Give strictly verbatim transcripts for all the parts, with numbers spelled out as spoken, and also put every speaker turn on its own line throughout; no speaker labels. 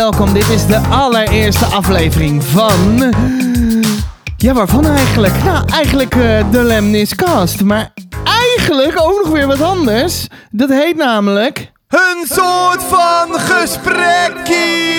welkom. Dit is de allereerste aflevering van... Ja, waarvan eigenlijk? Nou, eigenlijk uh, de Lemniscast. Maar eigenlijk ook nog weer wat anders. Dat heet namelijk...
Een soort van gesprekkie!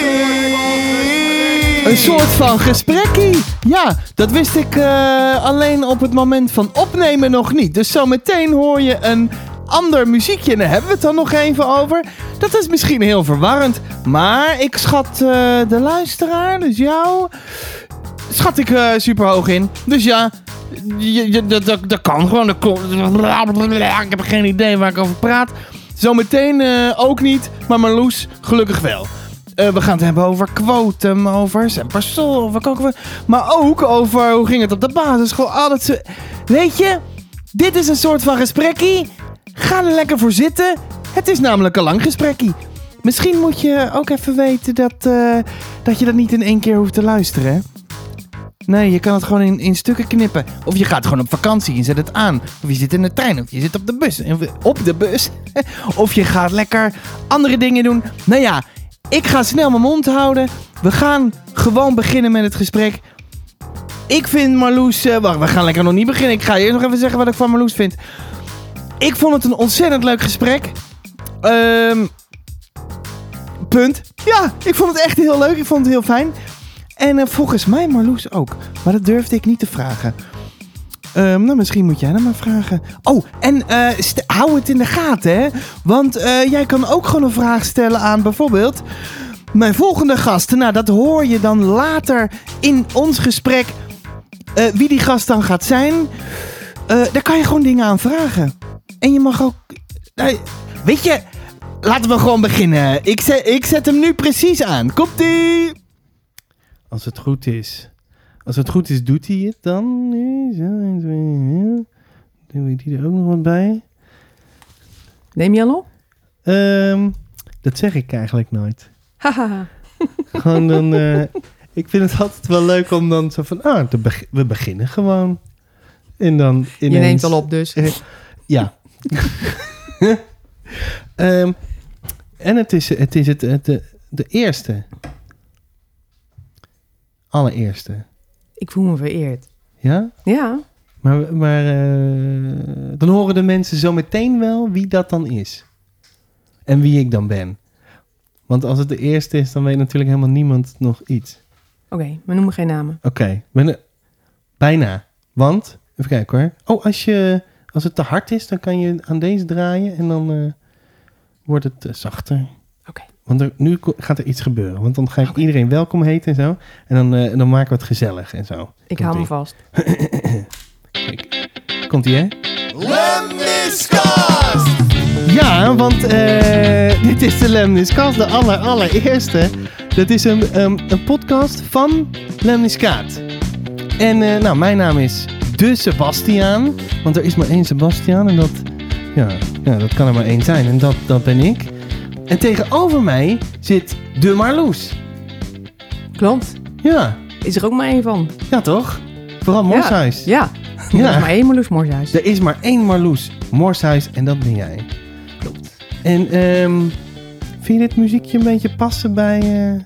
Een soort van gesprekkie. Ja, dat wist ik uh, alleen op het moment van opnemen nog niet. Dus zometeen hoor je een ander muziekje. En daar hebben we het dan nog even over. Dat is misschien heel verwarrend. Maar ik schat uh, de luisteraar, dus jou, schat ik uh, super hoog in. Dus ja, je, je, dat, dat, dat kan gewoon. Dat kon, ik heb geen idee waar ik over praat. Zometeen uh, ook niet, maar Marloes gelukkig wel. Uh, we gaan het hebben over Quotum, over Sempersol, over koken. Maar ook over hoe ging het op de basisschool. Oh, dat ze... Weet je, dit is een soort van gesprekkie. Ga er lekker voor zitten. Het is namelijk een lang gesprekkie. Misschien moet je ook even weten dat, uh, dat je dat niet in één keer hoeft te luisteren. Hè? Nee, je kan het gewoon in, in stukken knippen. Of je gaat gewoon op vakantie en zet het aan. Of je zit in de trein, of je zit op de bus. Op de bus. Of je gaat lekker andere dingen doen. Nou ja, ik ga snel mijn mond houden. We gaan gewoon beginnen met het gesprek. Ik vind Marloes... Uh, wacht, we gaan lekker nog niet beginnen. Ik ga eerst nog even zeggen wat ik van Marloes vind. Ik vond het een ontzettend leuk gesprek. Um, punt. Ja, ik vond het echt heel leuk. Ik vond het heel fijn. En uh, volgens mij Marloes ook. Maar dat durfde ik niet te vragen. Um, nou, misschien moet jij dat maar vragen. Oh, en uh, st- hou het in de gaten, hè. Want uh, jij kan ook gewoon een vraag stellen aan bijvoorbeeld mijn volgende gast. Nou, dat hoor je dan later in ons gesprek. Uh, wie die gast dan gaat zijn. Uh, daar kan je gewoon dingen aan vragen. En je mag ook... Uh, weet je, laten we gewoon beginnen. Ik zet, ik zet hem nu precies aan. Komt-ie! Als het goed is. Als het goed is, doet hij het dan. Doe ik die er ook nog wat bij?
Neem je al op?
Um, dat zeg ik eigenlijk nooit.
Haha.
Gewoon dan... Uh, ik vind het altijd wel leuk om dan zo van... Ah, we beginnen gewoon. En dan ineens...
Je neemt al op dus.
Uh, ja. um, en het is, het, is het, het de, de eerste... Allereerste.
Ik voel me vereerd.
Ja?
Ja.
Maar, maar uh, dan horen de mensen zo meteen wel wie dat dan is. En wie ik dan ben. Want als het de eerste is, dan weet natuurlijk helemaal niemand nog iets.
Oké, okay, we noemen geen namen.
Oké, okay. Bijna. Want, even kijken hoor. Oh, als, je, als het te hard is, dan kan je aan deze draaien en dan uh, wordt het uh, zachter.
Oké. Okay.
Want er, nu gaat er iets gebeuren. Want dan ga ik
okay.
iedereen welkom heten en zo. En dan, uh, dan maken we het gezellig en zo.
Ik hou me vast.
Kijk. Komt-ie, hè?
Lemniscast!
Ja, want uh, dit is de Lemniscast, de aller, allereerste. Dat is een, um, een podcast van Lemniscaat. En uh, nou, mijn naam is De Sebastiaan. Want er is maar één Sebastiaan en dat, ja, ja, dat kan er maar één zijn. En dat, dat ben ik. En tegenover mij zit de Marloes.
Klopt.
Ja.
Is er ook maar één van?
Ja, toch? Vooral Morshuis.
Ja, ja. Er is maar één Marloes Morshuis.
Er is maar één Marloes Morshuis en dat ben jij.
Klopt.
En um, vind je dit muziekje een beetje passen bij... Uh...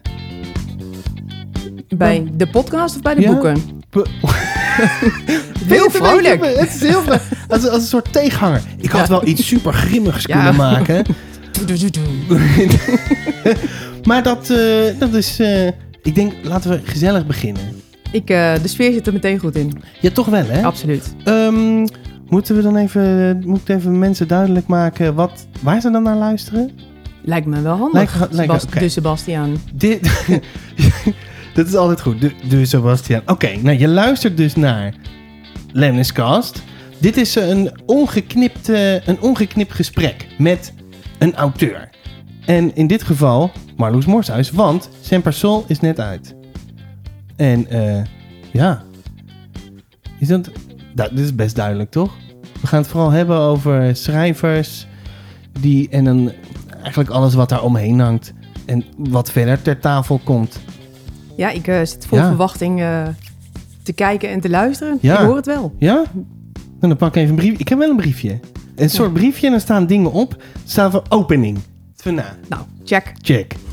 Bij oh. de podcast of bij de
ja?
boeken?
Be-
heel vrolijk.
Beetje, het is heel vrolijk. Als, als een soort tegenhanger. Ik had ja. wel iets super grimmigs ja. kunnen maken. Maar dat, uh, dat is... Uh, ik denk, laten we gezellig beginnen.
Ik, uh, de sfeer zit er meteen goed in.
Ja, toch wel, hè?
Absoluut.
Um, moeten we dan even... Moet ik even mensen duidelijk maken wat, waar ze dan naar luisteren?
Lijkt me wel handig.
Lijkt, lijkt,
Sebast-
okay.
De Sebastiaan.
Dit... Dat is altijd goed. De, de Sebastiaan. Oké, okay, nou je luistert dus naar Lemniscast. Dit is een ongeknipt, uh, een ongeknipt gesprek met een auteur. En in dit geval Marloes Morshuis, want Sempersol is net uit. En uh, ja, is dat, dat dit is best duidelijk, toch? We gaan het vooral hebben over schrijvers die en dan eigenlijk alles wat daar omheen hangt en wat verder ter tafel komt.
Ja, ik uh, zit vol ja. verwachting uh, te kijken en te luisteren.
Ja.
Ik hoor het wel.
Ja? En dan pak ik even een brief. Ik heb wel een briefje. Een soort ja. briefje en dan staan dingen op. Er staat van opening. Van, nou,
nou, check.
Check.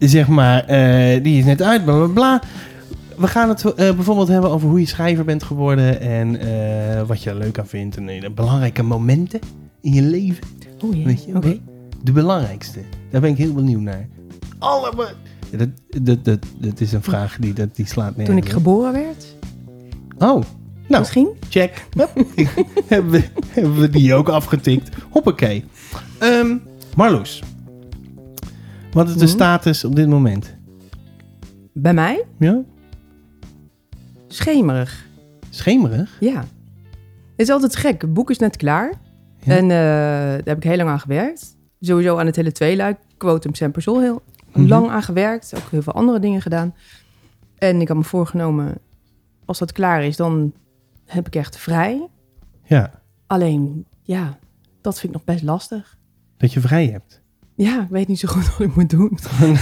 zeg maar, uh, die is net uit, bla bla bla. We gaan het uh, bijvoorbeeld hebben over hoe je schrijver bent geworden en uh, wat je er leuk aan vindt. En uh, belangrijke momenten in je leven.
Oh ja,
weet je?
oké. Okay.
De belangrijkste. Daar ben ik heel benieuwd naar. Allemaal. Ja, dat, dat, dat, dat is een vraag die, dat, die slaat neer.
Toen ik geboren werd?
Oh, nou,
misschien?
Check. hebben, we, hebben we die ook afgetikt. Hoppakee. Um, Marloes, wat is de mm-hmm. status op dit moment?
Bij mij?
Ja.
Schemerig.
Schemerig?
Ja. Het is altijd gek. Het boek is net klaar. Ja. En uh, daar heb ik heel lang aan gewerkt. Sowieso aan het hele tweeluik. Quotum semper sol heel mm-hmm. lang aan gewerkt. Ook heel veel andere dingen gedaan. En ik had me voorgenomen, als dat klaar is, dan heb ik echt vrij.
Ja.
Alleen, ja, dat vind ik nog best lastig.
Dat je vrij hebt?
Ja, ik weet niet zo goed wat ik moet doen.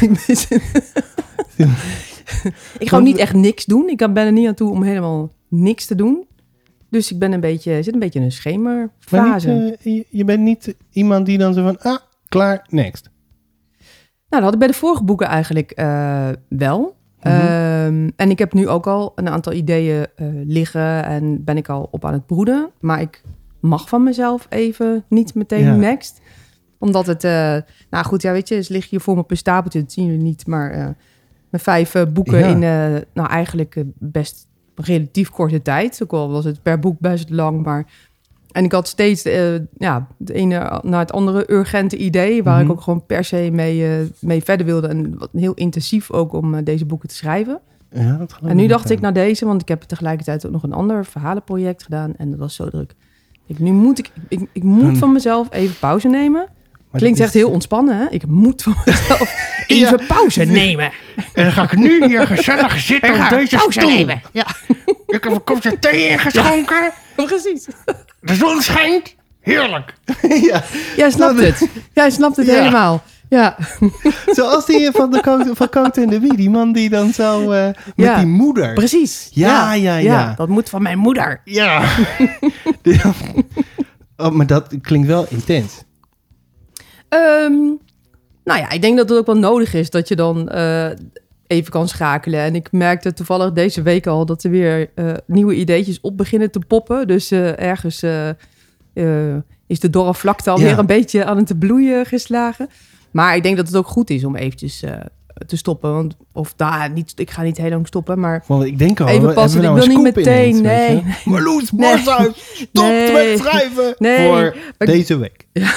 Ik ga ook niet echt niks doen. Ik ben er niet aan toe om helemaal niks te doen. Dus ik ben een beetje, zit een beetje in een schemerfase.
Maar niet, uh, je, je bent niet iemand die dan zo van, ah, klaar, next.
Nou, dat had ik bij de vorige boeken eigenlijk uh, wel. Mm-hmm. Um, en ik heb nu ook al een aantal ideeën uh, liggen en ben ik al op aan het broeden. Maar ik mag van mezelf even niet meteen ja. next. Omdat het, uh, nou goed, ja weet je, ze liggen hier voor me op een stapeltje, dat zien jullie niet. Maar uh, mijn vijf uh, boeken ja. in, uh, nou eigenlijk uh, best relatief korte tijd. Ook al was het per boek best lang, maar... En ik had steeds uh, ja, het ene naar het andere urgente idee... waar mm-hmm. ik ook gewoon per se mee, uh, mee verder wilde. En wat heel intensief ook om uh, deze boeken te schrijven.
Ja, dat
en nu dacht ik naar deze, want ik heb tegelijkertijd ook nog een ander verhalenproject gedaan. En dat was zo druk. Ik, nu moet ik, ik, ik moet hmm. van mezelf even pauze nemen. Maar klinkt echt is... heel ontspannen, hè? Ik moet van mezelf even ja. pauze nemen.
En dan ga ik nu hier gezellig zitten op deze
pauze
stoel.
Nemen. Ja.
Ik heb een kopje thee ingeschonken.
Ja, precies.
De zon schijnt. Heerlijk.
ja. Jij snapt dat... het. Jij snapt het ja. helemaal. Ja.
Zoals die van de Coat, van Coat en de Wie. Die man die dan zo uh, met
ja.
die moeder.
Precies.
Ja, ja, ja. ja.
ja dat moet van mijn moeder.
Ja. oh, maar dat klinkt wel intens.
Um, nou ja, ik denk dat het ook wel nodig is dat je dan uh, even kan schakelen. En ik merkte toevallig deze week al dat er weer uh, nieuwe ideetjes op beginnen te poppen. Dus uh, ergens uh, uh, is de dorre vlakte alweer ja. een beetje aan het bloeien geslagen. Maar ik denk dat het ook goed is om eventjes uh, te stoppen. Want, of daar niet, ik ga niet heel lang stoppen, maar
well, ik denk al,
even passen. Nou ik wil niet meteen, ineens, nee. nee.
Marloes Marshuis, stop nee. met schrijven
nee.
voor maar, deze week.
Ja.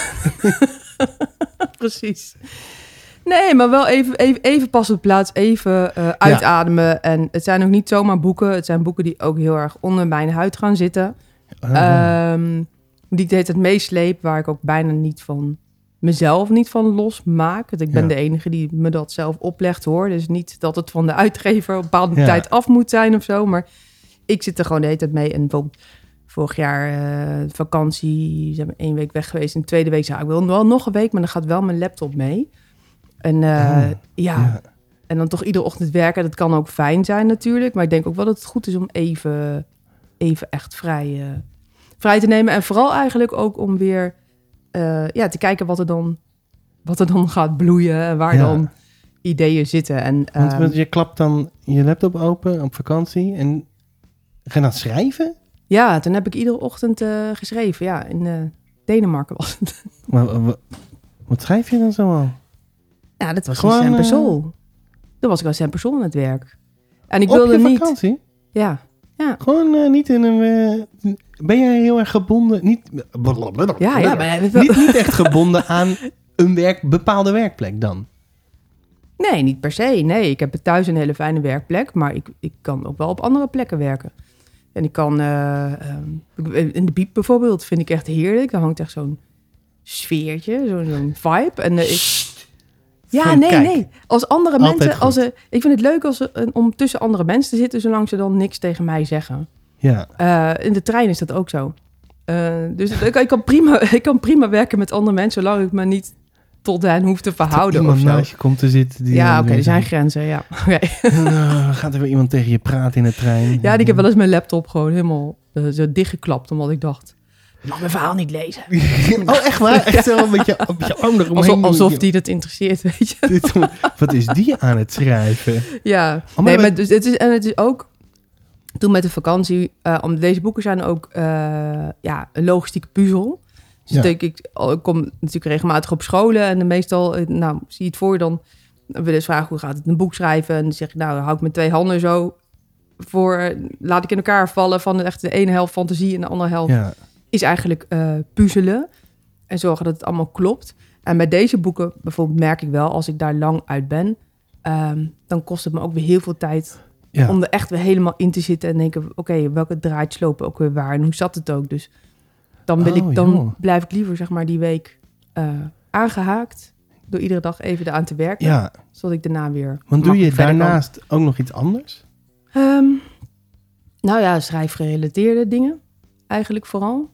Precies. Nee, maar wel even, even, even pas op de plaats, even uh, uitademen. Ja. En het zijn ook niet zomaar boeken. Het zijn boeken die ook heel erg onder mijn huid gaan zitten. Uh. Um, die ik de hele tijd meesleep, waar ik ook bijna niet van mezelf niet van losmaak. Ik ben ja. de enige die me dat zelf oplegt, hoor. Dus niet dat het van de uitgever op een bepaalde ja. tijd af moet zijn of zo. Maar ik zit er gewoon de hele tijd mee. En bijvoorbeeld vorig jaar uh, vakantie, zijn we één week weg geweest. En de tweede week zei ik, wil wel nog een week, maar dan gaat wel mijn laptop mee. En uh, oh, ja. ja, en dan toch iedere ochtend werken. Dat kan ook fijn zijn natuurlijk. Maar ik denk ook wel dat het goed is om even, even echt vrij, uh, vrij te nemen. En vooral eigenlijk ook om weer uh, ja, te kijken wat er, dan, wat er dan gaat bloeien. En waar ja. dan ideeën zitten. En, uh,
Want je klapt dan je laptop open op vakantie en ga je dan schrijven?
Ja, toen heb ik iedere ochtend uh, geschreven. Ja, in uh, Denemarken was het.
Maar wat, wat schrijf je dan zo al?
Ja, dat was gewoon Semper Sol. Uh... Toen was ik als Semper Sol aan het werk. En ik
op
wilde
je
niet.
vakantie?
Ja, ja.
Gewoon uh, niet in een. Uh, ben jij heel erg gebonden? Niet.
Ja, ja. Maar...
niet, niet echt gebonden aan een werk, bepaalde werkplek dan?
Nee, niet per se. Nee, ik heb thuis een hele fijne werkplek, maar ik, ik kan ook wel op andere plekken werken. En ik kan uh, um, in de Biep bijvoorbeeld vind ik echt heerlijk. Daar hangt echt zo'n sfeertje, zo'n, zo'n vibe. En uh, ik... Ja, nee, kijk. nee. Als andere Altijd mensen, als er, ik vind het leuk als er, om tussen andere mensen te zitten, zolang ze dan niks tegen mij zeggen.
Ja.
Uh, in de trein is dat ook zo. Uh, dus ik, ik, kan prima, ik kan prima werken met andere mensen, zolang ik me niet tot hen hoef te verhouden.
Iemand
of zo.
naast je komt te zitten. Die
ja, oké, okay, er zijn grenzen, ja. Okay.
Nou, gaat er weer iemand tegen je praten in de trein?
Ja, ik heb wel eens mijn laptop gewoon helemaal uh, zo dichtgeklapt, omdat ik dacht, mag mijn verhaal niet lezen.
Oh, echt waar? Echt zo een beetje, een beetje arm eromheen.
Alsof, alsof die dat interesseert, weet je.
Dit, wat is die aan het schrijven?
Ja,
Oh, maar
nee,
we-
maar dus, het is, en het is ook... Toen met de vakantie, uh, om deze boeken zijn ook uh, ja, een logistieke puzzel. Dus
Ja.
denk ik, oh, ik kom natuurlijk regelmatig op scholen en dan meestal, uh, nou, zie je het voor je dan, dan willen ze vragen hoe gaat het een boek schrijven. En dan zeg ik, nou, hou ik met twee handen zo voor, uh, laat ik in elkaar vallen van echt de ene helft fantasie en de andere helft
Ja.
is eigenlijk uh, puzzelen en zorgen dat het allemaal klopt. En bij deze boeken bijvoorbeeld merk ik wel, als ik daar lang uit ben, um, dan kost het me ook weer heel veel tijd
Ja.
om er echt weer helemaal in te zitten en denken, oké, okay, welke draadjes lopen ook weer waar en hoe zat het ook? Dus dan, wil
Oh,
ik, dan
joh.
blijf ik liever zeg maar die week uh, aangehaakt door iedere dag even eraan te werken,
Ja,
zodat ik daarna weer
want doe je
makkelijk verder kan.
daarnaast ook nog iets anders?
Um, nou ja, schrijfgerelateerde dingen eigenlijk vooral.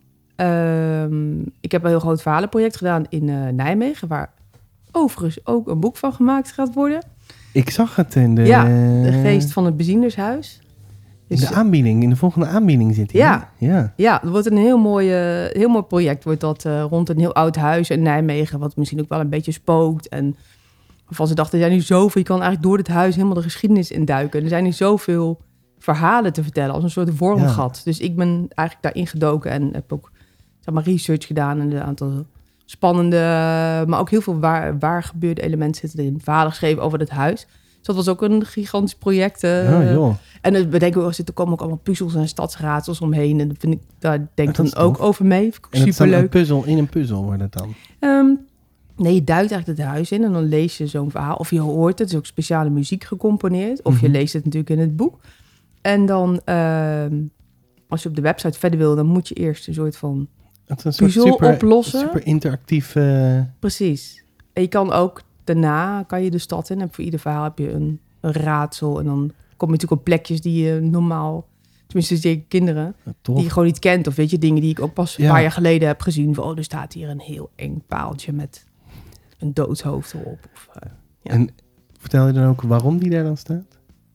Um, ik heb een heel groot verhalenproject gedaan in uh, Nijmegen, waar overigens ook een boek van gemaakt gaat worden.
Ik zag het in de,
Ja, De Geest van het Beziendershuis.
in
Dus,
de aanbieding. In de volgende aanbieding zit hij.
Ja.
hè? Ja.
ja, dat wordt een heel mooi, uh, heel mooi project. Wordt dat uh, rond een heel oud huis in Nijmegen, wat misschien ook wel een beetje spookt. En waarvan ze dachten, er zijn nu zoveel, je kan eigenlijk door dit huis helemaal de geschiedenis induiken. Er zijn nu zoveel verhalen te vertellen, als een soort wormgat. Ja. Dus ik ben eigenlijk daarin gedoken en heb ook zeg maar, research gedaan en een aantal spannende, maar ook heel veel waar, waar gebeurde elementen zitten erin. Verhalen geschreven over het huis. Dus dat was ook een gigantisch project. Uh,
Oh, joh.
En we denken, er zitten komen ook allemaal puzzels en stadsraadsels omheen. En dat vind ik, daar denk ik
dat
dan
is
ook
tof.
over mee. Vind ik
En het is dan
superleuk.
een puzzel in een puzzel wordt het dan.
Um, nee, je duikt eigenlijk het huis in en dan lees je zo'n verhaal. Of je hoort het, het is ook speciale muziek gecomponeerd. Of
Mm-hmm.
je leest het natuurlijk in het boek. En dan, um, als je op de website verder wil, dan moet je eerst een soort van
Het is een soort
puzzel
super,
oplossen.
super interactief. Uh...
Precies. En je kan ook daarna, kan je de stad in. En voor ieder verhaal heb je een, een raadsel. En dan kom je natuurlijk op plekjes die je normaal, tenminste zeker kinderen,
Tof.
die je gewoon niet kent. Of weet je, dingen die ik ook pas een
Ja.
paar jaar geleden heb gezien. Van, oh, er staat hier een heel eng paaltje met een doodshoofd erop. Of, uh, ja.
En vertel je dan ook waarom die daar dan staat?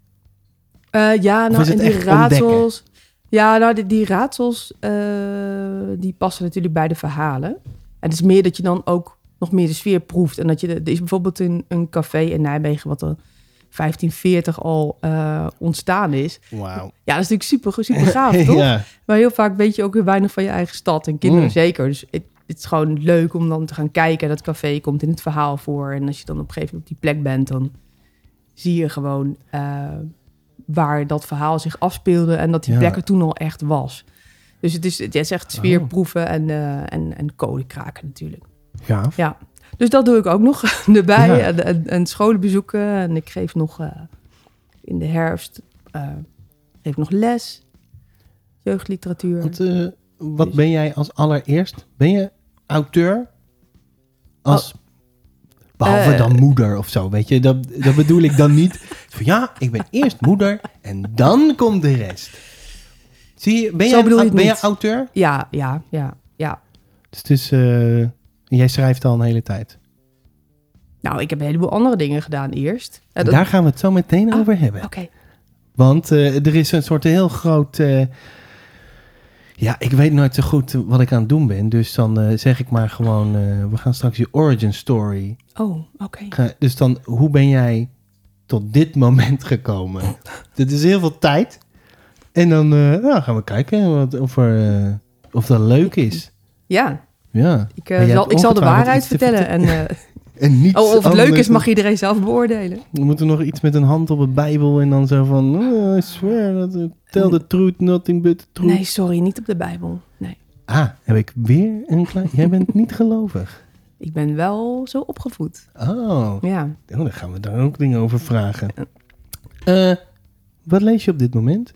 Uh, ja,
Of
nou,
is het
en die
echt
raadsels. Ja, nou, die, die raadsels, uh, die passen natuurlijk bij de verhalen. En het is meer dat je dan ook nog meer de sfeer proeft. En dat je, er is bijvoorbeeld een, een café in Nijmegen, wat er vijftien veertig al uh, ontstaan is.
Wauw.
Ja, dat is natuurlijk super, super gaaf, toch?
Ja.
Maar heel vaak weet je ook weer weinig van je eigen stad. En kinderen
Mm.
zeker. Dus het, het is gewoon leuk om dan te gaan kijken. Dat café komt in het verhaal voor. En als je dan op een gegeven moment op die plek bent, dan zie je gewoon uh, waar dat verhaal zich afspeelde. En dat die
Ja.
plek er toen al echt was. Dus het is, het is echt sfeerproeven en, uh, en, en codekraken natuurlijk.
Gaaf.
Ja, dus dat doe ik ook nog erbij.
Ja.
En, en, en scholen bezoeken. En ik geef nog uh, in de herfst uh, geef ik nog les. Jeugdliteratuur.
Want, uh, wat ben jij als allereerst? Ben je auteur? Als,
Oh.
behalve
Uh,
dan moeder of zo, weet je? Dat, dat bedoel ik dan niet. Van, ja, ik ben eerst moeder en dan komt de rest. Zie je, ben,
Zo
jij,
bedoel je het
ben jij
niet.
auteur?
Ja, ja, ja, ja.
Dus het is, uh, jij schrijft al een hele tijd.
Nou, ik heb een heleboel andere dingen gedaan eerst. Ja,
En
dat-
daar gaan we het zo meteen
Ah,
over hebben.
Oké.
Want uh, er is een soort heel groot... Uh, ja, ik weet nooit zo goed wat ik aan het doen ben. Dus dan uh, zeg ik maar gewoon... Uh, we gaan straks je origin story.
Oh, oké.
Ga- dus dan, hoe ben jij tot dit moment gekomen? Dit is heel veel tijd. En dan uh, nou, gaan we kijken wat, of, er, uh, of dat leuk is.
Ja,
Ja.
ik, uh,
Maar jij
zal,
hebt
ik zal de
ongetwijfeld
waarheid
iets te
vertellen. En, uh,
En niet,
oh, of het
oh,
leuk
met-
is, mag iedereen zelf beoordelen.
We moeten nog iets met een hand op een bijbel en dan zo van... Oh, I swear, that, uh, tell the truth, nothing but the truth.
Nee, sorry, niet op de Bijbel. Nee,
Ah, heb ik weer een klein... Jij bent niet gelovig.
ik ben wel zo opgevoed.
Oh,
Ja.
oh dan gaan we daar ook dingen over vragen. Uh, wat lees je op dit moment?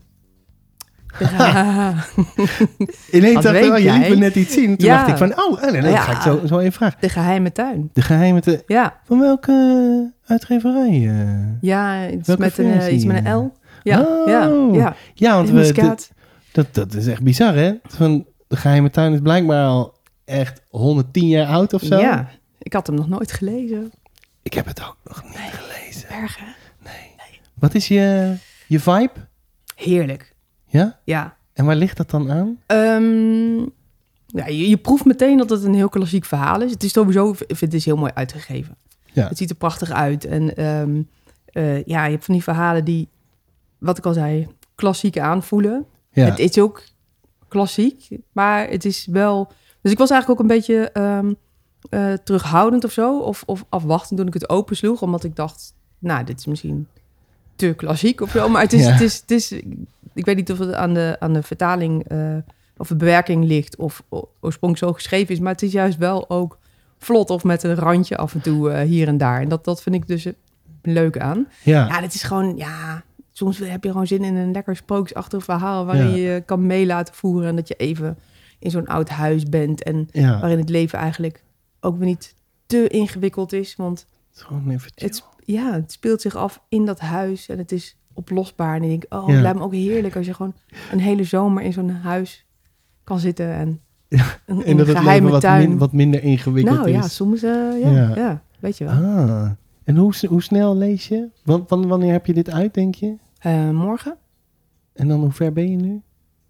Ja.
Ineens
Wat
dacht ik,
weet
oh, je
jij?
liet me net iets zien. Toen
Ja.
dacht ik van, oh, oh nee, dat
Ja.
ga ik zo, zo even vragen.
De geheime tuin.
De geheime... Te,
Ja,
van welke uitgeverij? uh?
ja, het is
Welke
met een,
versie?
uh, iets met een L. Ja,
Oh.
ja, ja.
Ja, want
In
we,
Muskaat.
dat, dat is echt bizar, hè? Van, de geheime tuin is blijkbaar al echt honderdtien jaar oud of zo.
Ja, ik had hem nog nooit gelezen.
Ik heb het ook nog niet gelezen.
Erg, hè?
Wat is je, je vibe?
Heerlijk.
Ja?
Ja.
En waar ligt dat dan aan?
Um, Ja, je, je proeft meteen dat het een heel klassiek verhaal is. Het is sowieso, ik vind het is heel mooi uitgegeven.
Ja.
Het ziet er prachtig uit. En um, uh, ja, je hebt van die verhalen die, wat ik al zei, klassiek aanvoelen.
Ja.
Het is ook klassiek, maar het is wel... Dus ik was eigenlijk ook een beetje um, uh, terughoudend of zo. Of, of afwachtend toen ik het opensloeg. Omdat ik dacht, nou, dit is misschien te klassiek of zo. Maar het is,
Ja.
het is, het is ik weet niet of het aan de, aan de vertaling uh, of de bewerking ligt. Of o- oorspronkelijk zo geschreven is. Maar het is juist wel ook vlot of met een randje af en toe uh, hier en daar. En dat, dat vind ik dus leuk aan.
Ja.
Ja, dit is gewoon, ja... Soms heb je gewoon zin in een lekker sprookjesachtig verhaal... waarin
Ja.
je je kan mee laten voeren... en dat je even in zo'n oud huis bent... en
Ja.
waarin het leven eigenlijk ook weer niet te ingewikkeld is. Want
Het is gewoon even chill.
het, ja, het speelt zich af in dat huis en het is oplosbaar. En ik denk, oh,
Ja.
het lijkt me ook heerlijk... als je gewoon een hele zomer in zo'n huis kan zitten... en
Ja.
een,
En dat
een
het
geheime
leven wat,
tuin.
min, wat minder ingewikkeld
nou
is.
ja, soms, uh, ja,
Ja.
ja. weet je wel.
Ah. En hoe, s- hoe snel lees je? Wan- wan- wanneer heb je dit uit, denk je?
Uh, morgen,
En dan hoe ver ben je nu?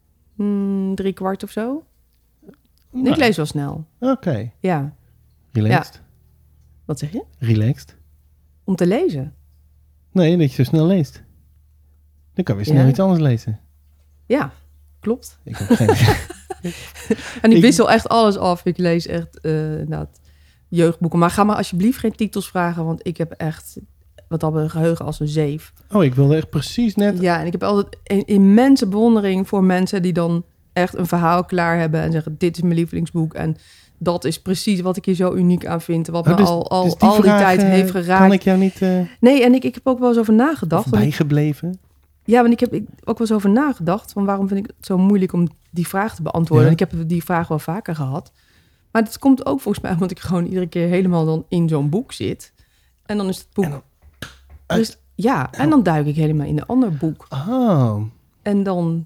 mm, drie kwart of zo.
Nou,
Ik lees wel snel,
Oké.
ja.
Relaxed.
Wat zeg je?
Relaxed.
Om te lezen.
Nee, dat je zo snel leest. Dan kan je weer snel
Ja.
iets anders lezen.
Ja, klopt.
Ik heb geen...
En ik
Ik-
wissel echt alles af. Ik lees echt uh, inderdaad jeugdboeken. Maar ga maar alsjeblieft geen titels vragen, want ik heb echt wat al een geheugen als een zeef.
Oh, ik wilde echt precies net...
Ja, en ik heb altijd een immense bewondering voor mensen die dan echt een verhaal klaar hebben en zeggen: dit is mijn lievelingsboek en dat is precies wat ik hier zo uniek aan vind, wat
Oh,
me
dus-
al, al,
dus die
al die
vraag,
tijd
eh,
heeft geraakt.
Kan ik jou niet uh,
Nee, en ik, ik heb ook wel eens over nagedacht. want ik-
bijgebleven?
Ja, want ik heb ik, ook wel eens over nagedacht van waarom vind ik het zo moeilijk om die vraag te beantwoorden.
Ja.
En ik heb die vraag wel vaker gehad. Maar het komt ook volgens mij omdat ik gewoon iedere keer helemaal dan in zo'n boek zit. En dan is het boek...
En dan-
dus, ja, en dan duik ik helemaal in een ander boek.
Oh,
En dan,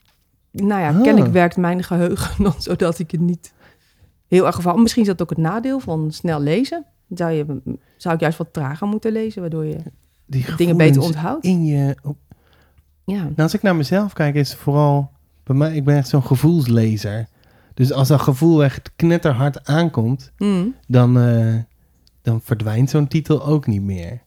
nou ja,
Ah.
kennelijk werkt mijn geheugen dan zodat ik het niet heel erg geval. Misschien is dat ook het nadeel van snel lezen. Dan Zou, je, zou ik juist wat trager moeten lezen, waardoor je
die
dingen beter
gevoelens
onthoudt.
in je... Op...
Ja.
Nou, als ik naar mezelf kijk, is het vooral... Bij mij, ik ben echt zo'n gevoelslezer. Dus als dat gevoel echt knetterhard aankomt...
Mm.
dan, uh, dan verdwijnt zo'n titel ook niet meer.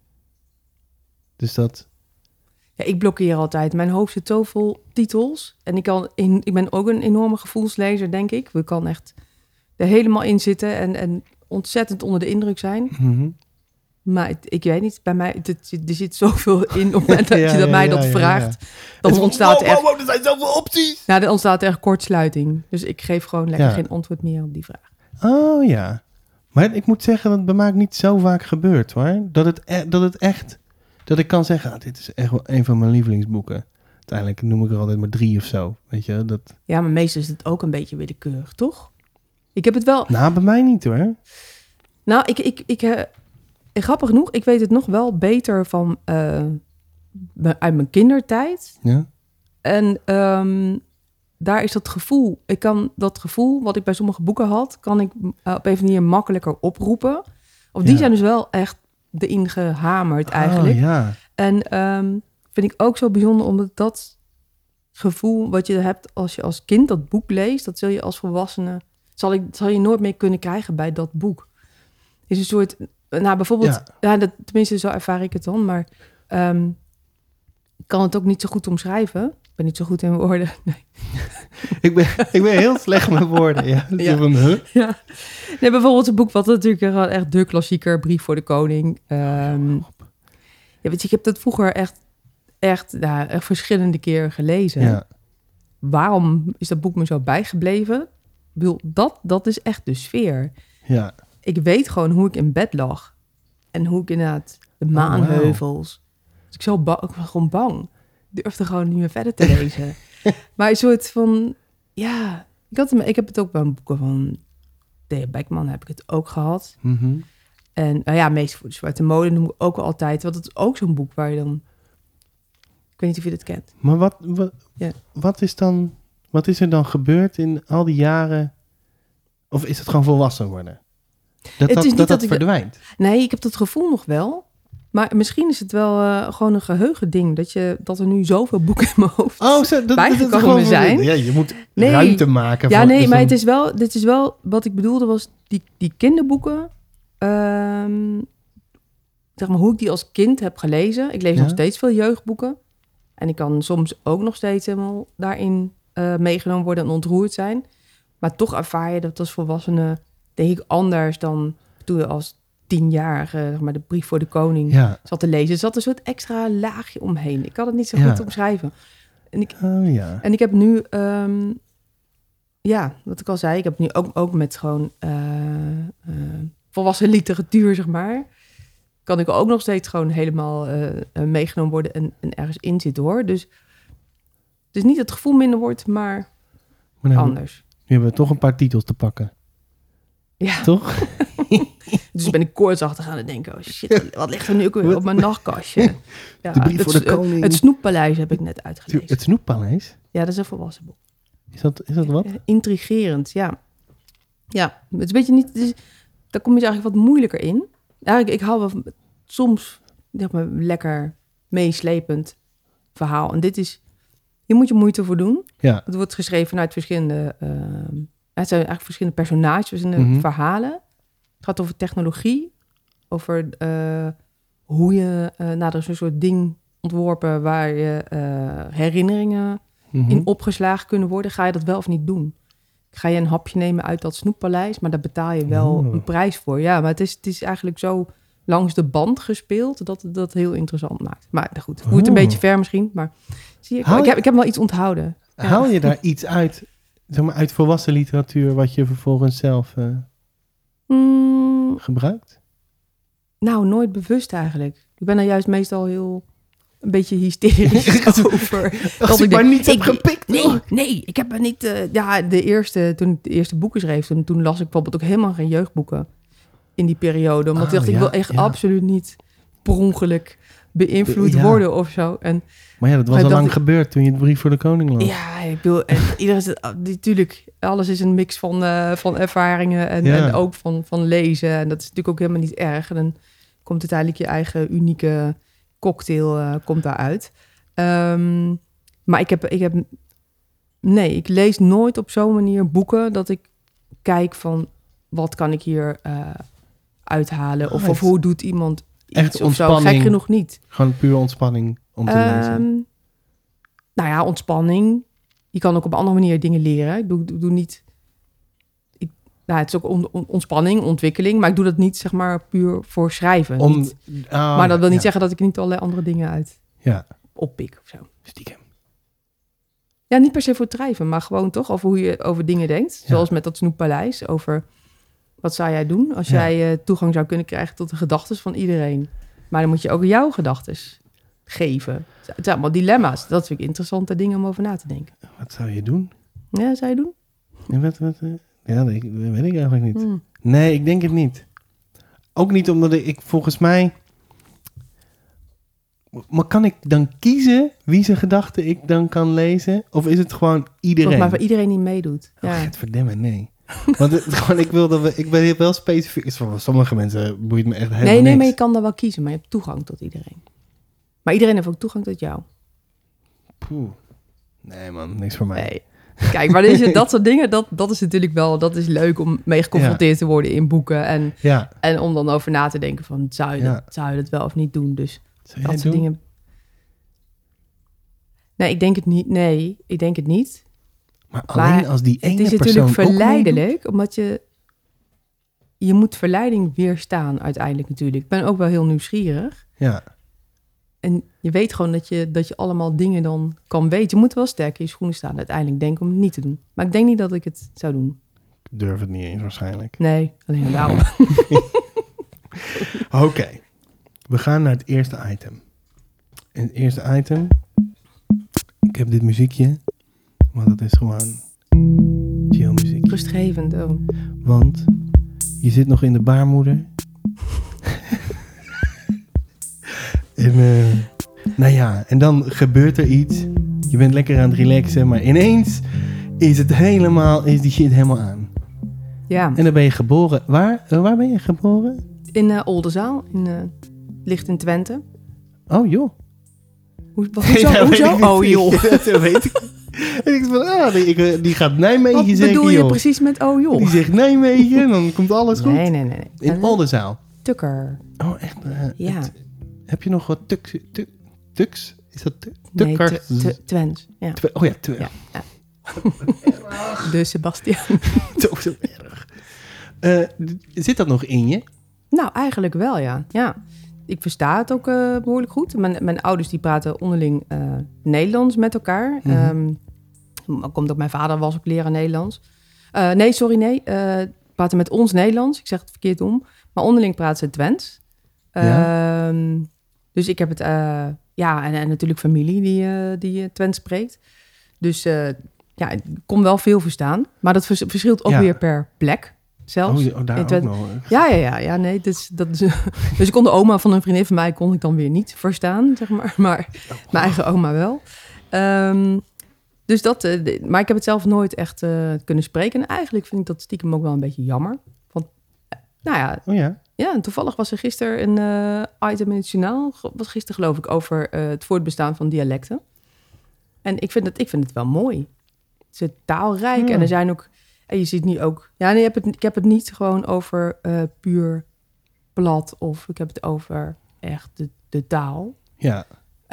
Dus dat...
Ja, ik blokkeer altijd. Mijn hoofd zit zo vol titels. En ik, kan in, ik ben ook een enorme gevoelslezer, denk ik. We kan echt er helemaal in zitten en, en ontzettend onder de indruk zijn.
Mm-hmm.
Maar het, ik weet niet, bij mij, het, er zit zoveel in op het moment dat
Ja,
je dat
ja,
mij
ja,
dat
ja,
vraagt.
ja.
Dan
Het is
ontstaat
van,
er echt,
wow, wow, er zijn zoveel opties.
nou, dan ontstaat er echt kortsluiting. Dus ik geef gewoon lekker
Ja.
geen antwoord meer op die vraag.
Oh ja. Maar ik moet zeggen dat het bij mij niet zo vaak gebeurt, hoor. Dat het, e- dat het echt... Dat ik kan zeggen, ah, dit is echt wel een van mijn lievelingsboeken. Uiteindelijk noem ik er altijd maar drie of zo. Weet je, dat...
Ja, maar meestal is het ook een beetje willekeurig, toch? Ik heb het wel...
Nou, bij mij niet, hoor.
Nou, ik, ik, ik, uh, grappig genoeg, ik weet het nog wel beter van uh, uit mijn kindertijd.
Ja?
En um, daar is dat gevoel, ik kan dat gevoel wat ik bij sommige boeken had, kan ik uh, op een manier makkelijker oproepen. Of die
Ja.
zijn dus wel echt erin gehamerd eigenlijk.
Oh, ja.
En um, vind ik ook zo bijzonder, omdat dat gevoel wat je hebt als je als kind dat boek leest, dat zul je als volwassene, zal, ik, zal je nooit meer kunnen krijgen bij dat boek. Is een soort, nou bijvoorbeeld, ja,
Ja.
ja dat, tenminste zo ervaar ik het dan, maar um, ik kan het ook niet zo goed omschrijven. Ik ben niet zo goed in woorden. Nee,
ik, ben, ik ben heel slecht met woorden. Ja.
Ja.
Van, huh?
ja. Nee, bijvoorbeeld een boek wat natuurlijk echt de klassieker, Brief voor de Koning. Um, ja, weet je, ik heb dat vroeger echt, echt, nou, echt verschillende keren gelezen.
Ja.
Waarom is dat boek me zo bijgebleven? Ik bedoel, dat, dat is echt de sfeer.
Ja.
Ik weet gewoon hoe ik in bed lag. En hoe ik inderdaad de maanheuvels. Dus ik, zo ba- ik was gewoon bang. Ik durfde gewoon niet meer verder te lezen. Maar een soort van, ja... Ik, had, ik heb het ook bij boeken van de heer Beckman heb ik het ook gehad.
Mm-hmm.
En nou ja, Meester voor de Zwarte Molen noem ik ook wel altijd. Want het is ook zo'n boek waar je dan... Ik weet niet of je dit kent.
Maar wat, wat,
Ja.
wat, is dan, wat is er dan gebeurd in al die jaren? Of is het gewoon volwassen worden? Dat
Het
dat,
is niet
dat,
dat
dat
ik-
verdwijnt?
Nee, ik heb dat gevoel nog wel. Maar misschien is het wel uh, gewoon een geheugending. Dat, je, dat er nu zoveel boeken in mijn hoofd
oh, zo, dat,
bijgekomen
dat, dat
zijn.
Ja, je moet
nee.
ruimte maken.
Ja,
voor,
nee,
dus
maar
dan...
het is wel, dit is wel... Wat ik bedoelde was die, die kinderboeken... Um, zeg maar hoe ik die als kind heb gelezen. Ik lees ja. nog steeds veel jeugdboeken. En ik kan soms ook nog steeds helemaal daarin uh, meegenomen worden en ontroerd zijn. Maar toch ervaar je dat als volwassene, denk ik, anders dan toen je als tienjarige, zeg maar, de brief voor de koning
ja.
zat te lezen. Er zat een soort extra laagje omheen. Ik kan het niet zo goed ja. omschrijven. En ik,
oh, ja.
en ik heb nu, um, ja, wat ik al zei, ik heb nu ook, ook met gewoon uh, uh, volwassen literatuur, zeg maar, kan ik ook nog steeds gewoon helemaal uh, meegenomen worden en, en ergens in zitten, hoor. Dus, dus niet het gevoel minder wordt, maar, maar nou, anders.
Nu hebben we toch een paar titels te pakken.
Ja.
Toch?
Dus ben ik koortsachtig aan het denken, oh shit, wat ligt er nu ook weer op mijn nachtkastje? Ja,
de brief
het,
voor de koning.
Het Snoeppaleis heb ik net uitgelezen.
Het Snoeppaleis?
Ja, dat is een volwassen boek.
Is dat, is dat wat?
Intrigerend, ja. Ja, het is een beetje niet... Het is, daar kom je eigenlijk wat moeilijker in. Eigenlijk, ik hou wel soms zeg maar, lekker meeslepend verhaal. En dit is... Hier moet je moeite voor doen.
Ja.
Het wordt geschreven vanuit verschillende... Uh, het zijn eigenlijk verschillende personages, verschillende mm-hmm. verhalen. Het gaat over technologie. Over uh, hoe je... Uh, nou, er is een soort ding ontworpen waar je uh, herinneringen mm-hmm. in opgeslagen kunnen worden. Ga je dat wel of niet doen? Ga je een hapje nemen uit dat snoeppaleis, maar daar betaal je wel oh. een prijs voor. Ja, maar het is, het is eigenlijk zo langs de band gespeeld dat het dat heel interessant maakt. Maar goed, voert oh. een beetje ver misschien, maar zie je, ik, ik, heb, ik heb wel iets onthouden. Ja.
Haal je daar iets uit, zeg maar, uit volwassen literatuur wat je vervolgens zelf uh, mm. gebruikt?
Nou, nooit bewust eigenlijk. Ik ben er juist meestal heel... een beetje hysterisch over.
Als dat ik, ik maar niet heb gepikt.
Nee, nee, ik heb er niet... Uh, ja, de eerste, toen ik de eerste boeken schreef... Toen, toen las ik bijvoorbeeld ook helemaal geen jeugdboeken in die periode. Omdat oh, ik dacht, ja, ik wil echt ja. absoluut niet per ongeluk beïnvloed ja. worden of zo. En,
maar ja, dat was al lang ik, gebeurd toen je de brief voor de koning las.
Ja, ik bedoel, iedereen natuurlijk, alles is een mix van, uh, van ervaringen en, ja. en ook van, van lezen. En dat is natuurlijk ook helemaal niet erg. En dan komt uiteindelijk je eigen unieke cocktail uh, komt daaruit. Um, maar ik heb, ik heb... Nee, ik lees nooit op zo'n manier boeken dat ik kijk van... wat kan ik hier uh, uithalen? Of, of hoe doet iemand iets
echt
of zo? Gek genoeg niet.
Gewoon puur ontspanning om te um, lezen?
Nou ja, ontspanning. Je kan ook op een andere manier dingen leren. Ik doe, doe niet... Ik, nou, het is ook on, on, ontspanning, ontwikkeling. Maar ik doe dat niet, zeg maar, puur voor schrijven. Om, niet, oh, maar dat wil niet ja. zeggen dat ik niet allerlei andere dingen uit
ja.
oppik of zo.
Stiekem.
Ja, niet per se voor het drijven, maar gewoon toch over hoe je over dingen denkt. Ja. Zoals met dat Snoeppaleis. Over wat zou jij doen als ja. jij uh, toegang zou kunnen krijgen tot de gedachten van iedereen. Maar dan moet je ook jouw gedachten geven. Het zijn allemaal dilemma's. Dat vind ik interessante dingen om over na te denken.
Wat zou je doen?
Ja, zou je doen?
Ja, wat, wat, uh, ja dat, dat weet ik eigenlijk niet. Hmm. Nee, ik denk het niet. Ook niet omdat ik, ik volgens mij... Maar kan ik dan kiezen wie zijn gedachten ik dan kan lezen? Of is het gewoon iedereen?
Volgens mij voor iedereen die meedoet.
Ja. Oh, verdemme, nee. Want het, gewoon, ik wil dat we, ik ben wel specifiek. Voor sommige mensen boeit me echt helemaal
Nee, nee,
niks.
maar je kan dan wel kiezen, maar je hebt toegang tot iedereen. Maar iedereen heeft ook toegang tot jou.
Poeh. Nee man, niks voor mij.
Nee. Kijk, maar is het, dat soort dingen, dat, dat is natuurlijk wel, dat is leuk om mee geconfronteerd ja. te worden in boeken. En,
ja.
en om dan over na te denken van, zou je, ja. dat, zou je dat wel of niet doen? Dus
zou
dat soort
doen?
dingen. Nee, ik denk het niet. Nee, ik denk het niet.
Maar alleen maar als die ene persoon...
Het is natuurlijk verleidelijk, omdat je... Je moet verleiding weerstaan uiteindelijk natuurlijk. Ik ben ook wel heel nieuwsgierig.
Ja.
En je weet gewoon dat je, dat je allemaal dingen dan kan weten. Je moet wel sterk in je schoenen staan uiteindelijk, denk ik, om het niet te doen. Maar ik denk niet dat ik het zou doen.
Ik durf het niet eens waarschijnlijk.
Nee, alleen daarom.
Oké, okay. We gaan naar het eerste item. En het eerste item... Ik heb dit muziekje, maar dat is gewoon chill muziek.
Rustgevend, oh.
Want je zit nog in de baarmoeder. en, uh, nou ja, en dan gebeurt er iets. Je bent lekker aan het relaxen, maar ineens is het helemaal, is die shit helemaal aan.
Ja.
En dan ben je geboren. Waar, uh, waar ben je geboren?
In uh, Oldenzaal, in uh, ligt in Twente.
Oh joh.
Hoe, wat, hoezo?
dat
hoezo?
weet ik niet.
Oh joh.
Dat weet ik. En ik van, ah, die, ik, die gaat Nijmegen
Wat
zeggen,
bedoel je
joh.
precies met oh joh?
Die zegt Nijmegen en dan komt alles goed.
Nee, nee, nee. nee.
In Oldenzaal.
Tukker.
Oh, echt? Uh,
Ja.
Het, heb je nog wat tux? Tu, tux? Is dat tu-
Nee,
tukker?
Tw- Tw- Twents. Ja.
Twe- oh ja, twe-
Ja. ja. De Sebastian.
Zo, zo erg. Uh, zit dat nog in je?
Nou, eigenlijk wel, ja. ja. Ik versta het ook uh, behoorlijk goed. Mijn, mijn ouders die praten onderling uh, Nederlands met elkaar. Mm-hmm. Um, komt ook mijn vader was ook leraar Nederlands. Uh, nee, sorry, nee. Uh, praten met ons Nederlands. Ik zeg het verkeerd om. Maar onderling praten ze Twents. Ja. Um, dus ik heb het... Uh, ja, en, en natuurlijk familie die, uh, die uh, Twents spreekt. Dus uh, ja, ik kon wel veel verstaan. Maar dat vers- verschilt ook ja. weer per plek. Zelfs.
Oh, oh daar ook nog.
Ja, ja, ja, ja, nee, dus, dat is, dus ik kon de oma van een vriendin van mij kon ik dan weer niet verstaan, zeg maar, maar oh, mijn eigen oma wel. Um, dus dat, uh, de, maar ik heb het zelf nooit echt uh, kunnen spreken. En eigenlijk vind ik dat stiekem ook wel een beetje jammer. Want, uh, nou ja,
oh, ja.
ja, en toevallig was er gisteren een uh, item in het journaal, was gisteren geloof ik, over uh, het voortbestaan van dialecten. En ik vind het, ik vind het wel mooi. Het is taalrijk ja. en er zijn ook... En je ziet nu ook... Ja, nee, ik, heb het, ik heb het niet gewoon over uh, puur plat... of ik heb het over echt de, de taal.
Ja.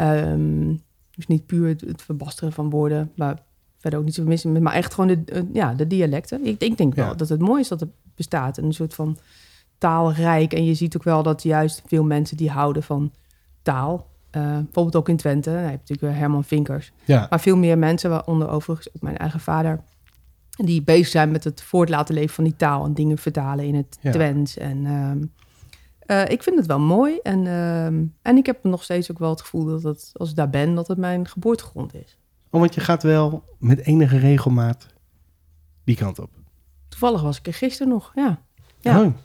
Um, dus niet puur het, het verbasteren van woorden... maar verder ook niet zo missen... maar echt gewoon de, uh, ja, de dialecten. Ik, ik denk wel ja. dat het mooi is dat het bestaat. Een soort van taalrijk. En je ziet ook wel dat juist veel mensen die houden van taal... Uh, bijvoorbeeld ook in Twente... Dan heb je natuurlijk Herman Vinkers. Ja. Maar veel meer mensen, waaronder overigens ook mijn eigen vader... die bezig zijn met het voort laten leven van die taal... en dingen vertalen in het ja. Twents. En um, uh, ik vind het wel mooi. En, um, en ik heb nog steeds ook wel het gevoel dat het, als ik daar ben... dat het mijn geboortegrond is.
Oh, want je gaat wel met enige regelmaat die kant op.
Toevallig was ik er gisteren nog, ja. ja.
Oh.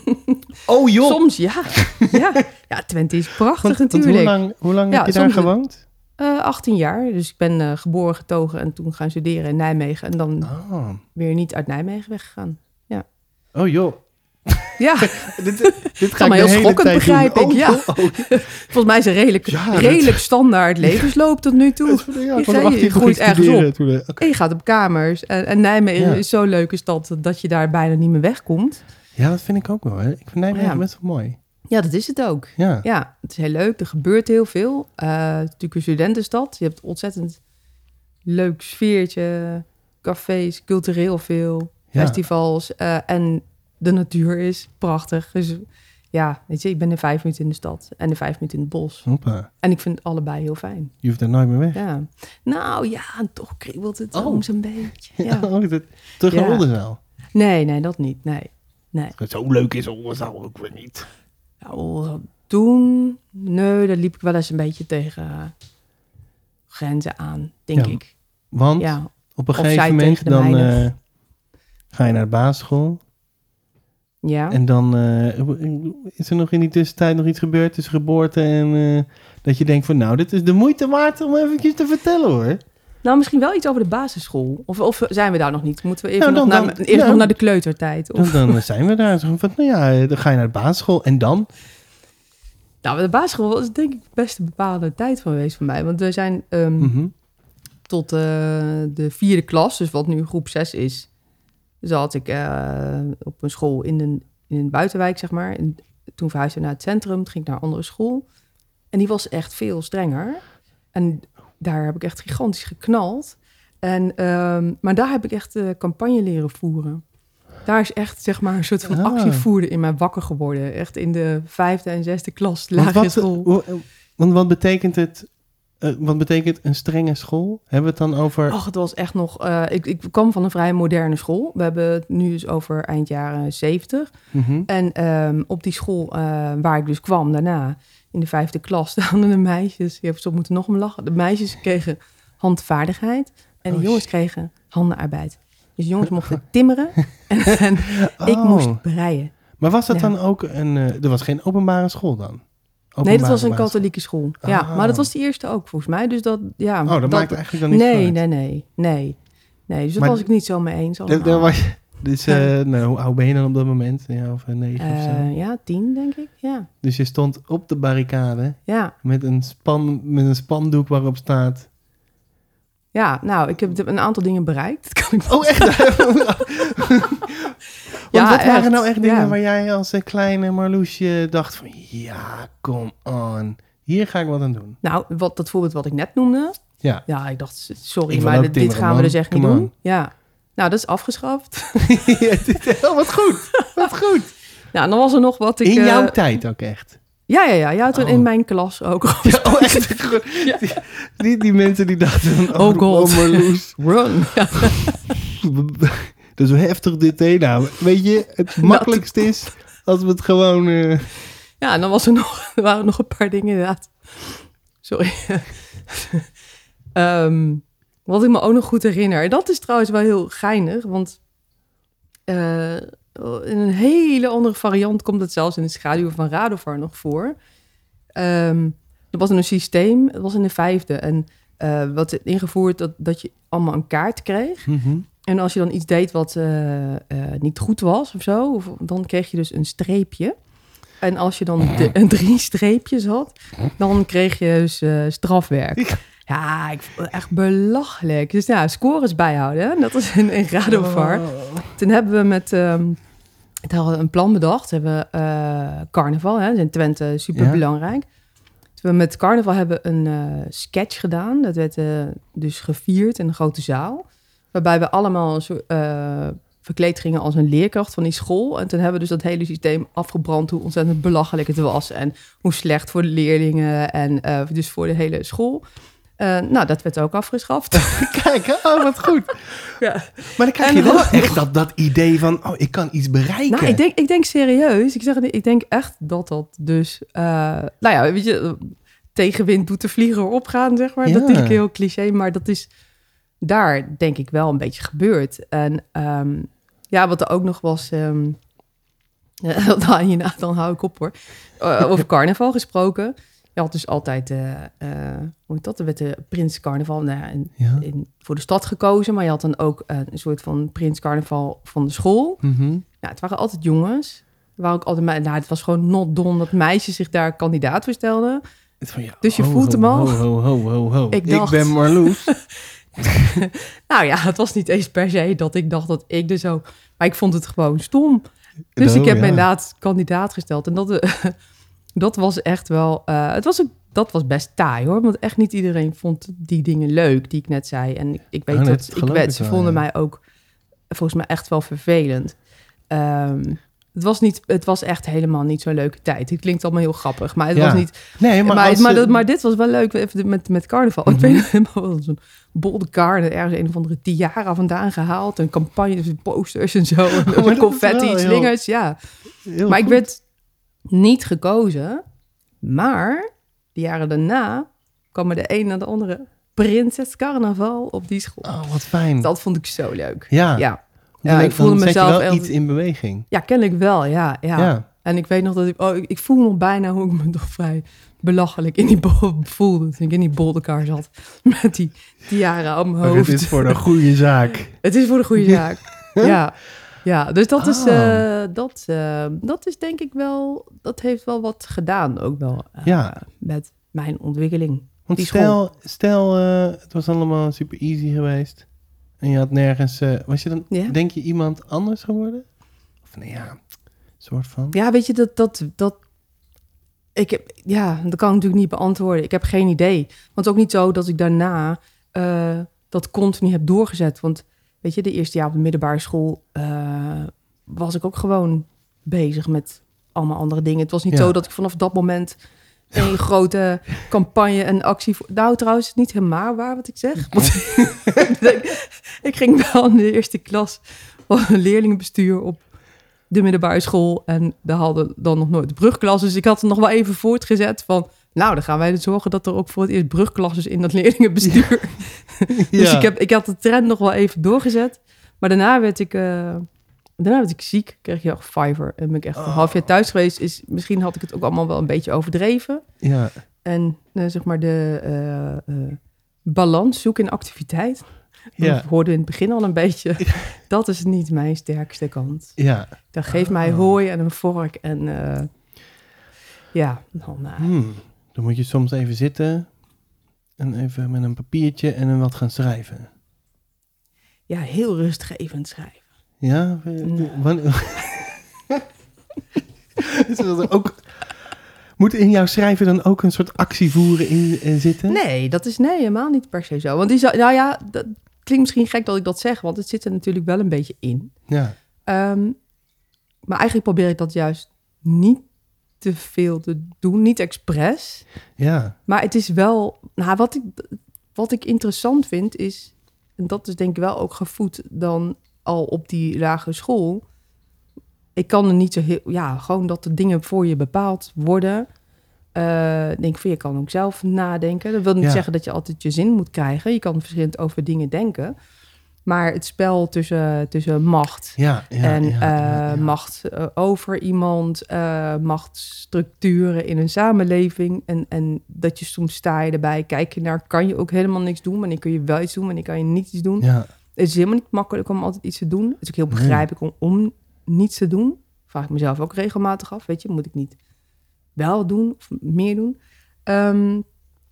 oh joh!
Soms, ja. ja. Ja, Twente is prachtig want, natuurlijk.
Want hoe lang, hoe lang ja, heb je daar gewoond?
Uh, achttien jaar. Dus ik ben uh, geboren, getogen en toen gaan studeren in Nijmegen. En dan oh. weer niet uit Nijmegen weggegaan. Ja.
Oh joh.
Ja.
dit, dit ga ik
maar heel schokkend, begrijp doen. ik. Oh, ja.
Oh, oh.
Volgens mij is een redelijk, ja, redelijk dat... standaard levensloop tot nu toe.
Ja,
je, ga, je groeit ergens op.
Toen, okay.
En je gaat op kamers. En, en Nijmegen ja. is zo'n leuke stad dat je daar bijna niet meer wegkomt.
Ja, dat vind ik ook wel. Hè. Ik vind Nijmegen ja. best wel mooi.
Ja, dat is het ook.
Ja.
ja, het is heel leuk. Er gebeurt heel veel. Uh, het is natuurlijk een studentenstad. Je hebt ontzettend leuk sfeertje. Cafés, cultureel veel. Ja. Festivals. Uh, en de natuur is prachtig. Dus ja, weet je, ik ben er vijf minuten in de stad. En er vijf minuten in het bos.
Hoppa.
En ik vind het allebei heel fijn.
Je hoeft er nooit meer weg.
Ja. Nou ja, en toch kriebelt het oh. soms een beetje. Ja.
Ja, oh, dat, terug naar ja. Oldenzaal?
Nee, nee, dat niet. Nee. nee.
Het zo leuk is Oldenzaal ook weer niet.
Ja, toen, nee, daar liep ik wel eens een beetje tegen uh, grenzen aan, denk ja, ik.
Want ja. op een gegeven moment dan uh, ga je naar de basisschool.
Ja.
En dan uh, is er nog in die tussentijd nog iets gebeurd tussen geboorte en uh, dat je denkt van nou, dit is de moeite waard om eventjes te vertellen hoor.
Nou, misschien wel iets over de basisschool. Of, of zijn we daar nog niet? Moeten we even
nou, dan,
nog, naar,
dan,
eerst
nou,
nog naar de kleutertijd? Of?
Dan, dan zijn we daar. Zo van, nou ja, dan ga je naar de basisschool en dan?
Nou, de basisschool was denk ik best een bepaalde tijd van geweest voor mij. Want we zijn um, mm-hmm. tot uh, de vierde klas, dus wat nu groep zes is. Dus had ik uh, op een school in een, in een buitenwijk, zeg maar. En toen verhuisde ik naar het centrum, toen ging ik naar een andere school. En die was echt veel strenger. En daar heb ik echt gigantisch geknald. En, um, maar daar heb ik echt uh, campagne leren voeren. Daar is echt, zeg maar, een soort van ah. actievoerder in mij wakker geworden. Echt in de vijfde en zesde klas, lagere school.
Want wat betekent het... Uh, wat betekent een strenge school? Hebben we het dan over...
Och, het was echt nog... Uh, ik, ik kwam van een vrij moderne school. We hebben het nu dus over eind jaren zeventig. Mm-hmm. En um, op die school uh, waar ik dus kwam daarna... in de vijfde klas stonden de meisjes... Je hebt ze moeten nog om lachen. De meisjes kregen handvaardigheid... en de oh, jongens kregen handenarbeid. Dus de jongens mochten timmeren... en, en oh. ik moest breien.
Maar was dat ja. dan ook een... Uh, er was geen openbare school dan?
Nee, dat was een katholieke school. Ah. Ja, maar dat was de eerste ook volgens mij. Dus dat, ja.
Oh, dat, dat maakt eigenlijk dan niet
nee,
uit.
Nee, nee, nee, nee. Dus dat maar was ik niet zo mee eens.
Daar was, Dus uh, nou, hoe oud ben je dan op dat moment? Ja, of negen uh, of zo?
Ja, tien denk ik, ja.
Dus je stond op de barricade
ja.
met, een span, met een spandoek waarop staat...
Ja, nou, ik heb een aantal dingen bereikt. Dat kan ik
oh, echt?
ja,
wat waren
echt.
nou echt dingen
ja.
waar jij als een kleine Marloesje dacht van... Ja, come on. Hier ga ik wat aan doen.
Nou, wat, dat voorbeeld wat ik net noemde.
Ja.
Ja, ik dacht, sorry,
ik
maar dit, dit gaan we dus echt niet doen. Ja. Nou, dat is afgeschaft.
ja, dit, oh, wat goed. Wat goed.
Nou, dan was er nog wat ik...
In jouw uh, tijd ook echt?
Ja, ja, ja. Ja, toen oh. in mijn klas ook.
Ja, oh, echt? ja. die, die, die mensen die dachten van...
Oh, oh god.
Oh, Marloes.
Run. Ja.
Dat is wel heftig dit, hè? Nou, weet je, het makkelijkste is als we het gewoon... Uh...
Ja, en dan was er nog, er waren nog een paar dingen inderdaad. Sorry. um, wat ik me ook nog goed herinner. Dat is trouwens wel heel geinig, want... Uh, in een hele andere variant komt het zelfs in de schaduw van Radovar nog voor. Um, er was een systeem, het was in de vijfde. En uh, wat ingevoerd dat, dat je allemaal een kaart kreeg.
Mm-hmm.
En als je dan iets deed wat uh, uh, niet goed was of zo, of, dan kreeg je dus een streepje. En als je dan de, uh, drie streepjes had, dan kreeg je dus uh, strafwerk. Ja, ik vond het echt belachelijk. Dus ja, scores bijhouden, hè? Dat was in, in Radovar. Oh. Toen hebben we met... Um, Het hadden we een plan bedacht. We hebben uh, carnaval, hè, dat is in Twente super belangrijk. Ja. Toen we met carnaval hebben een uh, sketch gedaan. Dat werd uh, dus gevierd in een grote zaal. Waarbij we allemaal zo, uh, verkleed gingen als een leerkracht van die school. En toen hebben we dus dat hele systeem afgebrand. Hoe ontzettend belachelijk het was. En hoe slecht voor de leerlingen. En uh, dus voor de hele school. Uh, nou, dat werd ook afgeschaft.
Kijk, oh, wat goed. Ja. Maar dan krijg en je wel echt nog... dat, dat idee van... oh, ik kan iets bereiken.
Nou, ik denk, ik denk serieus. Ik zeg, ik denk echt dat dat dus... Uh, nou ja, weet je... tegenwind doet de vlieger opgaan, zeg maar. Ja. Dat is natuurlijk heel cliché, maar dat is daar, denk ik, wel een beetje gebeurd. En um, ja, wat er ook nog was... Um, dan, dan hou ik op, hoor. Uh, over carnaval gesproken... Je had dus altijd, uh, uh, hoe heet dat? Er werd de Prins Carnaval nou ja, in, ja. in, voor de stad gekozen. Maar je had dan ook uh, een soort van Prins Carnaval van de school.
Mm-hmm.
Ja, het waren altijd jongens. Er waren ook altijd, nou, het was gewoon not dom dat meisjes zich daar kandidaat voor stelden.
Van, ja,
dus je
ho,
voelt
ho,
hem al.
Ho, ho, ho, ho.
Ik, dacht,
ik ben Marloes.
nou ja, het was niet eens per se dat ik dacht dat ik er zo... Maar ik vond het gewoon stom. Dus oh, ik heb ja. me inderdaad kandidaat gesteld. En dat... Uh, Dat was echt wel... Uh, het was een, dat was best taai, hoor. Want echt niet iedereen vond die dingen leuk, die ik net zei. En ik, ik weet oh, dat... Ik weet, ze wel, vonden ja. mij ook volgens mij echt wel vervelend. Um, het, was niet, het was echt helemaal niet zo'n leuke tijd. Het klinkt allemaal heel grappig, maar het ja. was niet...
Nee, maar,
maar,
als,
maar, dat, maar dit was wel leuk even met, met carnaval. Mm-hmm. Ik weet helemaal wel zo'n bolde kaart... ergens een of andere tiara vandaan gehaald. Een campagne, posters en zo. En oh, confetti, slingers, heel, ja. Heel maar goed. Ik werd... niet gekozen, maar de jaren daarna kwam er de een naar de andere Prinses Carnaval op die school.
Oh, wat fijn.
Dat vond ik zo leuk.
Ja,
ja. ja ik voelde
dan
mezelf
zet je wel
echt...
iets in beweging.
Ja, kennelijk wel, ja, ja. ja. En ik weet nog dat ik... Oh, ik, ik voel nog bijna hoe ik me toch vrij belachelijk in die bol voelde. Toen ik in die bolderkar zat met die tiara op mijn hoofd.
Maar het is voor de goede zaak.
Het is voor de goede zaak, ja. Ja, dus dat, oh. is, uh, dat, uh, dat is denk ik wel... Dat heeft wel wat gedaan ook wel uh, ja. met mijn ontwikkeling.
Want stel, stel uh, het was allemaal super easy geweest. En je had nergens... Uh, was je dan, yeah. denk je, iemand anders geworden? Of nee, ja, soort van...
Ja, weet je, dat... dat, dat ik heb, ja, dat kan ik natuurlijk niet beantwoorden. Ik heb geen idee. Want het is ook niet zo dat ik daarna uh, dat continu heb doorgezet. Want... Weet je, de eerste jaar op de middelbare school uh, was ik ook gewoon bezig met allemaal andere dingen. Het was niet ja. zo dat ik vanaf dat moment een grote campagne en actie... Voor... Nou, trouwens, niet helemaal waar wat ik zeg. Want ik ging wel in de eerste klas van een leerlingenbestuur op de middelbare school. En daar hadden dan nog nooit de brugklas. Dus ik had het nog wel even voortgezet van... Nou, dan gaan wij er zorgen dat er ook voor het eerst brugklasses in dat leerlingenbestuur. Ja. Dus ik, heb, ik had de trend nog wel even doorgezet. Maar daarna werd ik, uh, daarna werd ik ziek. Kreeg je ook Fiverr. En ben ik echt oh. een half jaar thuis geweest. Is, misschien had ik het ook allemaal wel een beetje overdreven.
Ja.
En uh, zeg maar de uh, uh, balans zoeken in activiteit.
Ja.
Dat hoorde in het begin al een beetje. Dat is niet mijn sterkste kant.
Ja.
Dan geef mij hooi en een vork en uh, ja, dan... Uh,
hmm. Dan moet je soms even zitten en even met een papiertje en dan wat gaan schrijven.
Ja, heel rustgevend schrijven.
Ja?
Nee.
Wanneer... Is dat ook... Moet in jouw schrijven dan ook een soort actie voeren in uh, zitten?
Nee, dat is nee, helemaal niet per se zo. Want die zou, nou ja, dat klinkt misschien gek dat ik dat zeg, want het zit er natuurlijk wel een beetje in.
Ja.
Um, maar eigenlijk probeer ik dat juist niet te veel te doen, niet expres.
Ja.
Maar het is wel, nou, wat ik, wat ik interessant vind is, en dat is denk ik wel ook gevoed dan al op die lagere school. Ik kan er niet zo heel... Ja, gewoon dat de dingen voor je bepaald worden. Uh, denk van, je kan ook zelf nadenken. Dat wil niet
ja.
zeggen dat je altijd je zin moet krijgen. Je kan verschillend over dingen denken. Maar het spel tussen, tussen macht
ja, ja,
en
ja, ja,
uh,
ja.
macht uh, over iemand, uh, machtsstructuren in een samenleving. En, en dat je soms sta je erbij, kijk je naar, kan je ook helemaal niks doen. Wanneer kun je wel iets doen, wanneer kan je niet iets doen.
Ja.
Het is helemaal niet makkelijk om altijd iets te doen. Het is ook heel begrijpelijk om, om niets te doen. Vraag ik mezelf ook regelmatig af. Weet je, moet ik niet wel doen of meer doen? Um,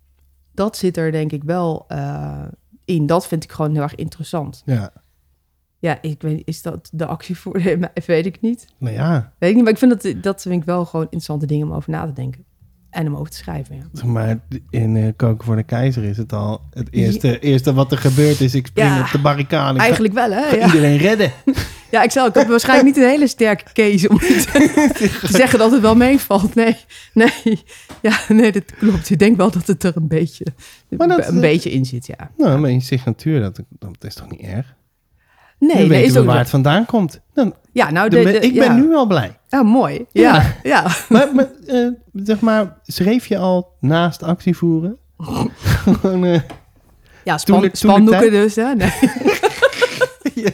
dat zit er denk ik wel uh, in. Dat vind ik gewoon heel erg interessant.
Ja.
Ja, ik weet, is dat de actie voor mij? Weet ik niet.
Nou ja.
Weet ik niet, maar ik vind dat, dat vind ik wel gewoon interessante dingen om over na te denken. En om over te schrijven, ja.
Maar in uh, Koken voor de Keizer is het al het eerste, ja. eerste wat er gebeurt is... ik spring ja, op de barricade.
Eigenlijk wel, hè?
Ja. Iedereen redden.
Ja, ik zal, ik heb waarschijnlijk niet een hele sterke case om te, te zeggen dat het wel meevalt. Nee, nee. Ja, nee, dat klopt. Ik denk wel dat het er een beetje,
maar dat,
een dat, beetje in zit, ja.
Nou, maar in signatuur, dat, dat is toch niet erg?
Nee,
nu
nee,
weten
is
we
ook
waar
wel.
het vandaan komt. Dan,
ja, nou,
de,
de, de,
ik ben
ja.
nu al blij.
Oh, mooi. Ja, ja. ja.
Maar, maar uh, zeg maar, schreef je al naast actievoeren? Gewoon, uh,
ja, span, toen, spandoeken toen dus, hè? Nee.
ja.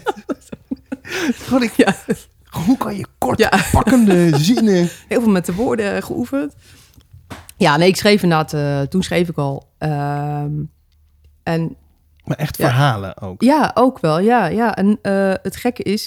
Gewoon, ik, ja. Hoe kan je kort ja. pakkende zinnen...
Heel veel met de woorden geoefend. Ja, nee, ik schreef inderdaad... Uh, toen schreef ik al. Uh, en...
Maar echt verhalen ja. ook?
Ja, ook wel, ja. ja. En uh, het gekke is...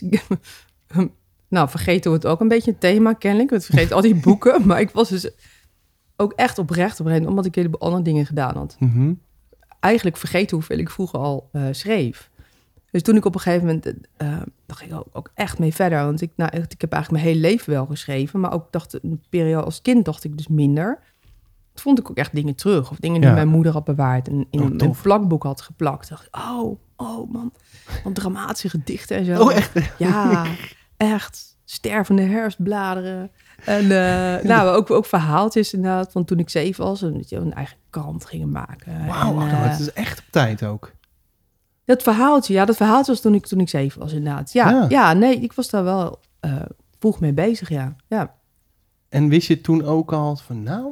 nou, vergeten we het ook een beetje het thema kennelijk. We vergeten al die boeken. Maar ik was dus ook echt oprecht op een omdat ik een heleboel andere dingen gedaan had.
Mm-hmm.
Eigenlijk vergeten hoeveel ik vroeger al uh, schreef. Dus toen ik op een gegeven moment... Uh, daar ging ik ook, ook echt mee verder. Want ik, nou, ik heb eigenlijk mijn hele leven wel geschreven. Maar ook dacht een periode als kind dacht ik dus minder. Toen vond ik ook echt dingen terug. Of dingen die ja. mijn moeder had bewaard. En in oh, mijn plakboek had geplakt. Dacht ik, oh, oh man. Van dramatische gedichten en zo.
Oh, echt?
Ja, echt. Stervende herfstbladeren. En uh, nou, ook, ook verhaaltjes inderdaad. Van toen ik zeven was. En dat je een eigen krant gingen maken.
Wauw, uh, het is echt op tijd ook.
Dat verhaaltje, ja, dat verhaaltje was toen ik, toen ik zeven was inderdaad. Ja, ja. ja nee, ik was daar wel uh, vroeg mee bezig, ja. ja.
En wist je toen ook al van, nou,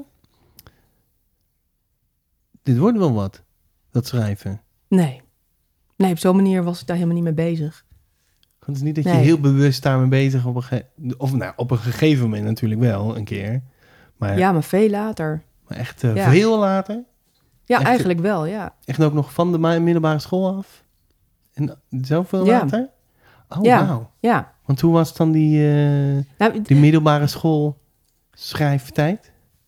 dit wordt wel wat, dat schrijven?
Nee. Nee, op zo'n manier was ik daar helemaal niet mee bezig.
Het is niet dat je
nee.
heel bewust daarmee bezig op een ge- of nou, op een gegeven moment natuurlijk wel, een keer. Maar,
ja, maar veel later.
Maar echt uh,
ja.
veel later?
Ja,
echt,
eigenlijk wel, ja.
Echt ook nog van de middelbare school af? En zoveel
ja.
later? Oh,
ja.
wauw.
Ja.
Want hoe was dan die, uh, nou, die middelbare school schrijftijd?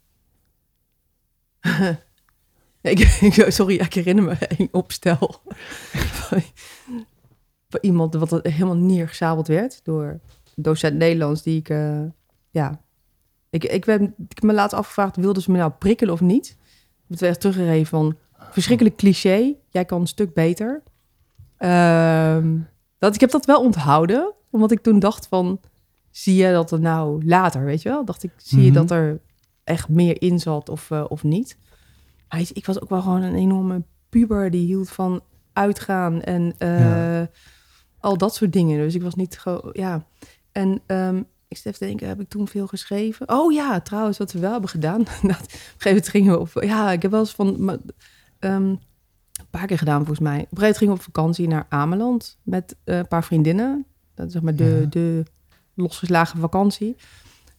ja, ik, ik, sorry, ik herinner me een opstel van, van iemand wat helemaal neergezabeld werd door docent Nederlands die ik, uh, ja, ik, ik, ben, ik heb me laatst afgevraagd, wilden ze me nou prikkelen of niet? Het werd teruggegeven van, verschrikkelijk cliché, jij kan een stuk beter. Um, dat, ik heb dat wel onthouden, omdat ik toen dacht van, zie je dat er nou later, weet je wel? Dacht ik, zie je mm-hmm. dat er echt meer in zat of, uh, of niet? Maar ik was ook wel gewoon een enorme puber die hield van uitgaan en uh, ja. al dat soort dingen. Dus ik was niet gewoon, ja. En um, ik zit even te denken, heb ik toen veel geschreven? Oh ja, trouwens, wat we wel hebben gedaan. Op een gegeven moment gingen we op, ja, ik heb wel eens van... Um, een paar keer gedaan volgens mij. Op een gegeven moment gingen we op vakantie naar Ameland met uh, een paar vriendinnen. Dat is zeg maar de, ja. de losgeslagen vakantie.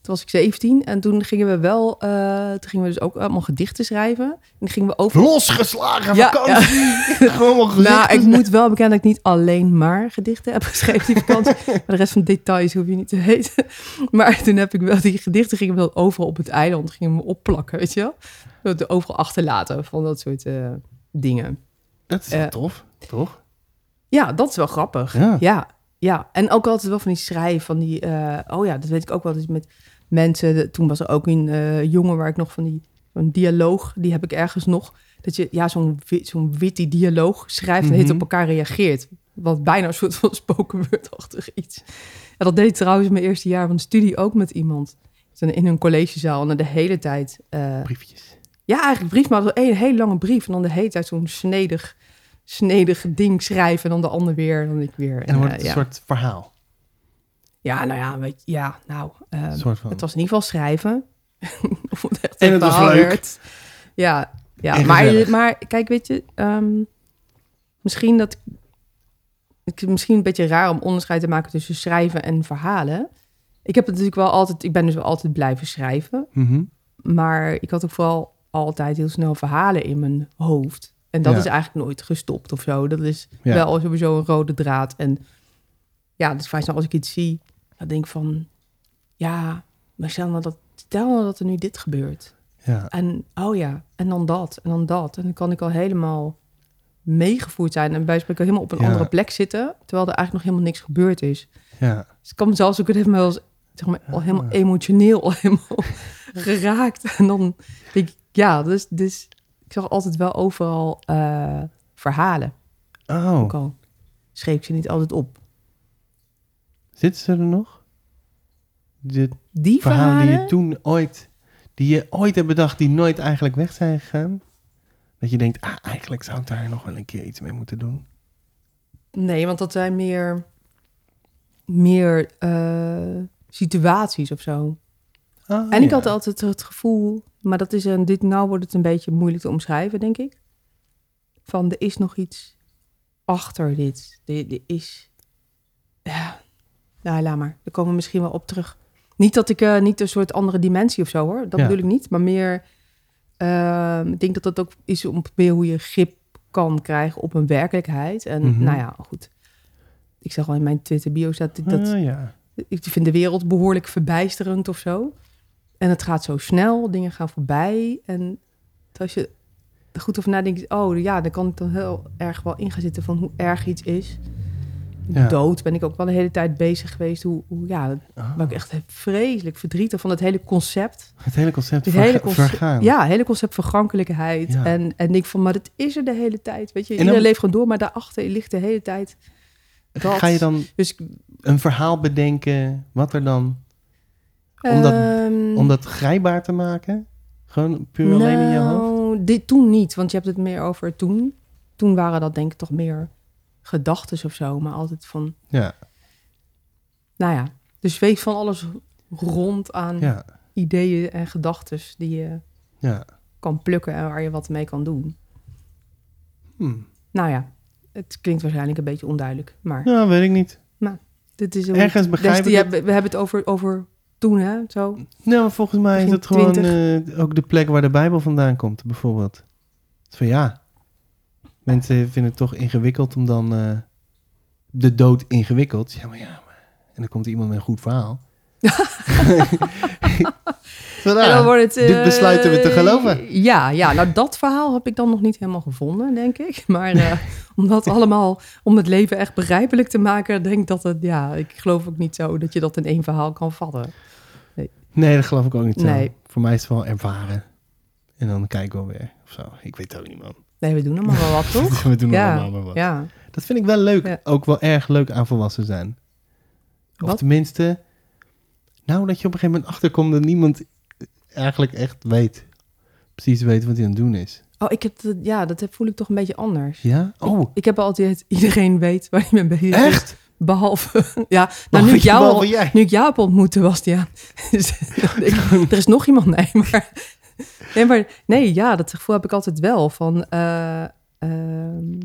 Toen was ik zeventien en toen gingen we wel... Uh, toen gingen we dus ook allemaal gedichten schrijven. En dan gingen we over...
Losgeslagen
Ja,
vakantie!
ja.
Gewoon
Nou, ik moet wel bekennen dat ik niet alleen maar gedichten heb geschreven die vakantie. Maar de rest van de details hoef je niet te weten. Maar toen heb ik wel... Die gedichten gingen we dan overal op het eiland. Gingen we opplakken, weet je wel? De overal achterlaten van dat soort uh, dingen.
Dat is wel
Uh,
tof, toch?
Ja, dat is wel grappig.
Ja.
Ja, ja. En ook altijd wel van die schrijf, van die... Uh, oh ja, dat weet ik ook wel. Dat met mensen... De, toen was er ook een uh, jongen waar ik nog van die... Een dialoog, die heb ik ergens nog. Dat je ja, zo'n, zo'n witty dialoog schrijft en
Mm-hmm.
het op elkaar reageert. Wat bijna een soort van spoken word-achtig iets. En dat deed ik trouwens in mijn eerste jaar van de studie ook met iemand. In een collegezaal en de hele tijd... Uh,
Briefjes.
Ja, eigenlijk brief, maar een hele lange brief. En dan de hele tijd zo'n snedig, snedig ding schrijven. En dan de ander weer, en dan ik weer.
En dan wordt het
uh,
een
ja.
soort verhaal.
Ja, nou ja, weet je, ja, nou... Uh,
soort van...
Het was in ieder geval schrijven. Of het echt
en het was leuk.
Werd. Ja, ja maar, maar kijk, weet je... Um, misschien dat... Het misschien een beetje raar om onderscheid te maken tussen schrijven en verhalen. Ik heb het natuurlijk wel altijd... Ik ben dus wel altijd blijven schrijven.
Mm-hmm.
Maar ik had ook vooral altijd heel snel verhalen in mijn hoofd. En dat
ja.
is eigenlijk nooit gestopt of zo. Dat is
ja.
wel sowieso een rode draad. En ja, dus vrij snel als ik iets zie, dan denk ik van... Ja, maar stel nou dat, stel nou dat er nu dit gebeurt.
Ja.
En oh ja, en dan dat, en dan dat. En dan kan ik al helemaal meegevoerd zijn. En bij spreken helemaal op een
ja.
andere plek zitten. Terwijl er eigenlijk nog helemaal niks gebeurd is.
Ja.
Dus ik kan mezelf ook even wel eens, zeg maar, al helemaal emotioneel al helemaal geraakt. En dan denk ik, ja, dus, dus ik zag altijd wel overal uh, verhalen.
Oh.
Ook al schreef ik ze niet altijd op.
Zitten ze er nog? De
Die
verhalen,
verhalen
die je toen ooit, die je ooit hebt bedacht, die nooit eigenlijk weg zijn gegaan? Dat je denkt, ah, eigenlijk zou ik daar nog wel een keer iets mee moeten doen.
Nee, want dat zijn meer, meer uh, situaties of zo.
Oh,
en ik
ja.
had altijd het gevoel, maar dat is een, dit nou wordt het een beetje moeilijk te omschrijven, denk ik. Van, er is nog iets achter dit. Er, er is... Ja, nou, laat maar. Daar komen we misschien wel op terug. Niet dat ik, uh, niet een soort andere dimensie of zo, hoor. Dat
ja.
bedoel ik niet. Maar meer, uh, ik denk dat dat ook is om meer hoe je grip kan krijgen op een werkelijkheid. En
mm-hmm.
nou ja, goed. Ik zeg al in mijn Twitter-bio staat dat...
Ah, ja.
Ik vind de wereld behoorlijk verbijsterend of zo. En het gaat zo snel, dingen gaan voorbij. En als je er goed over nadenkt, oh ja, dan kan ik dan heel erg wel in gaan zitten van hoe erg iets is. Ja. Dood ben ik ook wel de hele tijd bezig geweest. Hoe, hoe ja, oh. ben ik echt vreselijk verdrietig van het hele concept.
Het hele concept
het
verga-
hele concept,
vergaan.
Ja, het hele concept vergankelijkheid.
Ja.
En, en ik van, maar dat is er de hele tijd. Weet je, iedereen dan, leeft gewoon door, maar daarachter ligt de hele tijd dat.
Ga je dan dus, een verhaal bedenken, wat er dan... Om dat, um, om dat grijpbaar te maken? Gewoon puur
nou,
alleen in je hoofd?
Dit toen niet, want je hebt het meer over toen. Toen waren dat denk ik toch meer gedachtes of zo, maar altijd van...
Ja.
Nou ja, dus weet van alles rond aan
ja.
ideeën en gedachtes die je
ja.
kan plukken en waar je wat mee kan doen.
Hmm.
Nou ja, het klinkt waarschijnlijk een beetje onduidelijk, maar...
Ja, weet ik niet.
Nou, dit is...
Ergens begrijp
dus
ik
het. We hebben het over... over toen, hè? Zo.
Nou, volgens mij is het gewoon uh, ook de plek waar de Bijbel vandaan komt, bijvoorbeeld. Van ja, mensen vinden het toch ingewikkeld om dan uh, de dood ingewikkeld. Ja, maar ja, maar... en dan komt er iemand met een goed verhaal. Zodat, en dan wordt het, uh, dit besluiten we te geloven.
Ja, ja, nou dat verhaal heb ik dan nog niet helemaal gevonden, denk ik. Maar uh, om dat allemaal, om het leven echt begrijpelijk te maken, denk ik dat het, ja, ik geloof ook niet zo dat je dat in één verhaal kan vatten.
Nee, nee dat geloof ik ook niet zo.
Nee.
Voor mij is het wel ervaren. En dan kijken we weer, of zo. Ik weet het ook niet, man.
Nee, we doen allemaal wel wat, toch?
we doen
ja,
allemaal wel wat.
Ja.
Dat vind ik wel leuk.
Ja.
Ook wel erg leuk aan volwassen zijn. Of
wat?
tenminste, nou dat je op een gegeven moment achterkomt dat niemand eigenlijk echt weet, precies weet wat hij aan het doen is.
Oh, ik heb dat, ja, dat voel ik toch een beetje anders.
Ja? Oh.
Ik, ik heb altijd, iedereen weet waar je mee bezig is.
Echt?
Behalve, ja, nou, nu, ik jou al, nu ik jou heb ontmoet, Bastiaan. Er is nog iemand, nee, maar, nee, maar, nee, ja, dat gevoel heb ik altijd wel. Van, uh, uh,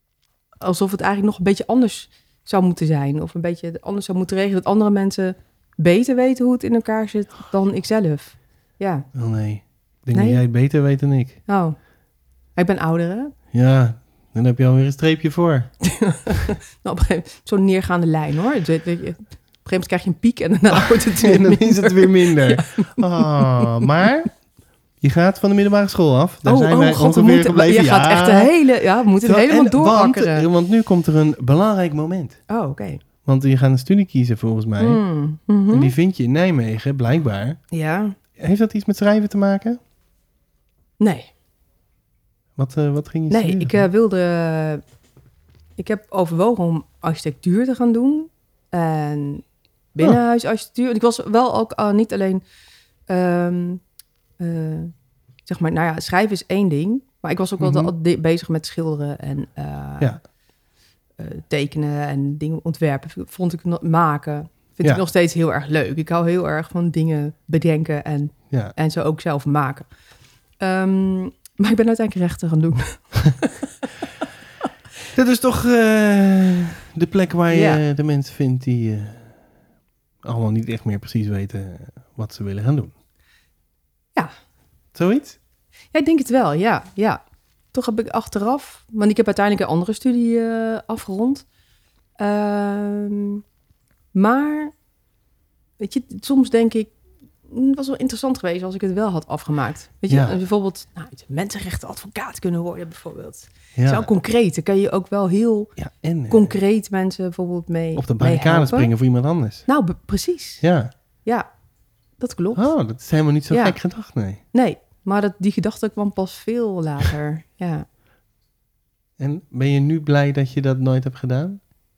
alsof het eigenlijk nog een beetje anders zou moeten zijn. Of een beetje anders zou moeten regelen. Dat andere mensen beter weten hoe het in elkaar zit dan ikzelf. Ja.
Oh nee. Ik denk
Nee?
dat jij het beter weet dan ik.
Oh. Ik ben ouder, hè?
Ja, dan heb je alweer een streepje voor.
Nou, op een gegeven moment, zo'n neergaande lijn, hoor. Dus, weet je, op een gegeven moment krijg je een piek en daarna wordt het weer
En dan
minder.
is het weer minder. Oh, maar je gaat van de middelbare school af. Daar zijn wij
God, we
ongeveer
moeten,
gebleven.
Je gaat echt de hele... Ja, we moeten het helemaal
En-
doorakkeren.
Want, want nu komt er een belangrijk moment.
Oh, oké.
Want je gaat een studie kiezen volgens mij.
Mm, mhm.
En die vind je in Nijmegen, blijkbaar.
Ja.
Heeft dat iets met schrijven te maken?
Nee.
Wat, uh, wat ging je
Nee,
studeren?
ik uh, wilde... Ik heb overwogen om architectuur te gaan doen. En binnenhuisarchitectuur. En ik was wel ook uh, niet alleen... Um, uh, zeg maar, nou ja, schrijven is één ding. Maar ik was ook
Mm-hmm.
wel al de- bezig met schilderen en uh,
ja.
uh, tekenen en dingen ontwerpen. Vond ik nog maken. Vind
Ja.
ik nog steeds heel erg leuk. Ik hou heel erg van dingen bedenken en,
Ja.
en ze ook zelf maken. Um, maar ik ben uiteindelijk rechten gaan doen.
Dat is toch uh, de plek waar je
Ja.
de mensen vindt die uh, allemaal niet echt meer precies weten wat ze willen gaan doen.
Ja.
Zoiets?
Ja, ik denk het wel, ja. ja. Toch heb ik achteraf... Want ik heb uiteindelijk een andere studie uh, afgerond. Um, maar, weet je, soms denk ik... Het was wel interessant geweest als ik het wel had afgemaakt. Weet je,
Ja.
bijvoorbeeld nou, mensenrechtenadvocaat kunnen worden bijvoorbeeld.
Ja.
Zo concreet, dan kan je ook wel heel
ja, en, uh,
concreet mensen bijvoorbeeld mee
op de
mee
barricade
helpen.
springen voor iemand anders.
Nou, be- precies.
Ja.
Ja, dat klopt.
Oh, dat is helemaal niet zo
Ja.
gek gedacht, nee.
Nee, maar dat, die gedachte kwam pas veel later. Ja.
En ben je nu blij dat je dat nooit hebt gedaan?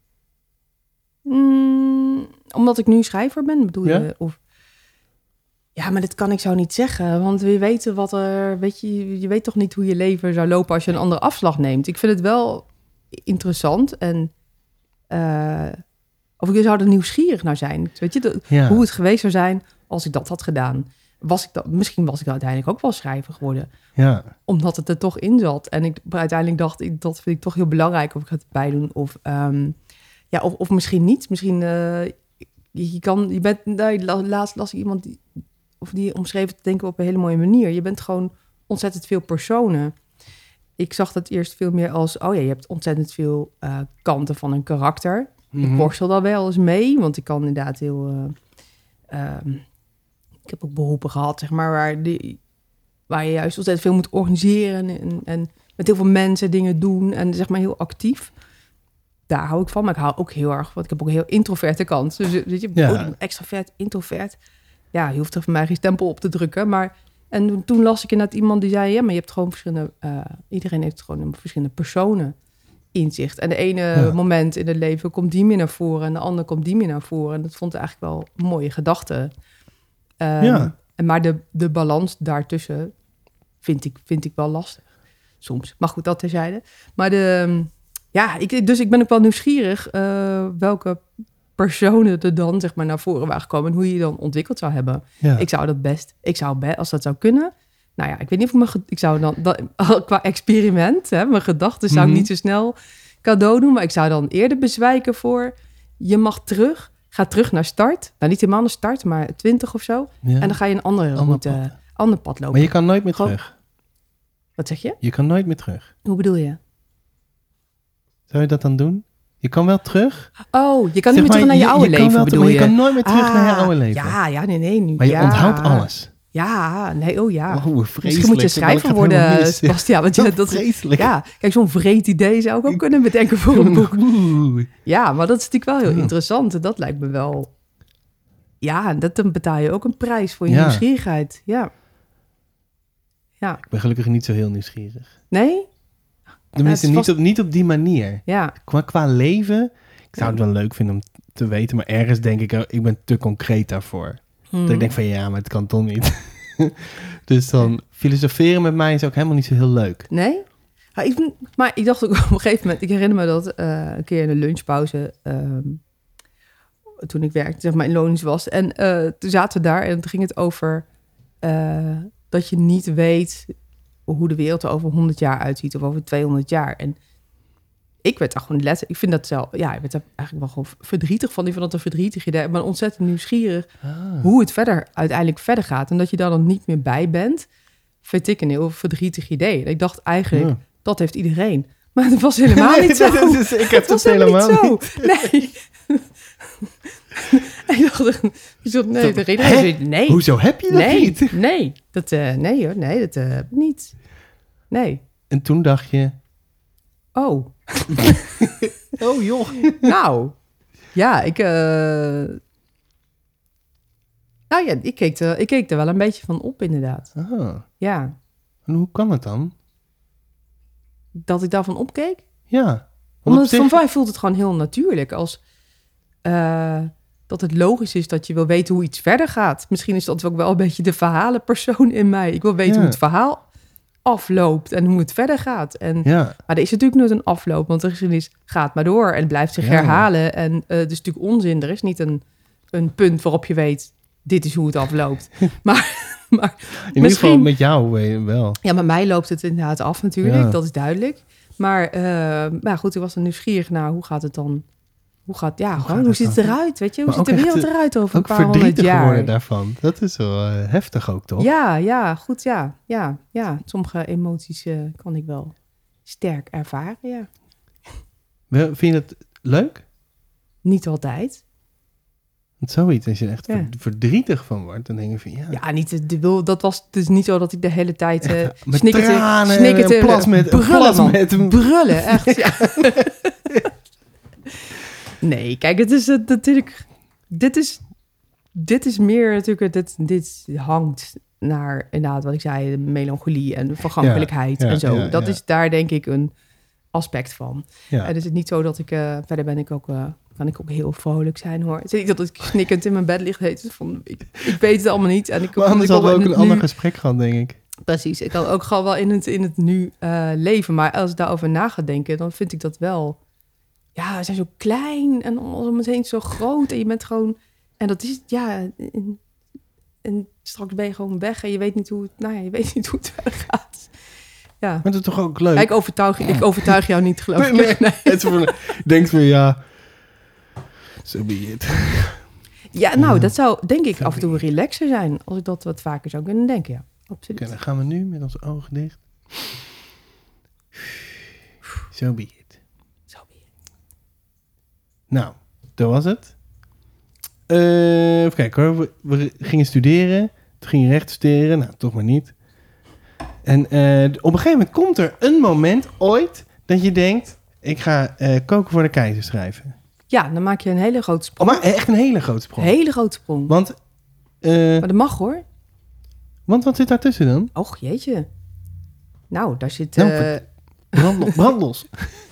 Mm, omdat ik nu schrijver ben, bedoel
Ja?
je? Of... Ja, maar dit kan ik zo niet zeggen. Want we weten wat er... Weet je, je weet toch niet hoe je leven zou lopen als je een andere afslag neemt. Ik vind het wel interessant. En uh, of ik zou er nieuwsgierig naar zijn. Weet je, de,
Ja.
hoe het geweest zou zijn als ik dat had gedaan. Was ik dat, misschien was ik uiteindelijk ook wel schrijver geworden.
Ja.
Omdat het er toch in zat. En ik uiteindelijk dacht, ik, dat vind ik toch heel belangrijk of ik ga het bijdoen. Of, um, ja, of, of misschien niet. Misschien, uh, je, je kan, je bent, nou, laatst las ik iemand die, of die omschreef het denk ik op een hele mooie manier. Je bent gewoon ontzettend veel personen. Ik zag dat eerst veel meer als, oh ja, je hebt ontzettend veel uh, kanten van een karakter.
Mm-hmm.
Ik worstel daar wel eens mee, want ik kan inderdaad heel... Uh, um, ik heb ook beroepen gehad, zeg maar, waar, die, waar je juist ontzettend veel moet organiseren en, en met heel veel mensen dingen doen en zeg maar heel actief. Daar hou ik van, maar ik hou ook heel erg, want ik heb ook een heel introverte kant. Dus weet je,
Ja.
oh, extravert, introvert. Ja, je hoeft er voor mij geen stempel op te drukken, maar en toen las ik inderdaad iemand die zei, ja, maar je hebt gewoon verschillende, uh, iedereen heeft gewoon een verschillende personen in zich. En de ene
Ja.
moment in het leven komt die meer naar voren en de andere komt die meer naar voren. En dat vond ik eigenlijk wel een mooie gedachte. Um,
Ja.
en maar de, de balans daartussen vind ik, vind ik wel lastig. Soms. Maar goed, dat terzijde. Maar de, ja, ik, dus ik ben ook wel nieuwsgierig uh, welke personen er dan zeg maar naar voren waren gekomen en hoe je je dan ontwikkeld zou hebben.
Ja.
Ik zou dat best, ik zou best, als dat zou kunnen. Nou ja, ik weet niet of ik, mijn, ik zou dan, dat, qua experiment, hè, mijn gedachten zou
Mm-hmm.
ik niet zo snel cadeau doen, maar ik zou dan eerder bezwijken voor, je mag terug, ga terug naar start. Nou, niet helemaal naar start, maar twintig of zo.
Ja.
En dan ga je een andere
Ander
route,
pad.
ander pad lopen.
Maar je kan nooit meer
Gewoon-
terug.
Wat zeg je?
Je kan nooit meer terug.
Hoe bedoel je?
Zou je dat dan doen? Je kan wel terug.
Oh, je kan
Zeg
niet meer
maar,
terug naar je, oude
kan
leven,
wel,
bedoel
maar
je?
je kan nooit meer terug naar je
Ah,
oude leven.
Ja, ja, nee, nee. Nu,
Maar je
ja.
onthoudt alles.
Ja, nee, oh ja.
Oh, vreselijk.
Misschien moet je schrijver worden, Sebastiaan. Want je, dat,
vreselijk.
ja, kijk, zo'n vreed idee zou ik ook kunnen bedenken voor een boek.
Oeh.
Ja, maar dat is natuurlijk wel heel
Ja.
interessant. En dat lijkt me wel... Ja, dat, dan betaal je ook een prijs voor je
Ja.
nieuwsgierigheid. Ja. Ja.
Ik ben gelukkig niet zo heel nieuwsgierig.
Nee?
Tenminste,
het is
niet,
vast-
op, niet op die manier.
Ja.
Qua, qua leven, ik zou het wel leuk vinden om te weten, maar ergens denk ik, ik ben te concreet daarvoor.
Hmm.
Dat ik denk van ja, maar het kan toch niet. Dus dan filosoferen met mij is ook helemaal niet zo heel leuk.
Nee? Maar ik, maar ik dacht ook op een gegeven moment... Ik herinner me dat uh, een keer in de lunchpauze... Um, toen ik werkte, zeg maar in loondienst was. En uh, toen zaten we daar en toen ging het over... Uh, dat je niet weet hoe de wereld er over honderd jaar uitziet... of over tweehonderd jaar. En ik werd daar gewoon letterlijk... Ik vind dat zelf... Ja, ik werd daar eigenlijk wel gewoon verdrietig van. Ik vond dat een verdrietig idee. Maar ontzettend nieuwsgierig
Ah.
hoe het verder uiteindelijk verder gaat. En dat je daar dan niet meer bij bent, vind ik een heel verdrietig idee. En ik dacht eigenlijk,
Ja.
dat heeft iedereen. Maar het was helemaal
Nee,
niet zo.
dat is- ik heb
Het
het
was
helemaal
niet zo.
niet.
Nee. En ik dacht, ik dacht, nee, de reden
Hè?
is... Nee,
Hoezo heb je dat
nee,
niet?
nee. Dat, uh, nee hoor, nee, dat uh, heb ik niet. Nee.
En toen dacht je...
Oh.
Oh joh.
Nou, ja, ik... Uh... Nou ja, ik keek, er, ik keek er wel een beetje van op, inderdaad.
Ah.
Ja.
En hoe kan het dan?
Dat ik daarvan opkeek?
Ja.
Omdat
op
het van
zich-
mij voelt het gewoon heel natuurlijk. Als uh, dat het logisch is dat je wil weten hoe iets verder gaat. Misschien is dat ook wel een beetje de verhalenpersoon in mij. Ik wil weten
Ja.
hoe het verhaal afloopt en hoe het verder gaat. En,
Ja.
Maar er is natuurlijk nooit een afloop, want de geschiedenis gaat maar door en het blijft zich
Ja, ja.
herhalen. En uh, het is natuurlijk onzin. Er is niet een, een punt waarop je weet, dit is hoe het afloopt. maar, maar
In ieder
misschien...
geval met jou weet je wel.
Ja, met mij loopt het inderdaad af natuurlijk,
Ja.
dat is duidelijk. Maar, uh, maar goed, ik was dan nieuwsgierig naar hoe gaat het dan... Hoe gaat, ja,
Hoe
gewoon,
gaat
hoe
het
ziet het
dan?
eruit, weet je? Hoe
Maar
ziet de
ook echt,
wereld eruit over een
Ook
paar honderd
verdrietig
jaar?
geworden daarvan. Dat is wel uh, heftig ook, toch?
Ja, ja, goed, ja. Ja, ja. Sommige emoties uh, kan ik wel sterk ervaren, ja.
Wel, Vind je dat leuk?
Niet altijd.
Want zoiets, als je er echt
Ja.
ver- verdrietig van wordt, dan denk je van ja...
Ja, niet, de, wil- dat was dus niet zo dat ik de hele tijd uh,
Echt, met
snikkerde,
tranen
snikkerde,
en plas met-
brullen,
plas
man.
met-
brullen, echt, ja. Nee, kijk, het is het, natuurlijk... Dit is, dit is meer natuurlijk... Dit, dit hangt naar, inderdaad, wat ik zei... de melancholie en de vergankelijkheid
Ja, ja,
en zo.
ja,
dat
ja.
is daar denk ik een aspect van.
Ja.
En het is niet zo dat ik... Uh, verder ben ik ook... Uh, kan ik ook heel vrolijk zijn, hoor. Het is niet dat ik snikkend in mijn bed lig. Het is van, ik, ik weet het allemaal niet. En ik,
Maar anders
ik
hadden we ook
in
een
het
ander
nu-
gesprek gehad, denk ik.
Precies, ik kan ook gewoon wel in het, in het nu uh, leven. Maar als ik daarover na ga denken, dan vind ik dat wel... Ja, we zijn zo klein en alles om het heen zo groot. En je bent gewoon... En dat is het, ja... En, en straks ben je gewoon weg en je weet niet hoe het... Nou ja, je weet niet hoe het verder gaat. Ja.
Maar dat is toch ook leuk?
Ja, ik, overtuig, ik overtuig jou niet, geloof ik.
Nee, nee.
Nee.
Het is van, denkt me, ja... So be it.
Ja, nou, dat zou denk ik af en toe een relaxer zijn. Als ik dat wat vaker zou kunnen denken, ja. Absoluut.
Oké, dan gaan we nu met onze ogen dicht. So be it.
Zo ben je.
Nou, dat was het. Uh, even kijken hoor. We, we gingen studeren. Toen ging je recht studeren. Nou, toch maar niet. En uh, op een gegeven moment komt er een moment ooit dat je denkt... Ik ga uh, Koken voor de Keizer schrijven.
Ja, dan maak je een hele grote
Oh,
sprong.
maar echt een hele grote sprong.
Hele grote sprong.
Want, uh,
Maar dat mag, hoor.
want wat zit daartussen dan?
Och, jeetje. Nou, daar zit...
Nou,
Uh,
ver- Brand, brandlos.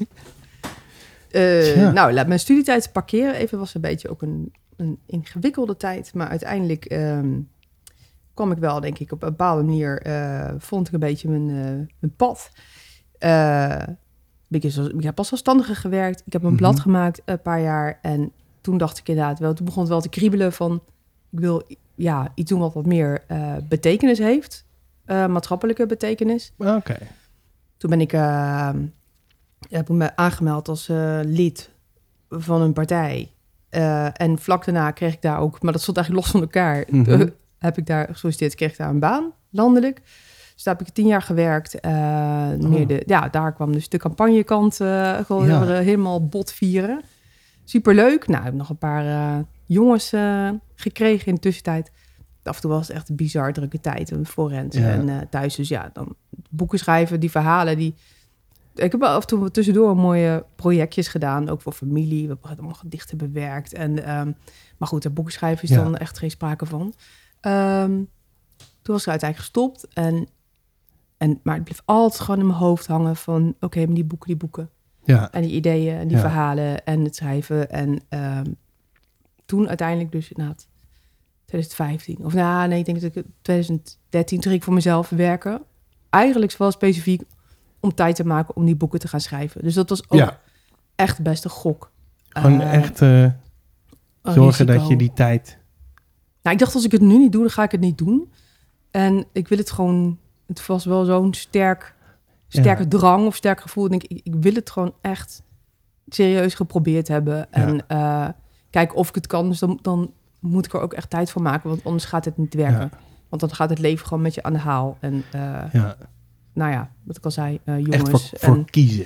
uh,
Tja.
nou, laat mijn studietijd parkeren. Even was een beetje ook een, een ingewikkelde tijd. Maar uiteindelijk um, kwam ik wel, denk ik, op een bepaalde manier... Uh, vond ik een beetje mijn, uh, mijn pad. Uh, ik, is, ik heb als zelfstandige gewerkt. Ik heb een
Mhm.
blad gemaakt een paar jaar. En toen dacht ik inderdaad wel... Toen begon het wel te kriebelen van... Ik wil ja, iets doen wat wat meer uh, betekenis heeft. Uh, maatschappelijke betekenis.
Oké. Okay.
Toen ben ik, uh, heb ik me aangemeld als uh, lid van een partij. Uh, en vlak daarna kreeg ik daar ook... Maar dat stond eigenlijk los van elkaar.
Mhm.
Uh, heb ik daar gesolliciteerd, kreeg ik daar een baan, landelijk. Dus daar heb ik tien jaar gewerkt. Uh,
Oh.
meer de, ja, daar kwam dus de campagnekant uh, gewoon
Ja.
uh, helemaal bot vieren. Superleuk. Nou, ik heb nog een paar uh, jongens uh, gekregen in de tussentijd. Af en toe was het echt een bizar drukke tijd. Een forens
Ja.
en uh, thuis. Dus ja, dan boeken schrijven, die verhalen. Die... Ik heb af en toe tussendoor mooie projectjes gedaan. Ook voor familie. We hebben allemaal gedichten bewerkt. En, um, maar goed, dat boeken schrijven is
Ja.
dan echt geen sprake van. Um, toen was ik uiteindelijk gestopt. En, en, maar het bleef altijd gewoon in mijn hoofd hangen van... Oké, okay, maar die boeken, die boeken.
Ja.
En die ideeën en die
Ja.
verhalen en het schrijven. En um, toen uiteindelijk dus inderdaad twintig vijftien. Of nou, nee, ik denk dat ik twintig dertien toen ging ik voor mezelf werken. Eigenlijk wel specifiek om tijd te maken om die boeken te gaan schrijven. Dus dat was ook
Ja.
echt best een gok.
Gewoon
Uh,
echt uh,
een
zorgen
risico.
dat je die tijd...
Nou, ik dacht, als ik het nu niet doe, dan ga ik het niet doen. En ik wil het gewoon... Het was wel zo'n sterk, sterke
Ja.
drang of sterk gevoel. Ik denk, ik, ik wil het gewoon echt serieus geprobeerd hebben. En
Ja.
uh, kijken of ik het kan. Dus dan, dan moet ik er ook echt tijd voor maken. Want anders gaat het niet werken.
Ja.
Want dan gaat het leven gewoon met je aan de haal. En uh,
Ja.
nou ja, wat ik al zei, uh, jongens.
Echt voor, voor
en,
kiezen.